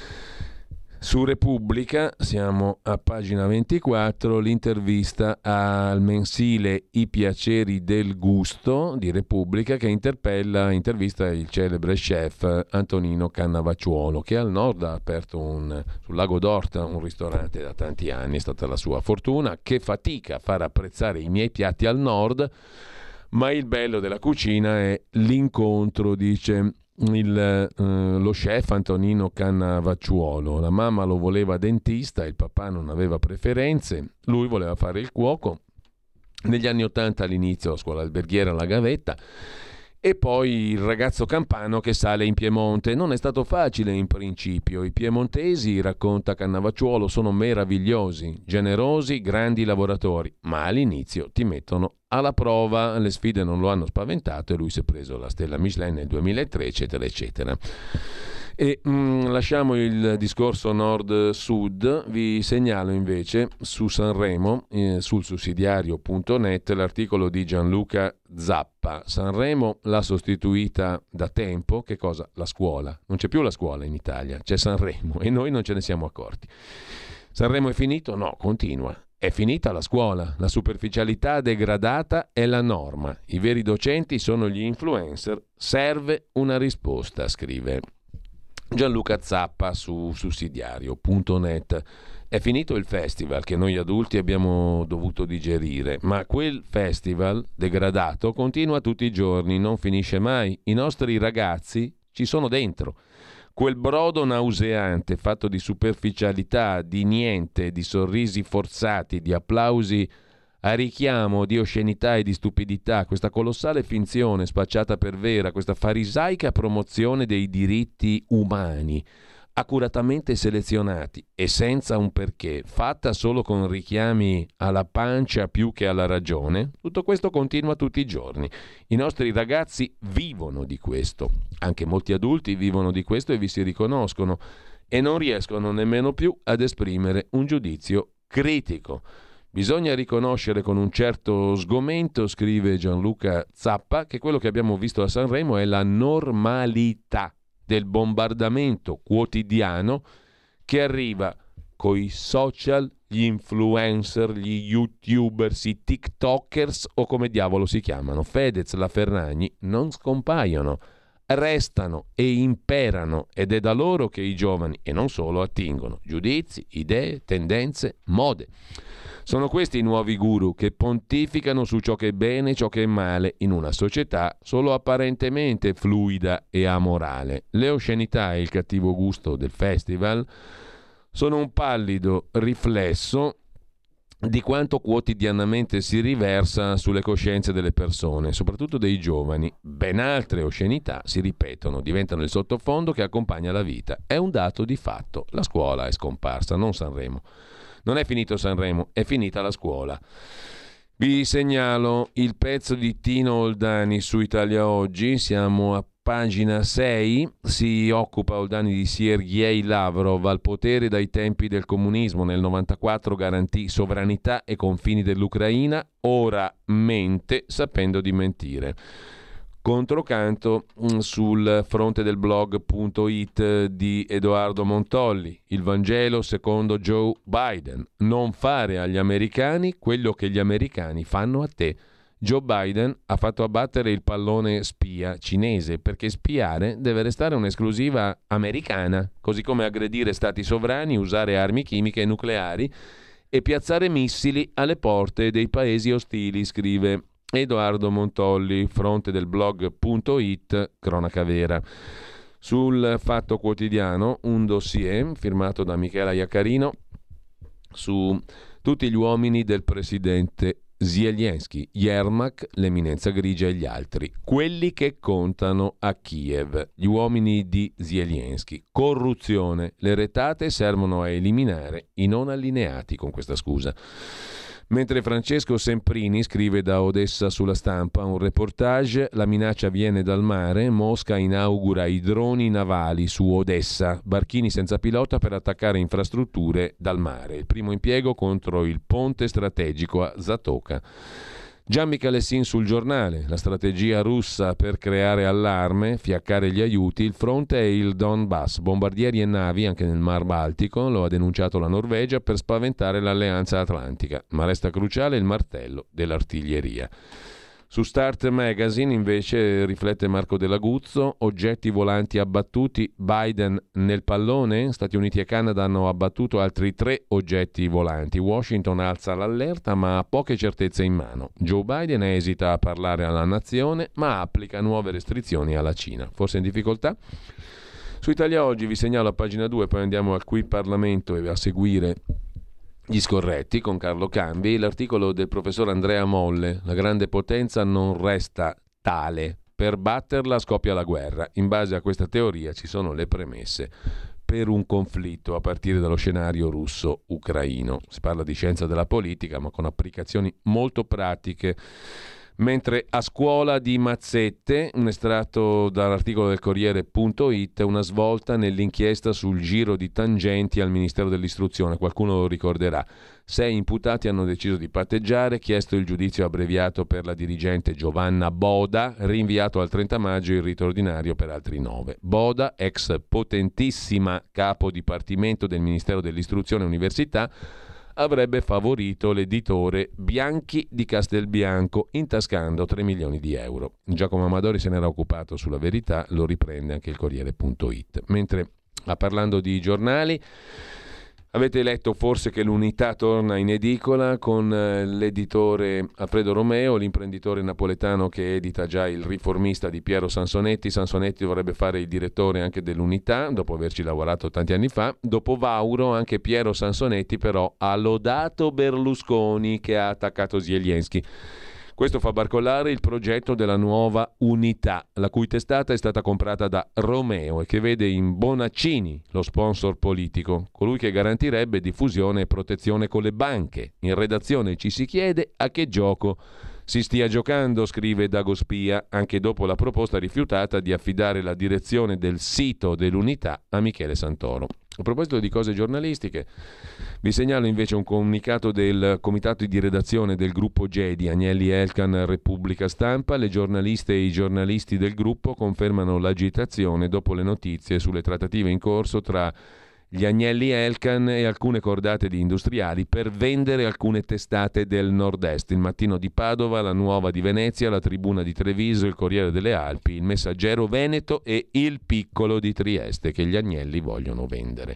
su Repubblica, siamo a pagina ventiquattro, l'intervista al mensile I Piaceri del Gusto di Repubblica, che interpella, intervista il celebre chef Antonino Cannavacciuolo, che al Nord ha aperto un, sul Lago d'Orta un ristorante da tanti anni, è stata la sua fortuna. Che fatica a far apprezzare i miei piatti al Nord, ma il bello della cucina è l'incontro, dice Il, eh, lo chef Antonino Cannavacciuolo. La mamma lo voleva dentista, il papà non aveva preferenze, lui voleva fare il cuoco. Negli anni ottanta all'inizio la scuola alberghiera La Gavetta, E poi il ragazzo campano che sale in Piemonte. Non è stato facile in principio. I piemontesi, racconta Cannavacciuolo, sono meravigliosi, generosi, grandi lavoratori, ma all'inizio ti mettono alla prova. Le sfide non lo hanno spaventato e lui si è preso la stella Michelin nel duemilatré, eccetera, eccetera. E mh, lasciamo il discorso nord-sud, vi segnalo invece su Sanremo, eh, sul sussidiario punto net, l'articolo di Gianluca Zappa. Sanremo l'ha sostituita da tempo, che cosa? La scuola. Non c'è più la scuola in Italia, c'è Sanremo e noi non ce ne siamo accorti. Sanremo è finito? No, continua. È finita la scuola, la superficialità degradata è la norma, i veri docenti sono gli influencer, serve una risposta, scrive Gianluca Zappa su sussidiario punto net. È finito il festival che noi adulti abbiamo dovuto digerire, ma quel festival degradato continua tutti i giorni, non finisce mai. I nostri ragazzi ci sono dentro. Quel brodo nauseante fatto di superficialità, di niente, di sorrisi forzati, di applausi a richiamo, di oscenità e di stupidità, questa colossale finzione spacciata per vera, questa farisaica promozione dei diritti umani, accuratamente selezionati e senza un perché, fatta solo con richiami alla pancia più che alla ragione, tutto questo continua tutti i giorni. I nostri ragazzi vivono di questo, anche molti adulti vivono di questo e vi si riconoscono e non riescono nemmeno più ad esprimere un giudizio critico. Bisogna riconoscere con un certo sgomento, scrive Gianluca Zappa, che quello che abbiamo visto a Sanremo è la normalità del bombardamento quotidiano che arriva coi social, gli influencer, gli youtubers, i tiktokers o come diavolo si chiamano. Fedez, la Ferragni non scompaiono, restano e imperano ed è da loro che i giovani, e non solo, attingono giudizi, idee, tendenze, mode. Sono questi i nuovi guru che pontificano su ciò che è bene e ciò che è male in una società solo apparentemente fluida e amorale. Le oscenità e il cattivo gusto del festival sono un pallido riflesso di quanto quotidianamente si riversa sulle coscienze delle persone, soprattutto dei giovani. Ben altre oscenità si ripetono, diventano il sottofondo che accompagna la vita. È un dato di fatto. La scuola è scomparsa, non Sanremo. Non è finito Sanremo, è finita la scuola. Vi segnalo il pezzo di Tino Oldani su Italia Oggi, siamo a pagina sei, si occupa Oldani di Sergej Lavrov, al potere dai tempi del comunismo, nel novantaquattro garantì sovranità e confini dell'Ucraina, ora mente sapendo di mentire. Controcanto sul fronte del blog punto it di Edoardo Montolli, il Vangelo secondo Joe Biden, non fare agli americani quello che gli americani fanno a te. Joe Biden ha fatto abbattere il pallone spia cinese perché spiare deve restare un'esclusiva americana, così come aggredire stati sovrani, usare armi chimiche e nucleari e piazzare missili alle porte dei paesi ostili, scrive Edoardo Montolli, fronte del blog punto it, cronaca vera. Sul Fatto Quotidiano un dossier firmato da Michela Iaccarino su tutti gli uomini del presidente Zelensky, Yermak, l'eminenza grigia e gli altri, quelli che contano a Kiev, gli uomini di Zelensky. Corruzione, le retate servono a eliminare i non allineati, con questa scusa. Mentre Francesco Semprini scrive da Odessa sulla Stampa un reportage, la minaccia viene dal mare, Mosca inaugura i droni navali su Odessa, barchini senza pilota per attaccare infrastrutture dal mare, il primo impiego contro il ponte strategico a Zatoka. Gian Michalessin sul Giornale, la strategia russa per creare allarme, fiaccare gli aiuti, il fronte è il Donbass, bombardieri e navi anche nel Mar Baltico, lo ha denunciato la Norvegia per spaventare l'Alleanza Atlantica, ma resta cruciale il martello dell'artiglieria. Su Start Magazine invece riflette Marco Dell'Aguzzo, oggetti volanti abbattuti, Biden nel pallone, Stati Uniti e Canada hanno abbattuto altri tre oggetti volanti, Washington alza l'allerta ma ha poche certezze in mano, Joe Biden esita a parlare alla nazione ma applica nuove restrizioni alla Cina, forse in difficoltà? Su Italia Oggi vi segnalo a pagina due, poi andiamo al Qui Parlamento e a seguire gli scorretti con Carlo Cambi, l'articolo del professor Andrea Molle, la grande potenza non resta tale, Per batterla scoppia la guerra. In base a questa teoria ci sono le premesse per un conflitto a partire dallo scenario russo-ucraino. Si parla di scienza della politica, ma con applicazioni molto pratiche. Mentre a scuola di Mazzette, un estratto dall'articolo del Corriere punto it, una svolta nell'inchiesta sul giro di tangenti al Ministero dell'Istruzione. Qualcuno lo ricorderà. Sei imputati hanno deciso di patteggiare, chiesto il giudizio abbreviato per la dirigente Giovanna Boda, rinviato al trenta maggio il rito ordinario per altri nove. Boda, ex potentissima capo dipartimento del Ministero dell'Istruzione e Università, avrebbe favorito l'editore Bianchi di Castelbianco intascando tre milioni di euro. Giacomo Amadori se n'era occupato sulla Verità, lo riprende anche il Corriere punto it. Mentre, ah, parlando di giornali, avete letto forse che l'Unità torna in edicola con eh, l'editore Alfredo Romeo, l'imprenditore napoletano che edita già Il Riformista di Piero Sansonetti. Sansonetti dovrebbe fare il direttore anche dell'Unità, dopo averci lavorato tanti anni fa. Dopo Vauro, anche Piero Sansonetti però ha lodato Berlusconi che ha attaccato Zelensky. Questo fa barcollare il progetto della nuova Unità, la cui testata è stata comprata da Romeo e che vede in Bonaccini lo sponsor politico, colui che garantirebbe diffusione e protezione con le banche. In redazione ci si chiede a che gioco si stia giocando, scrive Dago Spia, anche dopo la proposta rifiutata di affidare la direzione del sito dell'Unità a Michele Santoro. A proposito di cose giornalistiche, vi segnalo invece un comunicato del comitato di redazione del gruppo Gedi, Agnelli Elkann, Repubblica Stampa. Le giornaliste e i giornalisti del gruppo confermano l'agitazione dopo le notizie sulle trattative in corso tra gli Agnelli Elkann e alcune cordate di industriali per vendere alcune testate del Nord-Est. Il Mattino di Padova, la Nuova di Venezia, la Tribuna di Treviso, il Corriere delle Alpi, il Messaggero Veneto e il Piccolo di Trieste che gli Agnelli vogliono vendere.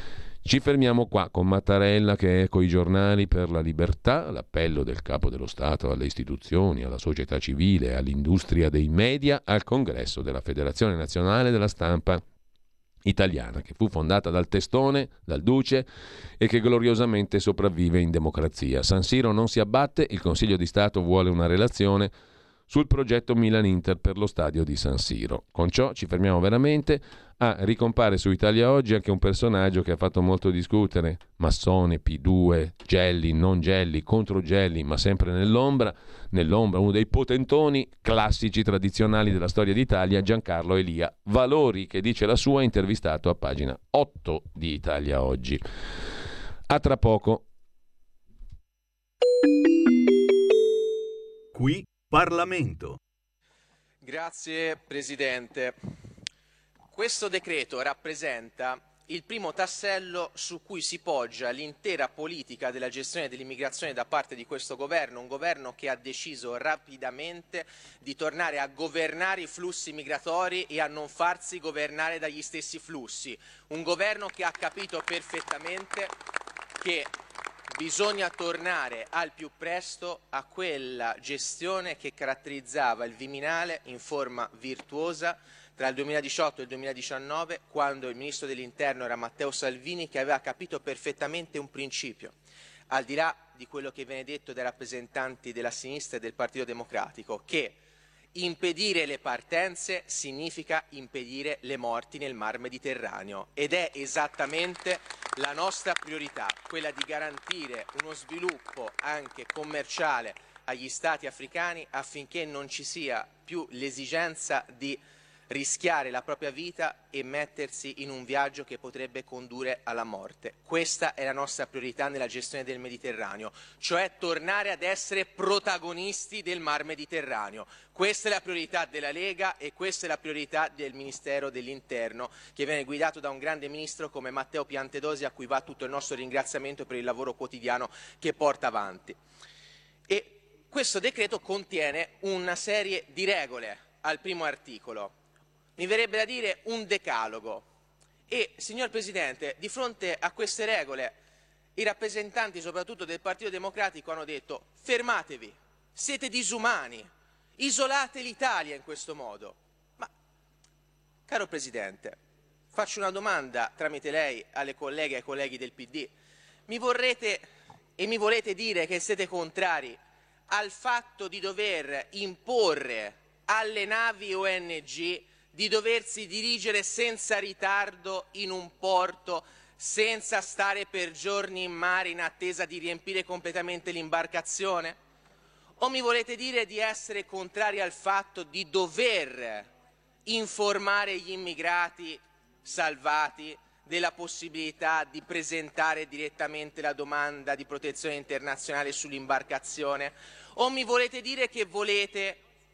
Ci fermiamo qua con Mattarella che è coi giornali per la libertà, l'appello del Capo dello Stato alle istituzioni, alla società civile, all'industria dei media, al congresso della Federazione Nazionale della Stampa Italiana, che fu fondata dal Testone, dal Duce e che gloriosamente sopravvive in democrazia. San Siro non si abbatte, il Consiglio di Stato vuole una relazione sul progetto Milan-Inter per lo stadio di San Siro. Con ciò ci fermiamo veramente. Ah, ricompare su Italia Oggi anche un personaggio che ha fatto molto discutere, massone, P due, Gelli, non Gelli, contro Gelli, ma sempre nell'ombra, nell'ombra uno dei potentoni classici tradizionali della storia d'Italia, Giancarlo Elia Valori, che dice la sua, intervistato a pagina otto di Italia Oggi. A tra poco. Qui Parlamento. Grazie Presidente. Questo decreto rappresenta il primo tassello su cui si poggia l'intera politica della gestione dell'immigrazione da parte di questo governo, un governo che ha deciso rapidamente di tornare a governare i flussi migratori e a non farsi governare dagli stessi flussi, un governo che ha capito perfettamente che bisogna tornare al più presto a quella gestione che caratterizzava il Viminale in forma virtuosa tra il duemiladiciotto e il duemiladiciannove, quando il Ministro dell'Interno era Matteo Salvini, che aveva capito perfettamente un principio, al di là di quello che viene detto dai rappresentanti della sinistra e del Partito Democratico, che impedire le partenze significa impedire le morti nel Mar Mediterraneo, ed è esattamente la nostra priorità, quella di garantire uno sviluppo anche commerciale agli Stati africani affinché non ci sia più l'esigenza di rischiare la propria vita e mettersi in un viaggio che potrebbe condurre alla morte. Questa è la nostra priorità nella gestione del Mediterraneo, cioè tornare ad essere protagonisti del Mar Mediterraneo. Questa è la priorità della Lega e questa è la priorità del Ministero dell'Interno, che viene guidato da un grande ministro come Matteo Piantedosi, a cui va tutto il nostro ringraziamento per il lavoro quotidiano che porta avanti. E questo decreto contiene una serie di regole al primo articolo. Mi verrebbe da dire un decalogo. E, signor Presidente, di fronte a queste regole, i rappresentanti soprattutto del Partito Democratico hanno detto: fermatevi, siete disumani, isolate l'Italia in questo modo. Ma, caro Presidente, faccio una domanda tramite lei alle colleghe e ai colleghi del P D. Mi vorrete e mi volete dire che siete contrari al fatto di dover imporre alle navi O N G di doversi dirigere senza ritardo in un porto, senza stare per giorni in mare in attesa di riempire completamente l'imbarcazione? O mi volete dire di essere contrari al fatto di dover informare gli immigrati salvati della possibilità di presentare direttamente la domanda di protezione internazionale sull'imbarcazione? O mi volete dire che volete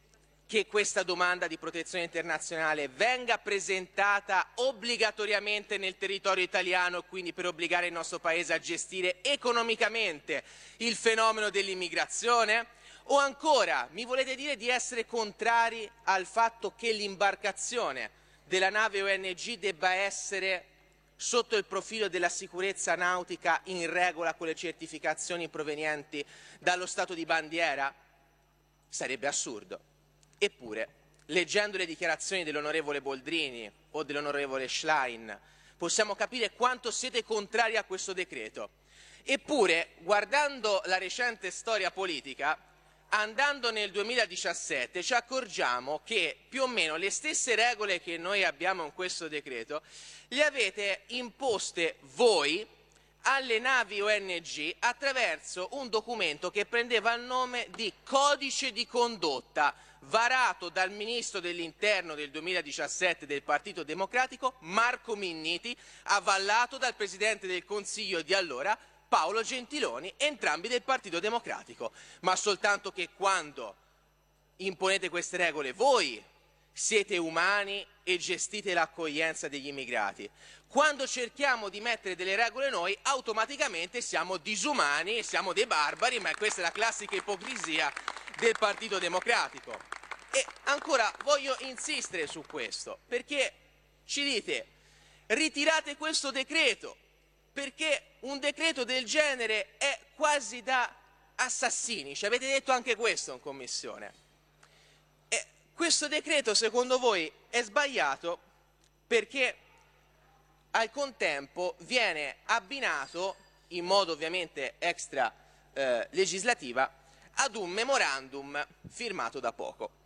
che questa domanda di protezione internazionale venga presentata obbligatoriamente nel territorio italiano e quindi per obbligare il nostro Paese a gestire economicamente il fenomeno dell'immigrazione? O ancora, mi volete dire di essere contrari al fatto che l'imbarcazione della nave O N G debba essere sotto il profilo della sicurezza nautica in regola con le certificazioni provenienti dallo Stato di bandiera? Sarebbe assurdo. Eppure, leggendo le dichiarazioni dell'onorevole Boldrini o dell'onorevole Schlein, possiamo capire quanto siete contrari a questo decreto. Eppure, guardando la recente storia politica, andando nel duemiladiciassette ci accorgiamo che più o meno le stesse regole che noi abbiamo in questo decreto le avete imposte voi alle navi O N G attraverso un documento che prendeva il nome di Codice di condotta, varato dal Ministro dell'Interno del duemiladiciassette del Partito Democratico, Marco Minniti, avallato dal Presidente del Consiglio di allora, Paolo Gentiloni, entrambi del Partito Democratico. Ma soltanto che quando imponete queste regole voi siete umani e gestite l'accoglienza degli immigrati. Quando cerchiamo di mettere delle regole noi, automaticamente siamo disumani e siamo dei barbari, ma questa è la classica ipocrisia del Partito Democratico. E ancora voglio insistere su questo, perché ci dite ritirate questo decreto, perché un decreto del genere è quasi da assassini, ci avete detto anche questo in commissione. E questo decreto secondo voi è sbagliato perché al contempo viene abbinato, in modo ovviamente extra eh, legislativa, ad un memorandum firmato da poco.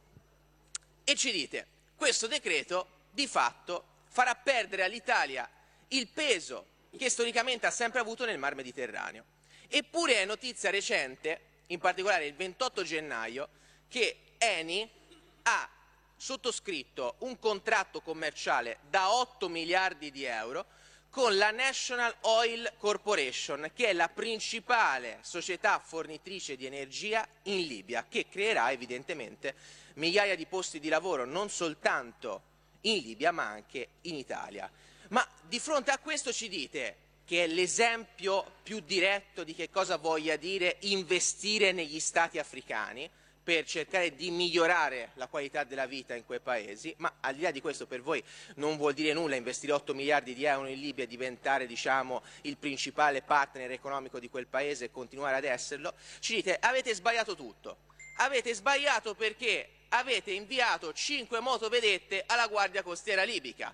E ci dite, questo decreto di fatto farà perdere all'Italia il peso che storicamente ha sempre avuto nel Mar Mediterraneo. Eppure è notizia recente, in particolare il ventotto gennaio, che Eni ha sottoscritto un contratto commerciale da otto miliardi di euro con la National Oil Corporation, che è la principale società fornitrice di energia in Libia, che creerà evidentemente migliaia di posti di lavoro non soltanto in Libia ma anche in Italia. Ma di fronte a questo ci dite che è l'esempio più diretto di che cosa voglia dire investire negli stati africani per cercare di migliorare la qualità della vita in quei paesi, ma al di là di questo per voi non vuol dire nulla investire otto miliardi di euro in Libia e diventare, diciamo, il principale partner economico di quel paese e continuare ad esserlo. Ci dite avete sbagliato tutto, avete sbagliato perché avete inviato cinque motovedette alla Guardia Costiera libica.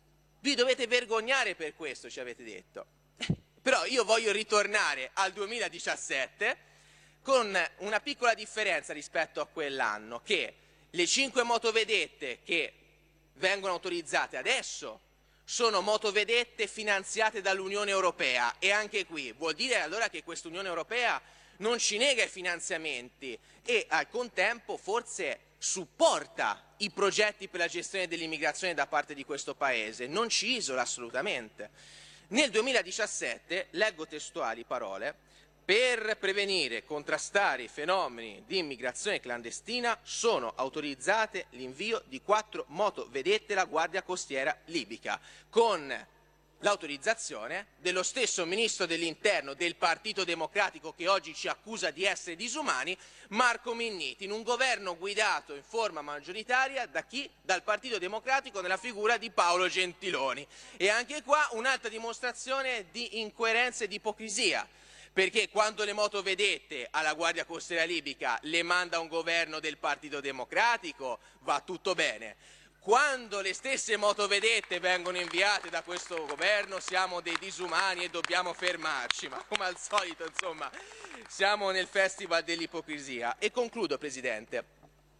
Vi dovete vergognare per questo, ci avete detto. Però io voglio ritornare al duemiladiciassette con una piccola differenza rispetto a quell'anno, che le cinque motovedette che vengono autorizzate adesso sono motovedette finanziate dall'Unione Europea e anche qui vuol dire allora che questa Unione Europea non ci nega i finanziamenti e al contempo forse supporta i progetti per la gestione dell'immigrazione da parte di questo Paese, non ci isola assolutamente. Nel duemiladiciassette, leggo testuali parole, per prevenire e contrastare i fenomeni di immigrazione clandestina sono autorizzate l'invio di quattro motovedette alla Guardia Costiera libica, con l'autorizzazione dello stesso Ministro dell'Interno del Partito Democratico che oggi ci accusa di essere disumani, Marco Minniti, in un governo guidato in forma maggioritaria da chi? Dal Partito Democratico nella figura di Paolo Gentiloni. E anche qua un'altra dimostrazione di incoerenza e di ipocrisia. Perché quando le motovedette alla Guardia Costiera libica le manda un governo del Partito Democratico va tutto bene. Quando le stesse motovedette vengono inviate da questo governo siamo dei disumani e dobbiamo fermarci, ma come al solito insomma siamo nel festival dell'ipocrisia. E concludo, Presidente,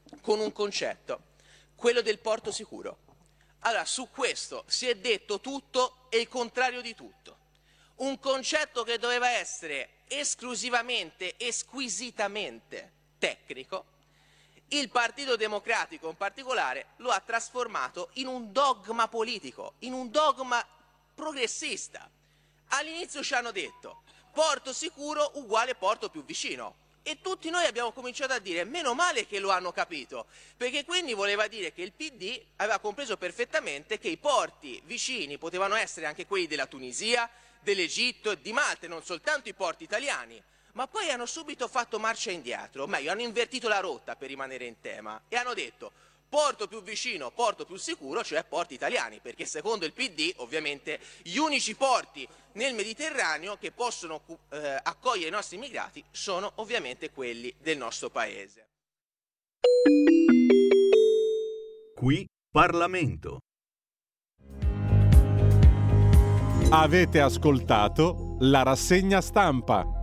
con un concetto, quello del porto sicuro. Allora, su questo si è detto tutto e il contrario di tutto. Un concetto che doveva essere esclusivamente e squisitamente tecnico, il Partito Democratico in particolare lo ha trasformato in un dogma politico, in un dogma progressista. All'inizio ci hanno detto porto sicuro uguale porto più vicino. E tutti noi abbiamo cominciato a dire meno male che lo hanno capito, perché quindi voleva dire che il P D aveva compreso perfettamente che i porti vicini potevano essere anche quelli della Tunisia, dell'Egitto e di Malta, non soltanto i porti italiani. Ma poi hanno subito fatto marcia indietro, o meglio, hanno invertito la rotta per rimanere in tema e hanno detto porto più vicino, porto più sicuro, cioè porti italiani, perché secondo il P D ovviamente gli unici porti nel Mediterraneo che possono eh, accogliere i nostri immigrati sono ovviamente quelli del nostro paese. Qui Parlamento. Avete ascoltato la rassegna stampa.